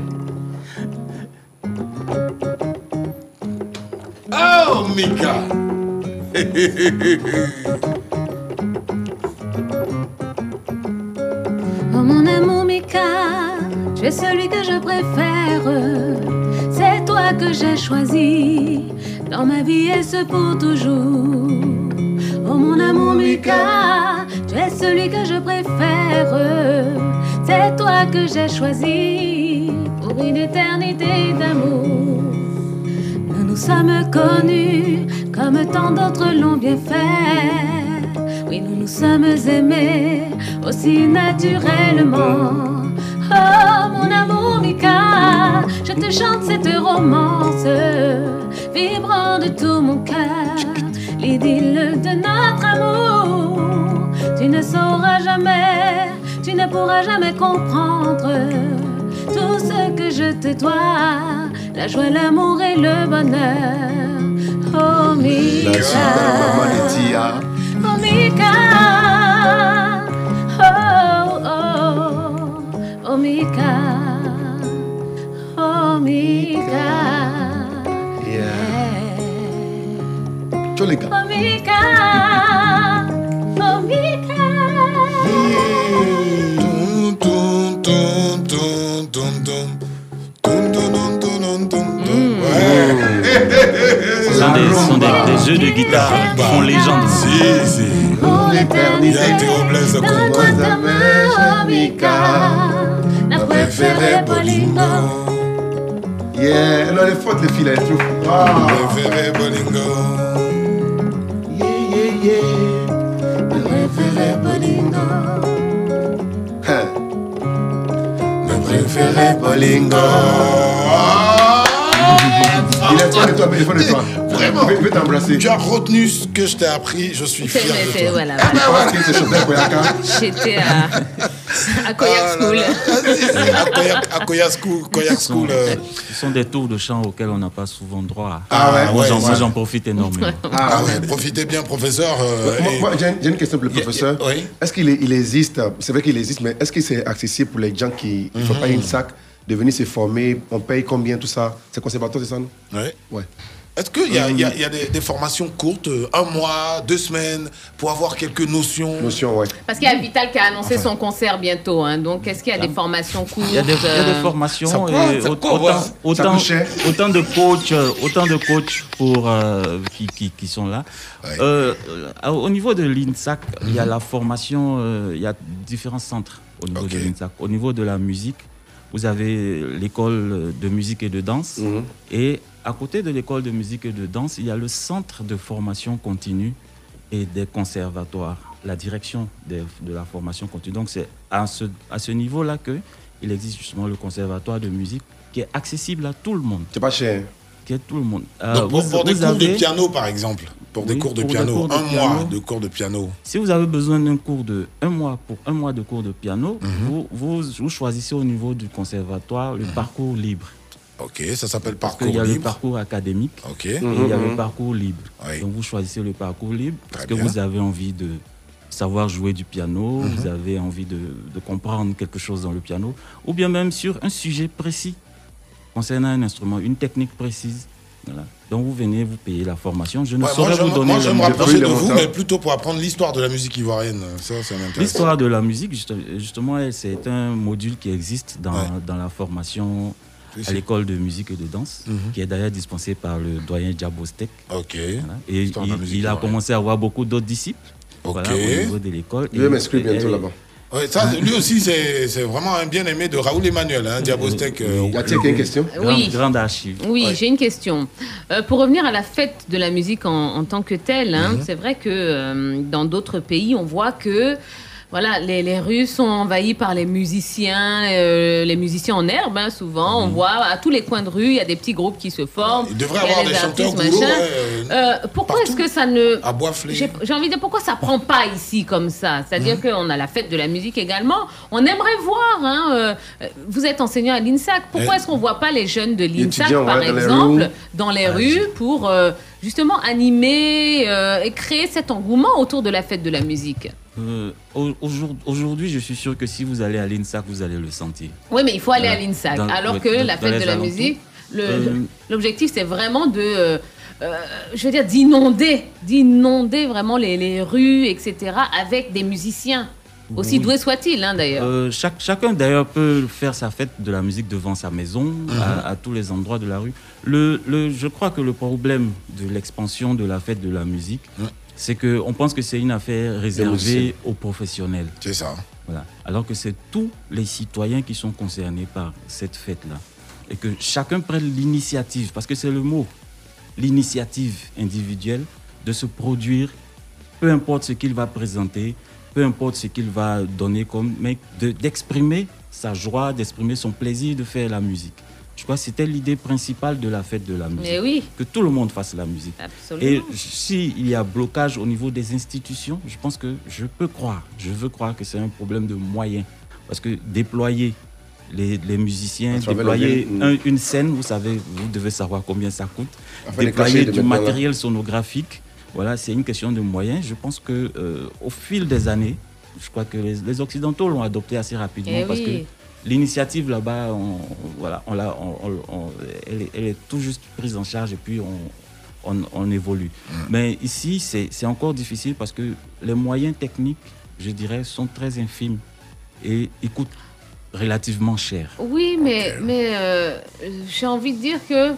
Oh, Mika! Oh mon amour Mika, tu es celui que je préfère. C'est toi que j'ai choisi dans ma vie et ce pour toujours. Oh mon amour Mika, tu es celui que je préfère. C'est toi que j'ai choisi pour une éternité d'amour. Nous nous sommes connus comme tant d'autres l'ont bien fait. Oui, nous nous sommes aimés aussi naturellement. Oh, mon amour Mika, je te chante cette romance, vibrant de tout mon cœur, l'idylle de notre amour. Tu ne sauras jamais, tu ne pourras jamais comprendre tout ce que je te dois, la joie, l'amour et le bonheur. Oh Mika, oh Mika, oh oh, oh Mika, oh Mika, yeah. Cholika. Oh Mika, oh Mika. Ce sont des, ce sont des, des jeux de guitare qui font légende. Si, si. Pour l'éternité, dans ta main, oh Mika, la préférée Bolingo. Yeah, non, elle est forte, les filles, là, elle est trop forte. Ah. Préféré Bolingo. Yeah, yeah, yeah. La préférée Bolingo. Hein. Le préféré Bolingo. Il est fan de toi, il est fan de toi. Vraiment. Il veut t'embrasser. Tu as retenu ce que je t'ai appris, je suis fier de toi. Voilà, Ah bah voilà. J'étais à, à Koyak School. À Koyak, à Koyak School. Koyak School. euh. Ce sont des tours de chant auxquels on n'a pas souvent droit. Ah ouais, moi, ouais, j'en, ouais. moi, j'en profite énormément. Ah ouais, profitez bien, professeur. euh, Moi, et- moi, j'ai, une, j'ai une question pour le professeur. Oui. Est-ce qu'il est- il existe, c'est vrai qu'il existe, mais est-ce que c'est accessible pour les gens qui ne font pas une sac de venir se former? On paye combien, tout ça? C'est conservatoire, c'est ça, non? Ouais. Ouais. Est-ce qu'il y a, il y a- il y a des, des formations courtes, euh, un mois, deux semaines, pour avoir quelques notions? Notions, ouais. Parce qu'il y a Vital qui a annoncé son concert bientôt. Hein. Donc, est-ce qu'il y a des formations courtes? Il y a des, il y a des euh, formations Ça et coûte, ça au- coûte, autant, ouais. Ça autant, coûte cher. autant de coachs, euh, autant de coachs pour euh, qui, qui, qui sont là. Ouais. Euh, euh, au niveau de l'I N S A C, il y a la formation, euh, il y a différents centres au niveau Ok. de l'I N S A C. Au niveau de la musique, vous avez l'école de musique et de danse. Mhm. Et à côté de l'école de musique et de danse, il y a le centre de formation continue et des conservatoires, la direction des- de la formation continue. Donc c'est à ce, à ce niveau-là qu'il existe justement le conservatoire de musique qui est accessible à tout le monde. C'est pas cher. Qui est tout le monde. Euh, Donc pour, vous- pour des vous cours de avez- piano, par exemple. Pour des Oui, cours de pour des piano. cours de un piano. mois de cours de piano. Si vous avez besoin d'un cours de un mois pour un mois de cours de piano, vous, vous, vous choisissez au niveau du conservatoire le parcours libre. Ok, ça s'appelle Parce parcours qu'il y a le libre. parcours académique Ok. et il y a Mhm. le parcours libre. Oui. Donc vous choisissez le parcours libre parce Très que bien. vous avez envie de savoir jouer du piano, Mhm. vous avez envie de, de comprendre quelque chose dans le piano, ou bien même sur un sujet précis concernant un instrument, une technique précise. Voilà. Donc vous venez, vous payez la formation. Je ne Ouais, saurais moi, je, vous donner moi, je le me nom. rapprocher de le vous, montant. mais plutôt pour apprendre l'histoire de la musique ivoirienne. Ça, ça m'intéresse. L'histoire de la musique, juste- justement, elle, c'est un module qui existe dans, Ouais. dans la formation Si, si. à l'école de musique et de danse, Mhm. qui est d'ailleurs dispensée par le doyen Djabostek. Ok. Voilà. Et Histoire de la il, musique il a ivoirienne. commencé à avoir beaucoup d'autres disciples. Ok. Voilà, au niveau de l'école. Je vais Et- m'inscrire et- bientôt et- là-bas. Ouais, ça, lui aussi, c'est c'est vraiment un bien-aimé de Raoul Emmanuel, hein, Diabostek. euh, Y a-t-il une question? Grande, Oui. grande archive. Oui, Ouais. j'ai une question. Euh, pour revenir à la fête de la musique en, en tant que telle, hein, Mhm. c'est vrai que euh, dans d'autres pays, on voit que voilà, les, les rues sont envahies par les musiciens, euh, les musiciens en herbe, hein, souvent. On voit à tous les coins de rue, il y a des petits groupes qui se forment. Il devrait il y a avoir les des chanteurs artistes, gourous, machin. ouais, euh, Euh, pourquoi est-ce que ça ne... à Boisflé. J'ai j'ai envie de dire pourquoi ça prend pas ici comme ça. C'est-à-dire Mhm. qu'on a la fête de la musique également. On aimerait voir. Hein, euh, vous êtes enseignant à l'I N S A C. Pourquoi Eh. est-ce qu'on voit pas les jeunes de l'I N S A C, Étudiants, par ouais, dans les exemple, rues. dans les rues pour euh, justement animer euh, et créer cet engouement autour de la fête de la musique? Euh, au- aujourd- Aujourd'hui, je suis sûr que si vous allez à l'I N S A C, vous allez le sentir. Oui, mais il faut aller Dans- à l'I N S A C. dans- Alors ouais, que dans- la dans fête les de la alentours. musique, le- Euh, le- l'objectif, c'est vraiment de, euh, euh, je veux dire, d'inonder, d'inonder vraiment les, les rues, et cetera, avec des musiciens. Aussi Oui. doués soient-ils, hein, d'ailleurs. Euh, chaque, chacun d'ailleurs peut faire sa fête de la musique devant sa maison, à, à tous les endroits de la rue. Le, le, je crois que le problème de l'expansion de la fête de la musique, c'est qu'on pense que c'est une affaire réservée musiciens. aux professionnels. C'est ça. Voilà. Alors que c'est tous les citoyens qui sont concernés par cette fête-là. Et que chacun prenne l'initiative, parce que c'est le mot, l'initiative individuelle de se produire peu importe ce qu'il va présenter, peu importe ce qu'il va donner comme, mais de, d'exprimer sa joie, d'exprimer son plaisir de faire la musique. Je crois que c'était l'idée principale de la fête de la musique. Mais oui. Que tout le monde fasse la musique. Absolument. Et s'il y a blocage au niveau des institutions, je pense que je peux croire, je veux croire que c'est un problème de moyens. Parce que déployer les, les musiciens, déployer un, une scène, vous savez, vous devez savoir combien ça coûte. Enfin, déployer du matériel sonographique, voilà, c'est une question de moyens. Je pense que euh, au fil des années, je crois que les, les Occidentaux l'ont adopté assez rapidement. Eh parce oui. que l'initiative là-bas, on, voilà, on l'a, on, on, on, elle, est, elle est tout juste prise en charge et puis on, on, on évolue. Mmh. Mais ici, c'est, c'est encore difficile parce que les moyens techniques, je dirais, sont très infimes et ils coûtent relativement cher. Oui, mais, okay. mais euh, j'ai envie de dire que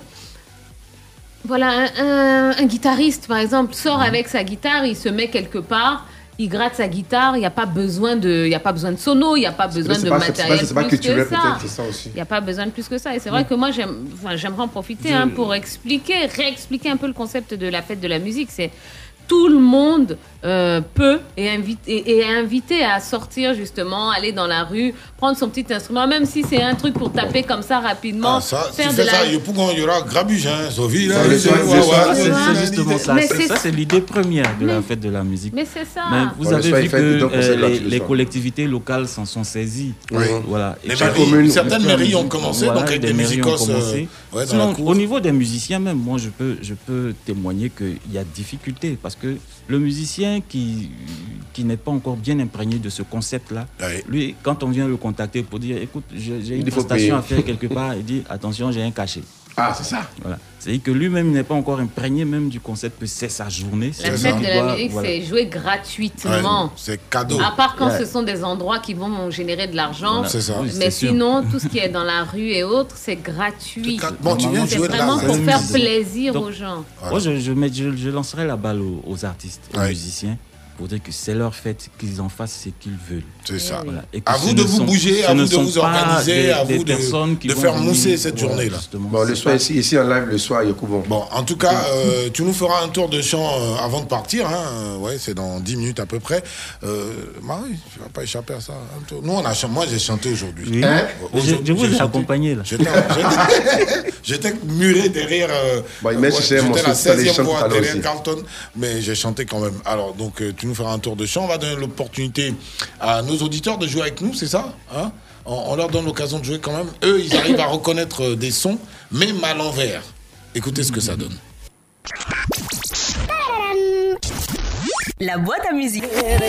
voilà, un, un, un guitariste, par exemple, sort mmh. avec sa guitare, il se met quelque part. Il gratte sa guitare, il n'y a pas besoin de, il y a pas besoin de sono, il n'y a pas besoin de pas, matériel c'est pas, c'est plus pas que ça. ça il n'y a pas besoin de plus que ça. Et c'est vrai oui. que moi, j'aime, enfin, j'aimerais en profiter Je... hein, pour expliquer, réexpliquer un peu le concept de la fête de la musique. C'est tout le monde euh, peut et, invite, et, et est invité à sortir justement, aller dans la rue, prendre son petit instrument, même si c'est un truc pour taper comme ça rapidement. Ah, ça, faire tu de fais la... ça, il y aura grabuge, hein, Sophie. Là, c'est, c'est, c'est, ouais, ouais, c'est, c'est justement ça. Mais c'est, c'est... Ça, c'est l'idée première de mais... la fête de la musique. Mais c'est ça. Mais vous bon, avez vu que euh, les, les soir. collectivités locales s'en sont saisies. Oui. Voilà. Et les mairies, commune, certaines mairies ont commencé, voilà, donc avec des, des musicos. Euh, ouais, Sinon, au niveau des musiciens même, moi, je peux, je peux témoigner qu'il y a difficulté parce que le musicien qui, qui n'est pas encore bien imprégné de ce concept-là, oui. lui, quand on vient le contacter pour dire, écoute, j'ai, j'ai une prestation à faire quelque part, il dit, attention, j'ai un cachet. Ah, c'est ça. Voilà. C'est-à-dire que lui-même n'est pas encore imprégné même du concept que c'est sa journée. La fête de la musique, voilà. c'est jouer gratuitement. Ouais, c'est cadeau. À part quand ouais. ce sont des endroits qui vont générer de l'argent. Voilà. C'est ça. Oui, mais c'est sinon, tout ce qui est dans la rue et autres, c'est gratuit. C'est, bon, tu viens c'est jouer vraiment de la... pour la faire musique. plaisir Donc, aux gens. Voilà. Moi, je, je, mets, je, je lancerai la balle aux, aux artistes, aux ouais. musiciens, pour dire que c'est leur fête, qu'ils en fassent ce qu'ils veulent. C'est ça. Voilà. À vous de vous sont, bouger, à vous de vous organiser, des, à vous de, de faire mousser cette voilà, journée-là. Bon, le soir, ici, ici en live, le soir, Yacoubo. Bon, en tout cas, euh, tu nous feras un tour de chant euh, avant de partir. Hein. Ouais, c'est dans dix minutes à peu près. Euh, Marie, tu ne vas pas échapper à ça. Hein, nous, on a chanté. Moi, j'ai chanté aujourd'hui. Oui. Hein aujourd'hui je, je vous ai accompagné là. J'étais, j'étais, j'étais muré derrière. Euh, bon, ouais, j'étais la seizième fois derrière Carlton, mais j'ai chanté quand même. Alors, donc, euh, tu nous feras un tour de chant. On va donner l'opportunité à nos auditeurs de jouer avec nous, c'est ça, hein? on, on leur donne l'occasion de jouer quand même. Eux, ils arrivent à reconnaître des sons, même à l'envers. Écoutez ce que ça donne. La boîte à musique.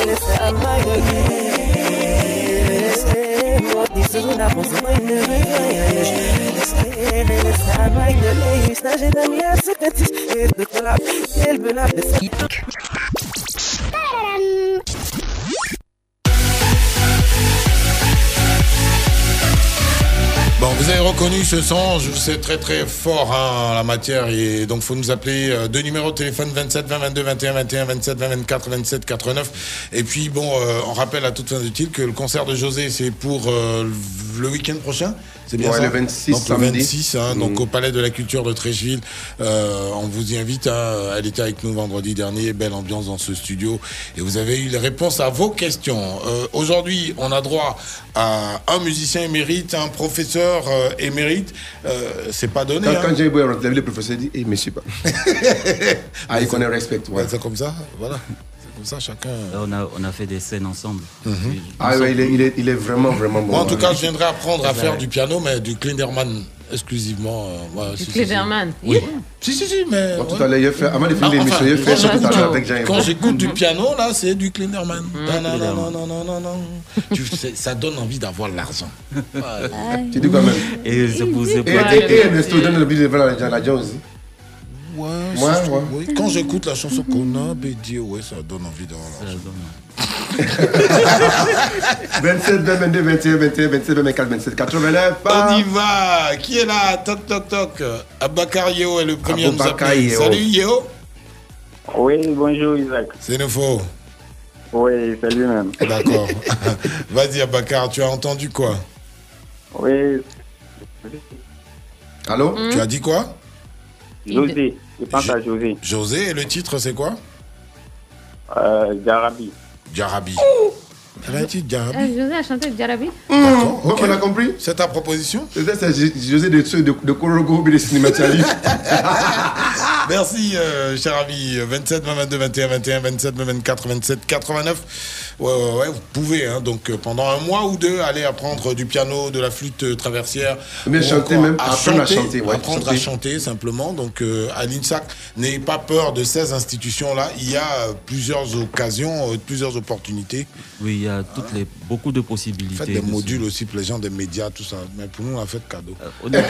Bon, vous avez reconnu ce son, je sais très très fort hein, en la matière et donc faut nous appeler euh, deux numéros de téléphone vingt-sept vingt vingt-deux vingt et un vingt et un vingt-sept vingt vingt-quatre vingt-sept quatre-vingt-neuf et puis bon euh, on rappelle à toute fin utile que le concert de José c'est pour euh, le week-end prochain. C'est bien ouais, ça. Le vingt-six, donc, le vingt-six hein, mmh. donc au Palais de la Culture de Treichville. Euh, on vous y invite. Hein, elle était avec nous vendredi dernier. Belle ambiance dans ce studio. Et vous avez eu les réponses à vos questions. Euh, aujourd'hui, on a droit à un musicien émérite, un professeur euh, émérite. Euh, c'est pas donné. Quand, hein. quand j'ai vu le professeur dit, eh, monsieur pas. Ah, il connaît le respect. Ouais. Ouais, c'est comme ça. Voilà. Comme ça, chacun. On a, on a fait des scènes ensemble. Mm-hmm. Ah oui, il est, il, est, il est vraiment, vraiment bon. Moi, en tout cas, je viendrai apprendre à faire du piano, mais du Klinderman exclusivement. Euh, ouais, du si, Klinderman si, si. Oui. Si, si, si, mais. Bon, ouais. Tout à l'heure, il a fait, avant de finir l'émission, il a fait ça tout à l'heure avec Jean-Yves. Quand j'écoute du piano, là, c'est du Klinderman. Non, non, non, non, non, non, non. Tu, ça donne envie d'avoir l'argent. Ouais. Tu dis quand même. Et c'est pour ça. Et Ernesto donne envie de voir la Jones. Ouais, ouais, ouais. Oui. Quand j'écoute la chanson qu'on a bédié, ouais, ça donne envie d'avoir l'argent. vingt-sept, vingt-deux, vingt et un, vingt et un, vingt-sept, vingt-quatre, vingt-sept, quatre-vingt-neuf. On y va. Qui est là? Toc, toc, toc. Abakar Yeo est le premier à nous appeler. Salut Yeo. Oui, bonjour Isaac. C'est nouveau. Oui, c'est lui-même. D'accord. Vas-y Abakar, tu as entendu quoi? Oui. Allô? Mmh. Tu as dit quoi? José. Je pense à José. José, et le titre c'est quoi? Euh, Jarabi. Jarabi. Elle a dit Jarabi. Euh, José a chanté Jarabi. D'accord. Ok, on a compris. C'est ta proposition? C'est José de ceux de, de Korogo et de Cinématialistes. Merci, euh, cher ami. vingt-sept, vingt, vingt-deux, vingt et un, vingt et un, vingt-sept, vingt-quatre, vingt-sept, quatre-vingt-neuf. Ouais, ouais, ouais, vous pouvez, hein, donc euh, pendant un mois ou deux, aller apprendre du piano, de la flûte euh, traversière. Mais chanter même, à apprendre chanter, à chanter. Ouais, apprendre chanter. à chanter, simplement. Donc, euh, à l'I N S A C, n'ayez pas peur de ces institutions-là. Il y a euh, plusieurs occasions, euh, plusieurs opportunités. Oui, il y a toutes les, beaucoup de possibilités. Faites des dessus. modules aussi pour les gens des médias, tout ça. Mais pour nous, on a fait cadeau. Euh,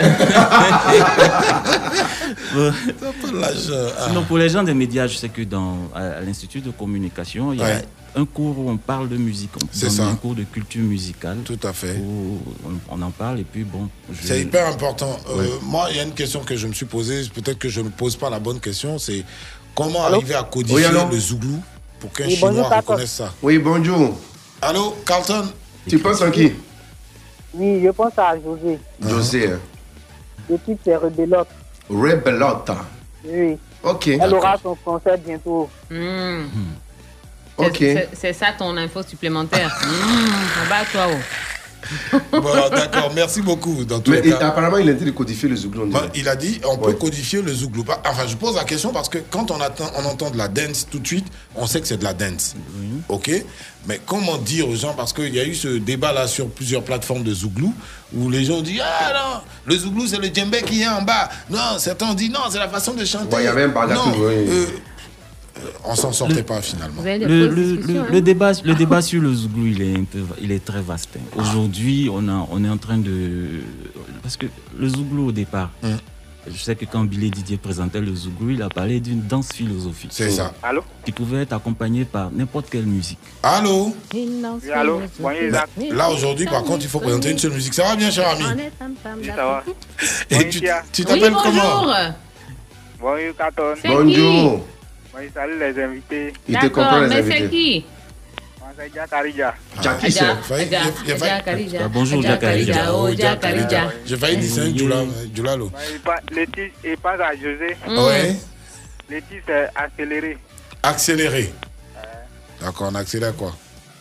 T'as pas l'âge, euh, ah. Sinon, pour les gens des médias, je sais que dans à, à l'Institut de communication, il y a Ouais. un cours où on parle de musique. On C'est donne ça. un cours de culture musicale. Tout à fait. Où on, on en parle et puis bon. je- C'est hyper important. Euh, Ouais. moi, il y a une question que je me suis posée, peut-être que je ne pose pas la bonne question, c'est comment Allô? arriver à codifier Oui, allô? le zouglou pour qu'un Oui, Chinois bonjour, Carlton. reconnaisse ça. Oui, bonjour. Allô, Carlton? Tu penses en qui? Oui, je pense à José. José. hein. Le titre, c'est Rebelote. Rebelote. Oui. Ok. Elle aura son concert bientôt. Mmh. Ok. C'est- C'est c'est ça ton info supplémentaire. Mmh, bah toi. Oh. Bon, d'accord, merci beaucoup. Dans tous Mais les il- cas. apparemment, il a intérêt de codifier le zouglou. on dirait. Ben, il a dit on peut Ouais. codifier le zouglou. Pas- Enfin, je pose la question parce que quand on, attend, on entend de la dance tout de suite, on sait que c'est de la dance. Ok. Mais comment dire aux gens, parce qu'il y a eu ce débat là sur plusieurs plateformes de zouglou où les gens disent ah non, le zouglou c'est le djembé qui est en bas. Non, certains disent non, c'est la façon de chanter. Ouais, il y avait un balatou, Non, oui. euh, on s'en sortait pas finalement. Le, le- le- le débat, le débat sur le zouglou, il est, un peu, il est très vaste. hein. Aujourd'hui, on, a, on est en train de... Parce que le zouglou, au départ, je sais que quand Billy Didier présentait le zouglou, il a parlé d'une danse philosophique. C'est ça. Allô? Qui pouvait être accompagnée par n'importe quelle musique. Allô? Oui, allô? Bonjour, Isaac. Ben, là aujourd'hui, par contre, il faut présenter une seule musique. Ça va bien, cher ami? Oui, ça va. Et tu tu Oui, t'appelles bonjour. comment? Bonjour, Carton. C'est Bonjour. Oui, salut les invités. Il te comprend, D'accord, les mais c'est invités. qui Moi, c'est Jack Arija. Jackie, Adja, c'est. failli- Adja, il a failli- Adja Karija. Ah, bonjour, Adja Jack Karija. Karija. Oh, Jack Karija. J'ai failli dire c'est un Djoula- Djoulalo. Ouais, il pa- Le titre, il passe à José. Ouais. Le titre, c'est accéléré. Accéléré. D'accord, on accélère quoi?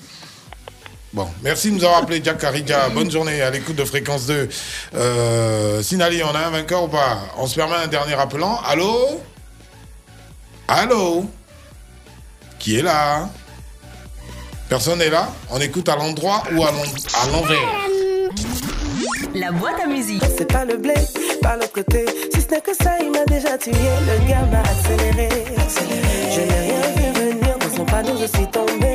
Bon, merci de nous avoir appelé Jack Karija. Bonne journée à l'écoute de Fréquence deux. Euh, Sinali, on a un vainqueur ou pas? On se permet un dernier appelant. Allô? Allô? Qui est là? Personne n'est là? On écoute à l'endroit ou à l'en- à l'envers? La boîte à musique. C'est pas le blé, pas l'autre côté. Si ce n'est que ça, il m'a déjà tué. Le gars m'a accéléré. Je n'ai rien vu venir. Dans son panneau, je suis tombé.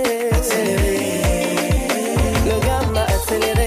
Le gars m'a accéléré.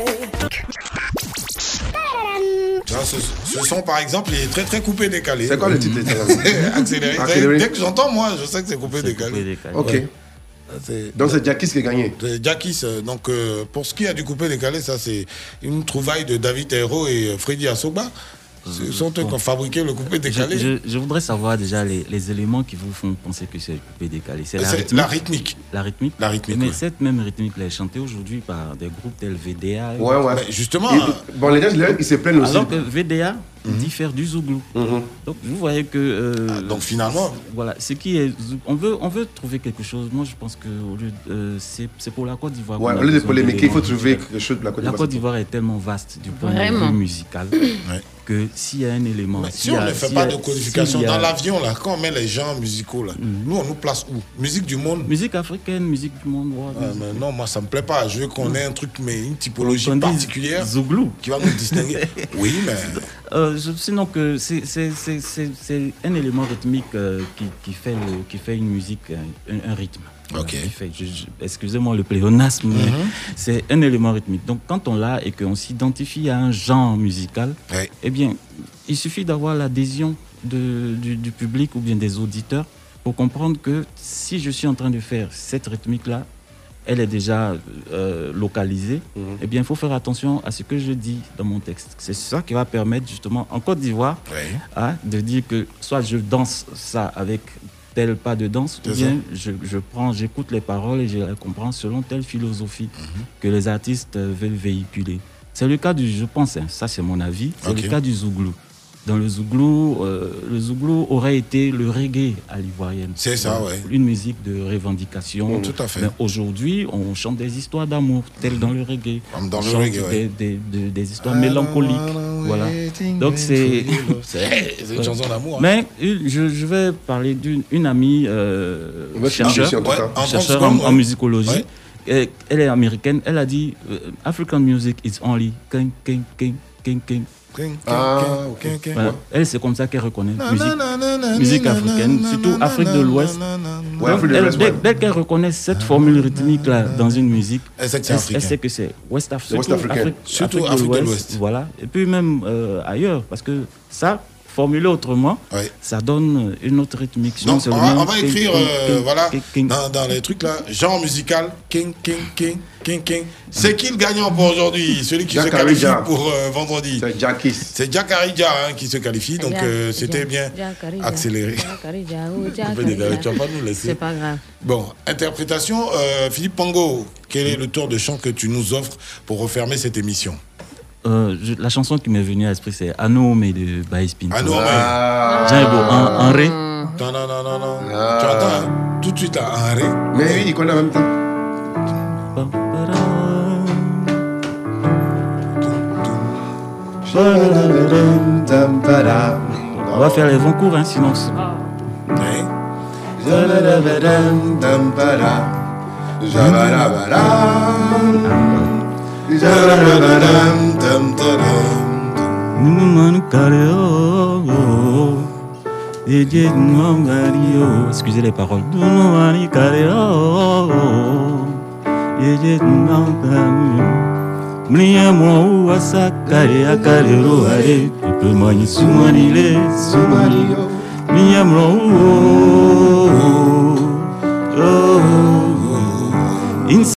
Tu vois, ce, ce son, par exemple, il est très très coupé décalé. C'est quoi le titre? Accéléré. Accéléré. Dès que j'entends, moi, je sais que c'est coupé décalé. Ok. Ouais. C'est- Donc c'est Jackie qui a gagné. C'est Jackis. euh, Donc, euh, pour ce qui a du coupé décalé, ça, c'est une trouvaille de David Hero et euh, Freddy Asoba. Ce sont eux qui ont fabriqué le coupé Je, décalé. je- je voudrais savoir déjà les, les éléments qui vous font penser que c'est coupé décalé. C'est la C'est rythmique. la rythmique. La rythmique. La rythmique, Mais oui. cette même rythmique là est chantée aujourd'hui par des groupes tels V D A. Ouais, ouais. Mais justement, Et- hein. bon, les gens, les gens, ils se plaignent aussi. Alors que V D A diffère du zouglou. Donc vous voyez que. euh, donc finalement. Voilà, ce qui est. On veut, on veut trouver quelque chose. Moi je pense que au lieu de, euh, c'est, c'est pour la Côte d'Ivoire. Ouais, qu'on a au lieu de besoin polémiquer, il faut d'éléments trouver musicaux. quelque chose pour la Côte La d'Ivoire. Côte d'Ivoire est tellement vaste du point Vraiment. de vue musical que s'il y a un élément. Mais si s'il y on a- ne fait s'il pas y a- de codification s'il y a- dans l'avion, là, quand on met les genres musicaux, là, nous, on nous place où? Musique du monde? Musique africaine, musique du monde. ouais, Ouais, musique- mais non, moi, ça me plaît pas. Je veux qu'on ait un truc, mais une typologie On dit particulière Zouglou. qui va nous distinguer. Oui, mais. Euh, je- sinon que c'est, c'est, c'est, c'est, c'est un élément rythmique euh, qui, qui, fait le- qui fait une musique, euh, un, un rythme. Voilà, Ok. qui fait- je- je- excusez-moi le pléonasme, mais Mhm. c'est un élément rythmique. Donc quand on l'a et qu'on s'identifie à un genre musical, Ouais. eh bien, il suffit d'avoir l'adhésion de, du, du public ou bien des auditeurs pour comprendre que si je suis en train de faire cette rythmique-là, elle est déjà euh, localisée, eh bien, il faut faire attention à ce que je dis dans mon texte. C'est ça qui va permettre justement en Côte d'Ivoire Ouais. hein, de dire que soit je danse ça avec tel pas de danse, ou C'est bien je, je prends, j'écoute les paroles et je les comprends selon telle philosophie que les artistes euh, veulent véhiculer. C'est le cas du, je pense, hein, ça c'est mon avis, c'est Ok. le cas du zouglou. dans le Zouglou, euh, le Zouglou aurait été le reggae à l'ivoirienne. C'est ça, ouais. Une musique de revendication. Mmh, tout à fait. Mais aujourd'hui, on chante des histoires d'amour, telles dans le reggae. Comme dans on le chante reggae, des, ouais. des, des, des histoires mélancoliques. Voilà. Donc c'est... C'est une chanson d'amour. Hein. Mais je, je vais parler d'une une amie euh, chercheur, ouais, en, chercheur secondes, en, en ouais. musicologie. Ouais. Et, elle est américaine. Elle a dit euh, African music is only king, king, king, king, king. Ah, ok. Voilà. Elle, c'est comme ça qu'elle reconnaît Na, musique, na, na, na, musique na, africaine, na, surtout na, Afrique na, de na, l'Ouest. na, na, na. Ouais, Donc, Afrique de elle, l'Ouest, dès, ouais. dès qu'elle reconnaît cette formule rythmique là dans une musique, Elle sait que c'est elle, africain. elle sait que c'est West, Af West surtout africain. Afrique, Surtout Afrique Afrique de de l'Ouest. l'Ouest. Voilà. Et puis même euh, ailleurs, parce que ça, formulé autrement, Ouais. ça donne une autre rythmique. Donc, C'est on le va, même on va king, écrire, king, euh, king, voilà, king, king. dans, dans les trucs là, genre musical, king, king, king, king, king. C'est qui le gagnant pour aujourd'hui? Celui qui Jack se qualifie Arija. pour euh, vendredi. C'est Jackis. C'est Jack Arija hein, qui se qualifie, donc euh, c'était bien accéléré. On peut dégager, tu vas pas nous laisser. C'est pas grave. Bon, interprétation, euh, Philippe Pango, quel est le tour de chant que tu nous offres pour refermer cette émission? Euh, je- la chanson qui m'est venue à l'esprit, c'est Anoume de Baïs Pinto. Anoume. Ah. Jean Ebo, en, en ré. Non, non, non, non, non. Ah. Tu entends, hein? Tout de suite là, un ré. Mais oui, il connaît en même temps. On va faire les vents courts, hein, sinon. c'est- Ouais. Excusez les paroles. Mlia mwa asakare akarero are pepe mani sumanile sumanio mlia mwa